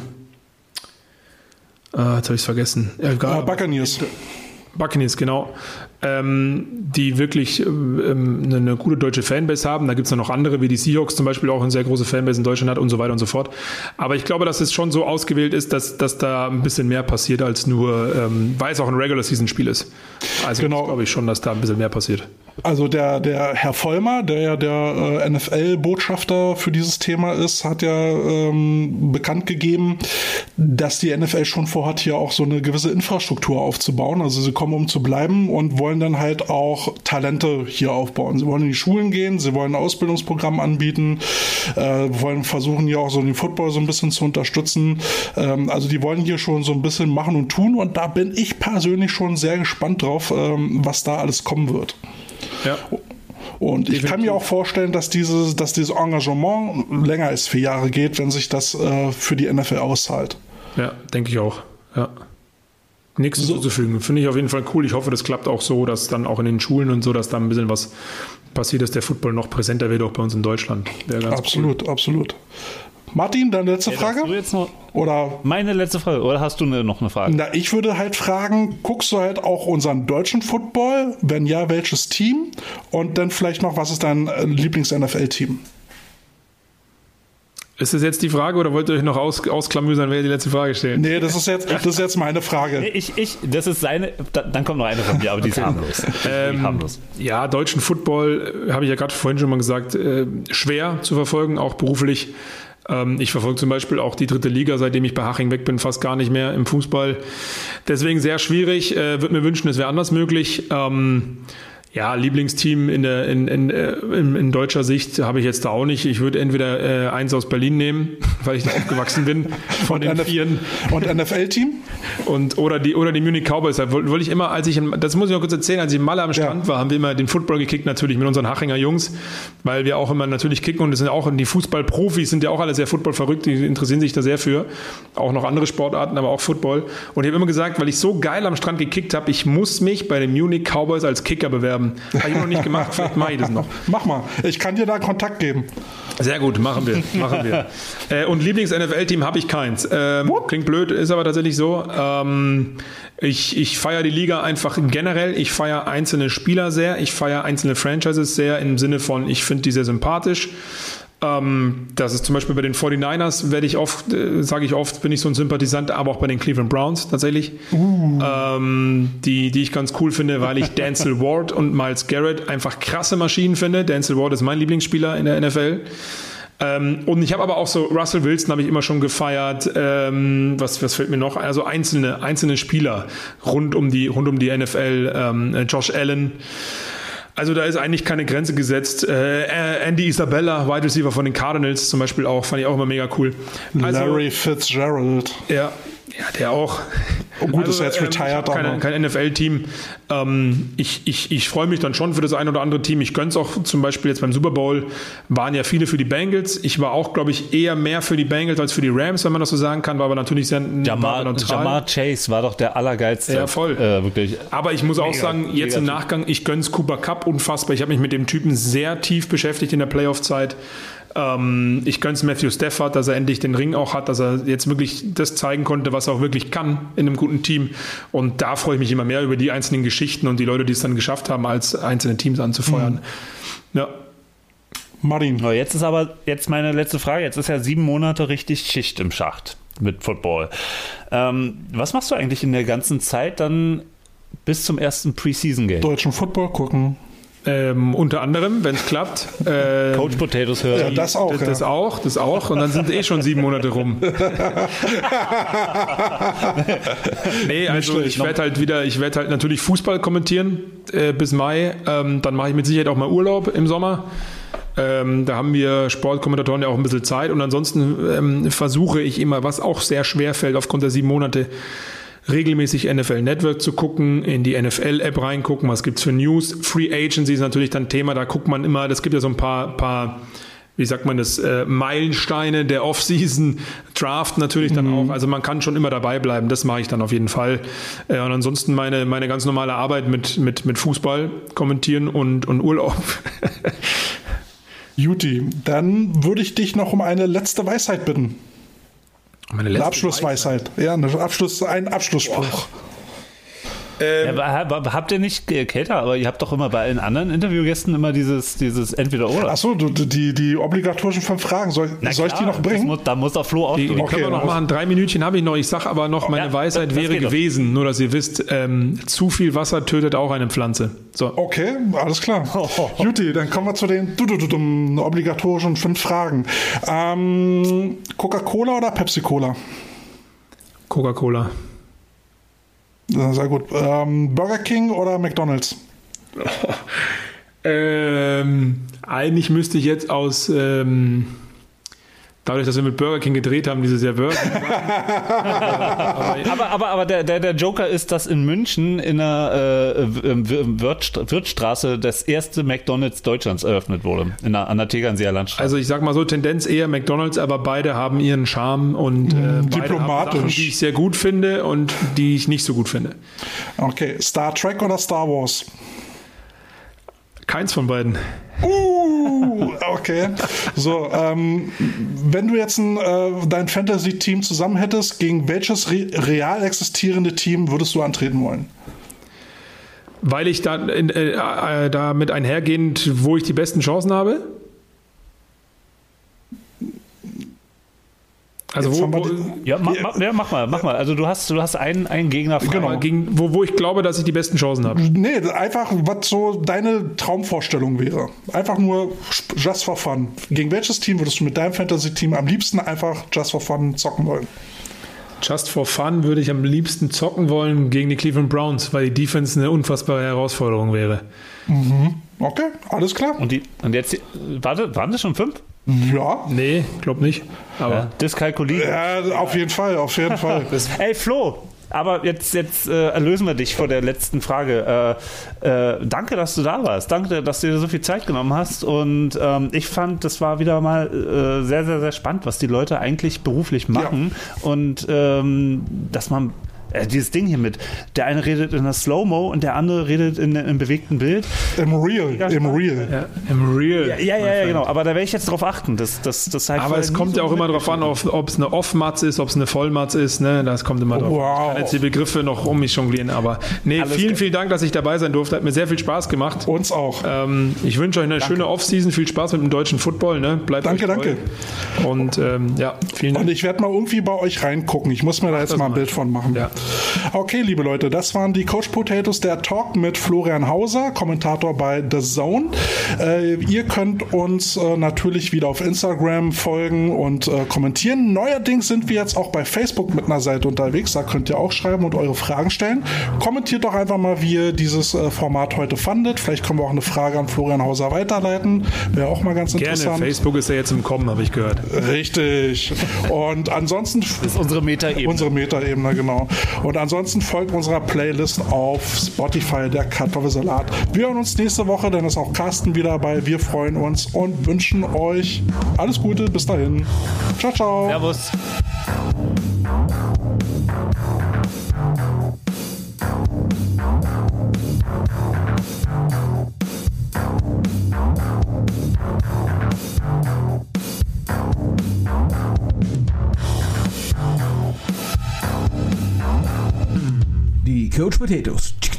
Jetzt habe ich es vergessen. Buccaneers. Buccaneers, genau. Die wirklich eine gute deutsche Fanbase haben. Da gibt es noch andere, wie die Seahawks zum Beispiel, auch eine sehr große Fanbase in Deutschland hat und so weiter und so fort. Aber ich glaube, dass es schon so ausgewählt ist, dass da ein bisschen mehr passiert als nur, weil es auch ein Regular-Season-Spiel ist. Also genau. Glaube ich schon, dass da ein bisschen mehr passiert. Also der Herr Vollmer, der ja der NFL-Botschafter für dieses Thema ist, hat ja bekannt gegeben, dass die NFL schon vorhat, hier auch so eine gewisse Infrastruktur aufzubauen. Also sie kommen, um zu bleiben, und wollen dann halt auch Talente hier aufbauen. Sie wollen in die Schulen gehen, sie wollen ein Ausbildungsprogramm anbieten, wollen versuchen hier auch so den Football so ein bisschen zu unterstützen. Also die wollen hier schon so ein bisschen machen und tun, und da bin ich persönlich schon sehr gespannt drauf, was da alles kommen wird. Ja. Und ich kann mir auch vorstellen, dass dieses Engagement länger als 4 Jahre geht, wenn sich das für die NFL auszahlt. Ja, denke ich auch. Ja. Nichts hinzuzufügen. Finde ich auf jeden Fall cool. Ich hoffe, das klappt auch so, dass dann auch in den Schulen und so, dass da ein bisschen was passiert, dass der Football noch präsenter wird, auch bei uns in Deutschland. Absolut, cool. Absolut. Martin, deine letzte Frage? Oder meine letzte Frage. Oder hast du noch eine Frage? Na, ich würde halt fragen, guckst du halt auch unseren deutschen Football? Wenn ja, welches Team? Und dann vielleicht noch, was ist dein Lieblings-NFL-Team? Ist das jetzt die Frage, oder wollt ihr euch noch ausklamüsern, wer die letzte Frage stellt? Nee, das ist jetzt meine Frage. Nee, das ist seine, dann kommt noch eine von mir, aber die ist harmlos. Ja, deutschen Football, habe ich ja gerade vorhin schon mal gesagt, schwer zu verfolgen, auch beruflich. Ich verfolge zum Beispiel auch die 3. Liga, seitdem ich bei Haching weg bin, fast gar nicht mehr im Fußball. Deswegen sehr schwierig, würde mir wünschen, es wäre anders möglich. Ja, Lieblingsteam in deutscher Sicht habe ich jetzt da auch nicht. Ich würde entweder eins aus Berlin nehmen, weil ich da aufgewachsen bin, von den 4. Und NFL-Team? Oder die Munich Cowboys. Wollte ich immer, das muss ich noch kurz erzählen, als ich in Malle am Strand war, haben wir immer den Football gekickt, natürlich mit unseren Hachinger Jungs, weil wir auch immer natürlich kicken, und das sind auch die Fußballprofis, sind ja auch alle sehr Football verrückt, die interessieren sich da sehr für. Auch noch andere Sportarten, aber auch Football. Und ich habe immer gesagt, weil ich so geil am Strand gekickt habe, ich muss mich bei den Munich Cowboys als Kicker bewerben. Habe ich noch nicht gemacht, vielleicht mache ich das noch. Mach mal, ich kann dir da Kontakt geben. Sehr gut, machen wir. Und Lieblings-NFL-Team habe ich keins. Klingt blöd, ist aber tatsächlich so. Ich feiere die Liga einfach generell. Ich feiere einzelne Spieler sehr. Ich feiere einzelne Franchises sehr, im Sinne von, ich finde die sehr sympathisch. Das ist zum Beispiel bei den 49ers, sage ich oft, bin ich so ein Sympathisant, aber auch bei den Cleveland Browns tatsächlich, die ich ganz cool finde, weil ich Denzel Ward und Myles Garrett einfach krasse Maschinen finde. Denzel Ward ist mein Lieblingsspieler in der NFL. Und ich habe aber auch so, Russell Wilson habe ich immer schon gefeiert. Was fällt mir noch? Also einzelne Spieler rund um die NFL, Josh Allen. Also da ist eigentlich keine Grenze gesetzt. Andy Isabella, Wide Receiver von den Cardinals zum Beispiel auch, fand ich auch immer mega cool. Also, Larry Fitzgerald. Ja, der auch. Oh, gut, ist jetzt retired. Kein NFL-Team. Ich freue mich dann schon für das ein oder andere Team. Ich gönn's auch zum Beispiel jetzt beim Super Bowl, waren ja viele für die Bengals. Ich war auch, glaube ich, eher mehr für die Bengals als für die Rams, wenn man das so sagen kann, war aber natürlich sehr neutral. Jamar Chase war doch der Allergeilste. Ja, voll. Wirklich. Aber ich muss auch sagen, jetzt im Nachgang, ich gönn's Cooper Kupp unfassbar. Ich habe mich mit dem Typen sehr tief beschäftigt in der Playoff-Zeit. Ich gönn's Matthew Stafford, dass er endlich den Ring auch hat, dass er jetzt wirklich das zeigen konnte, was er auch wirklich kann in einem guten Team. Und da freue ich mich immer mehr über die einzelnen Geschichten und die Leute, die es dann geschafft haben, als einzelne Teams anzufeuern. Ja. Martin. Jetzt meine letzte Frage. Jetzt ist ja 7 Monate richtig Schicht im Schacht mit Football. Was machst du eigentlich in der ganzen Zeit dann bis zum ersten Preseason-Game? Deutschen Football gucken. Unter anderem, wenn es klappt. Coach Potatoes hören. Ja, das auch. Das auch. Und dann sind schon 7 Monate rum. Nee, also ich werde halt natürlich Fußball kommentieren bis Mai. Dann mache ich mit Sicherheit auch mal Urlaub im Sommer. Da haben wir Sportkommentatoren ja auch ein bisschen Zeit. Und ansonsten versuche ich immer, was auch sehr schwer fällt aufgrund der 7 Monate, regelmäßig NFL Network zu gucken, in die NFL-App reingucken, was gibt's für News. Free Agency ist natürlich dann Thema, da guckt man immer, das gibt ja so ein paar wie sagt man das, Meilensteine der Off-Season, Draft natürlich dann auch, also man kann schon immer dabei bleiben, das mache ich dann auf jeden Fall. Und ansonsten meine ganz normale Arbeit mit Fußball kommentieren und Urlaub. Juti, dann würde ich dich noch um eine letzte Weisheit bitten. Eine Abschlussweisheit. Ja, ein Abschlussspruch. Habt ihr nicht kälter, aber ihr habt doch immer bei allen anderen Interviewgästen immer dieses Entweder-Oder. Achso, die obligatorischen 5 Fragen. Soll ich die noch bringen? Da muss der Flo auch die können wir noch machen. 3 Minütchen habe ich noch. Ich sage aber noch, meine Weisheit wäre gewesen, nur dass ihr wisst, zu viel Wasser tötet auch eine Pflanze. So. Okay, alles klar. Juti, dann kommen wir zu den obligatorischen 5 Fragen. Coca-Cola oder Pepsi-Cola? Coca-Cola. Sehr gut. Burger King oder McDonald's? Eigentlich müsste ich jetzt aus dadurch, dass wir mit Burger King gedreht haben, dieses Jahr Burger King. aber der Joker ist, dass in München in der Wirtstraße das erste McDonald's Deutschlands eröffnet wurde, an der Tegernseer Landstraße. Also ich sag mal so, Tendenz eher McDonald's, aber beide haben ihren Charme und beide haben Sachen, die ich sehr gut finde und die ich nicht so gut finde. Okay, Star Trek oder Star Wars? Keins von beiden. Okay. So, wenn du jetzt dein Fantasy-Team zusammen hättest, gegen welches real existierende Team würdest du antreten wollen? Weil ich damit einhergehend, wo ich die besten Chancen habe? Also mach mal. Also du hast einen Gegner frei. Genau. Wo ich glaube, dass ich die besten Chancen habe. Nee, einfach, was so deine Traumvorstellung wäre. Einfach nur just for fun. Gegen welches Team würdest du mit deinem Fantasy-Team am liebsten einfach just for fun zocken wollen? Just for fun würde ich am liebsten zocken wollen gegen die Cleveland Browns, weil die Defense eine unfassbare Herausforderung wäre. Okay, alles klar. Und jetzt, waren das schon 5? Ja. Nee, glaub nicht. Aber Dyskalkulie. Ja, auf jeden Fall. Ey, Flo, aber jetzt erlösen wir dich vor der letzten Frage. Danke, dass du da warst. Danke, dass du dir so viel Zeit genommen hast. Und ich fand, das war wieder mal sehr, sehr, sehr spannend, was die Leute eigentlich beruflich machen. Ja. Und dass man dieses Ding hier mit, der eine redet in der Slow-Mo und der andere redet im bewegten Bild. Im Real. Ja, im Real. Ja, genau. Aber da werde ich jetzt drauf achten. Das aber es kommt ja auch immer drauf an, ob es eine Off-Matz ist, ob es eine Vollmatz ist. Ne? Das kommt immer drauf an. Ich kann jetzt die Begriffe noch um mich jonglieren. Aber vielen Dank, dass ich dabei sein durfte. Hat mir sehr viel Spaß gemacht. Uns auch. Ich wünsche euch eine schöne Off-Season. Viel Spaß mit dem deutschen Football. Ne? Bleibt Danke. Und vielen Dank. Und ich werde mal irgendwie bei euch reingucken. Ich muss mir da jetzt mal ein Bild von machen. Ja. Okay, liebe Leute, das waren die Coach Potatoes, der Talk mit Florian Hauser, Kommentator bei The Zone. Ihr könnt uns natürlich wieder auf Instagram folgen und kommentieren. Neuerdings sind wir jetzt auch bei Facebook mit einer Seite unterwegs. Da könnt ihr auch schreiben und eure Fragen stellen. Kommentiert doch einfach mal, wie ihr dieses Format heute fandet. Vielleicht können wir auch eine Frage an Florian Hauser weiterleiten. Wäre auch mal ganz interessant. Gerne, Facebook ist ja jetzt im Kommen, habe ich gehört. Richtig. Und ansonsten... Das ist unsere Metaebene. Unsere Metaebene, genau. Und ansonsten folgt unserer Playlist auf Spotify, der Kartoffelsalat. Wir hören uns nächste Woche, dann ist auch Carsten wieder dabei. Wir freuen uns und wünschen euch alles Gute. Bis dahin. Ciao, ciao. Servus. Die Coach Potatoes.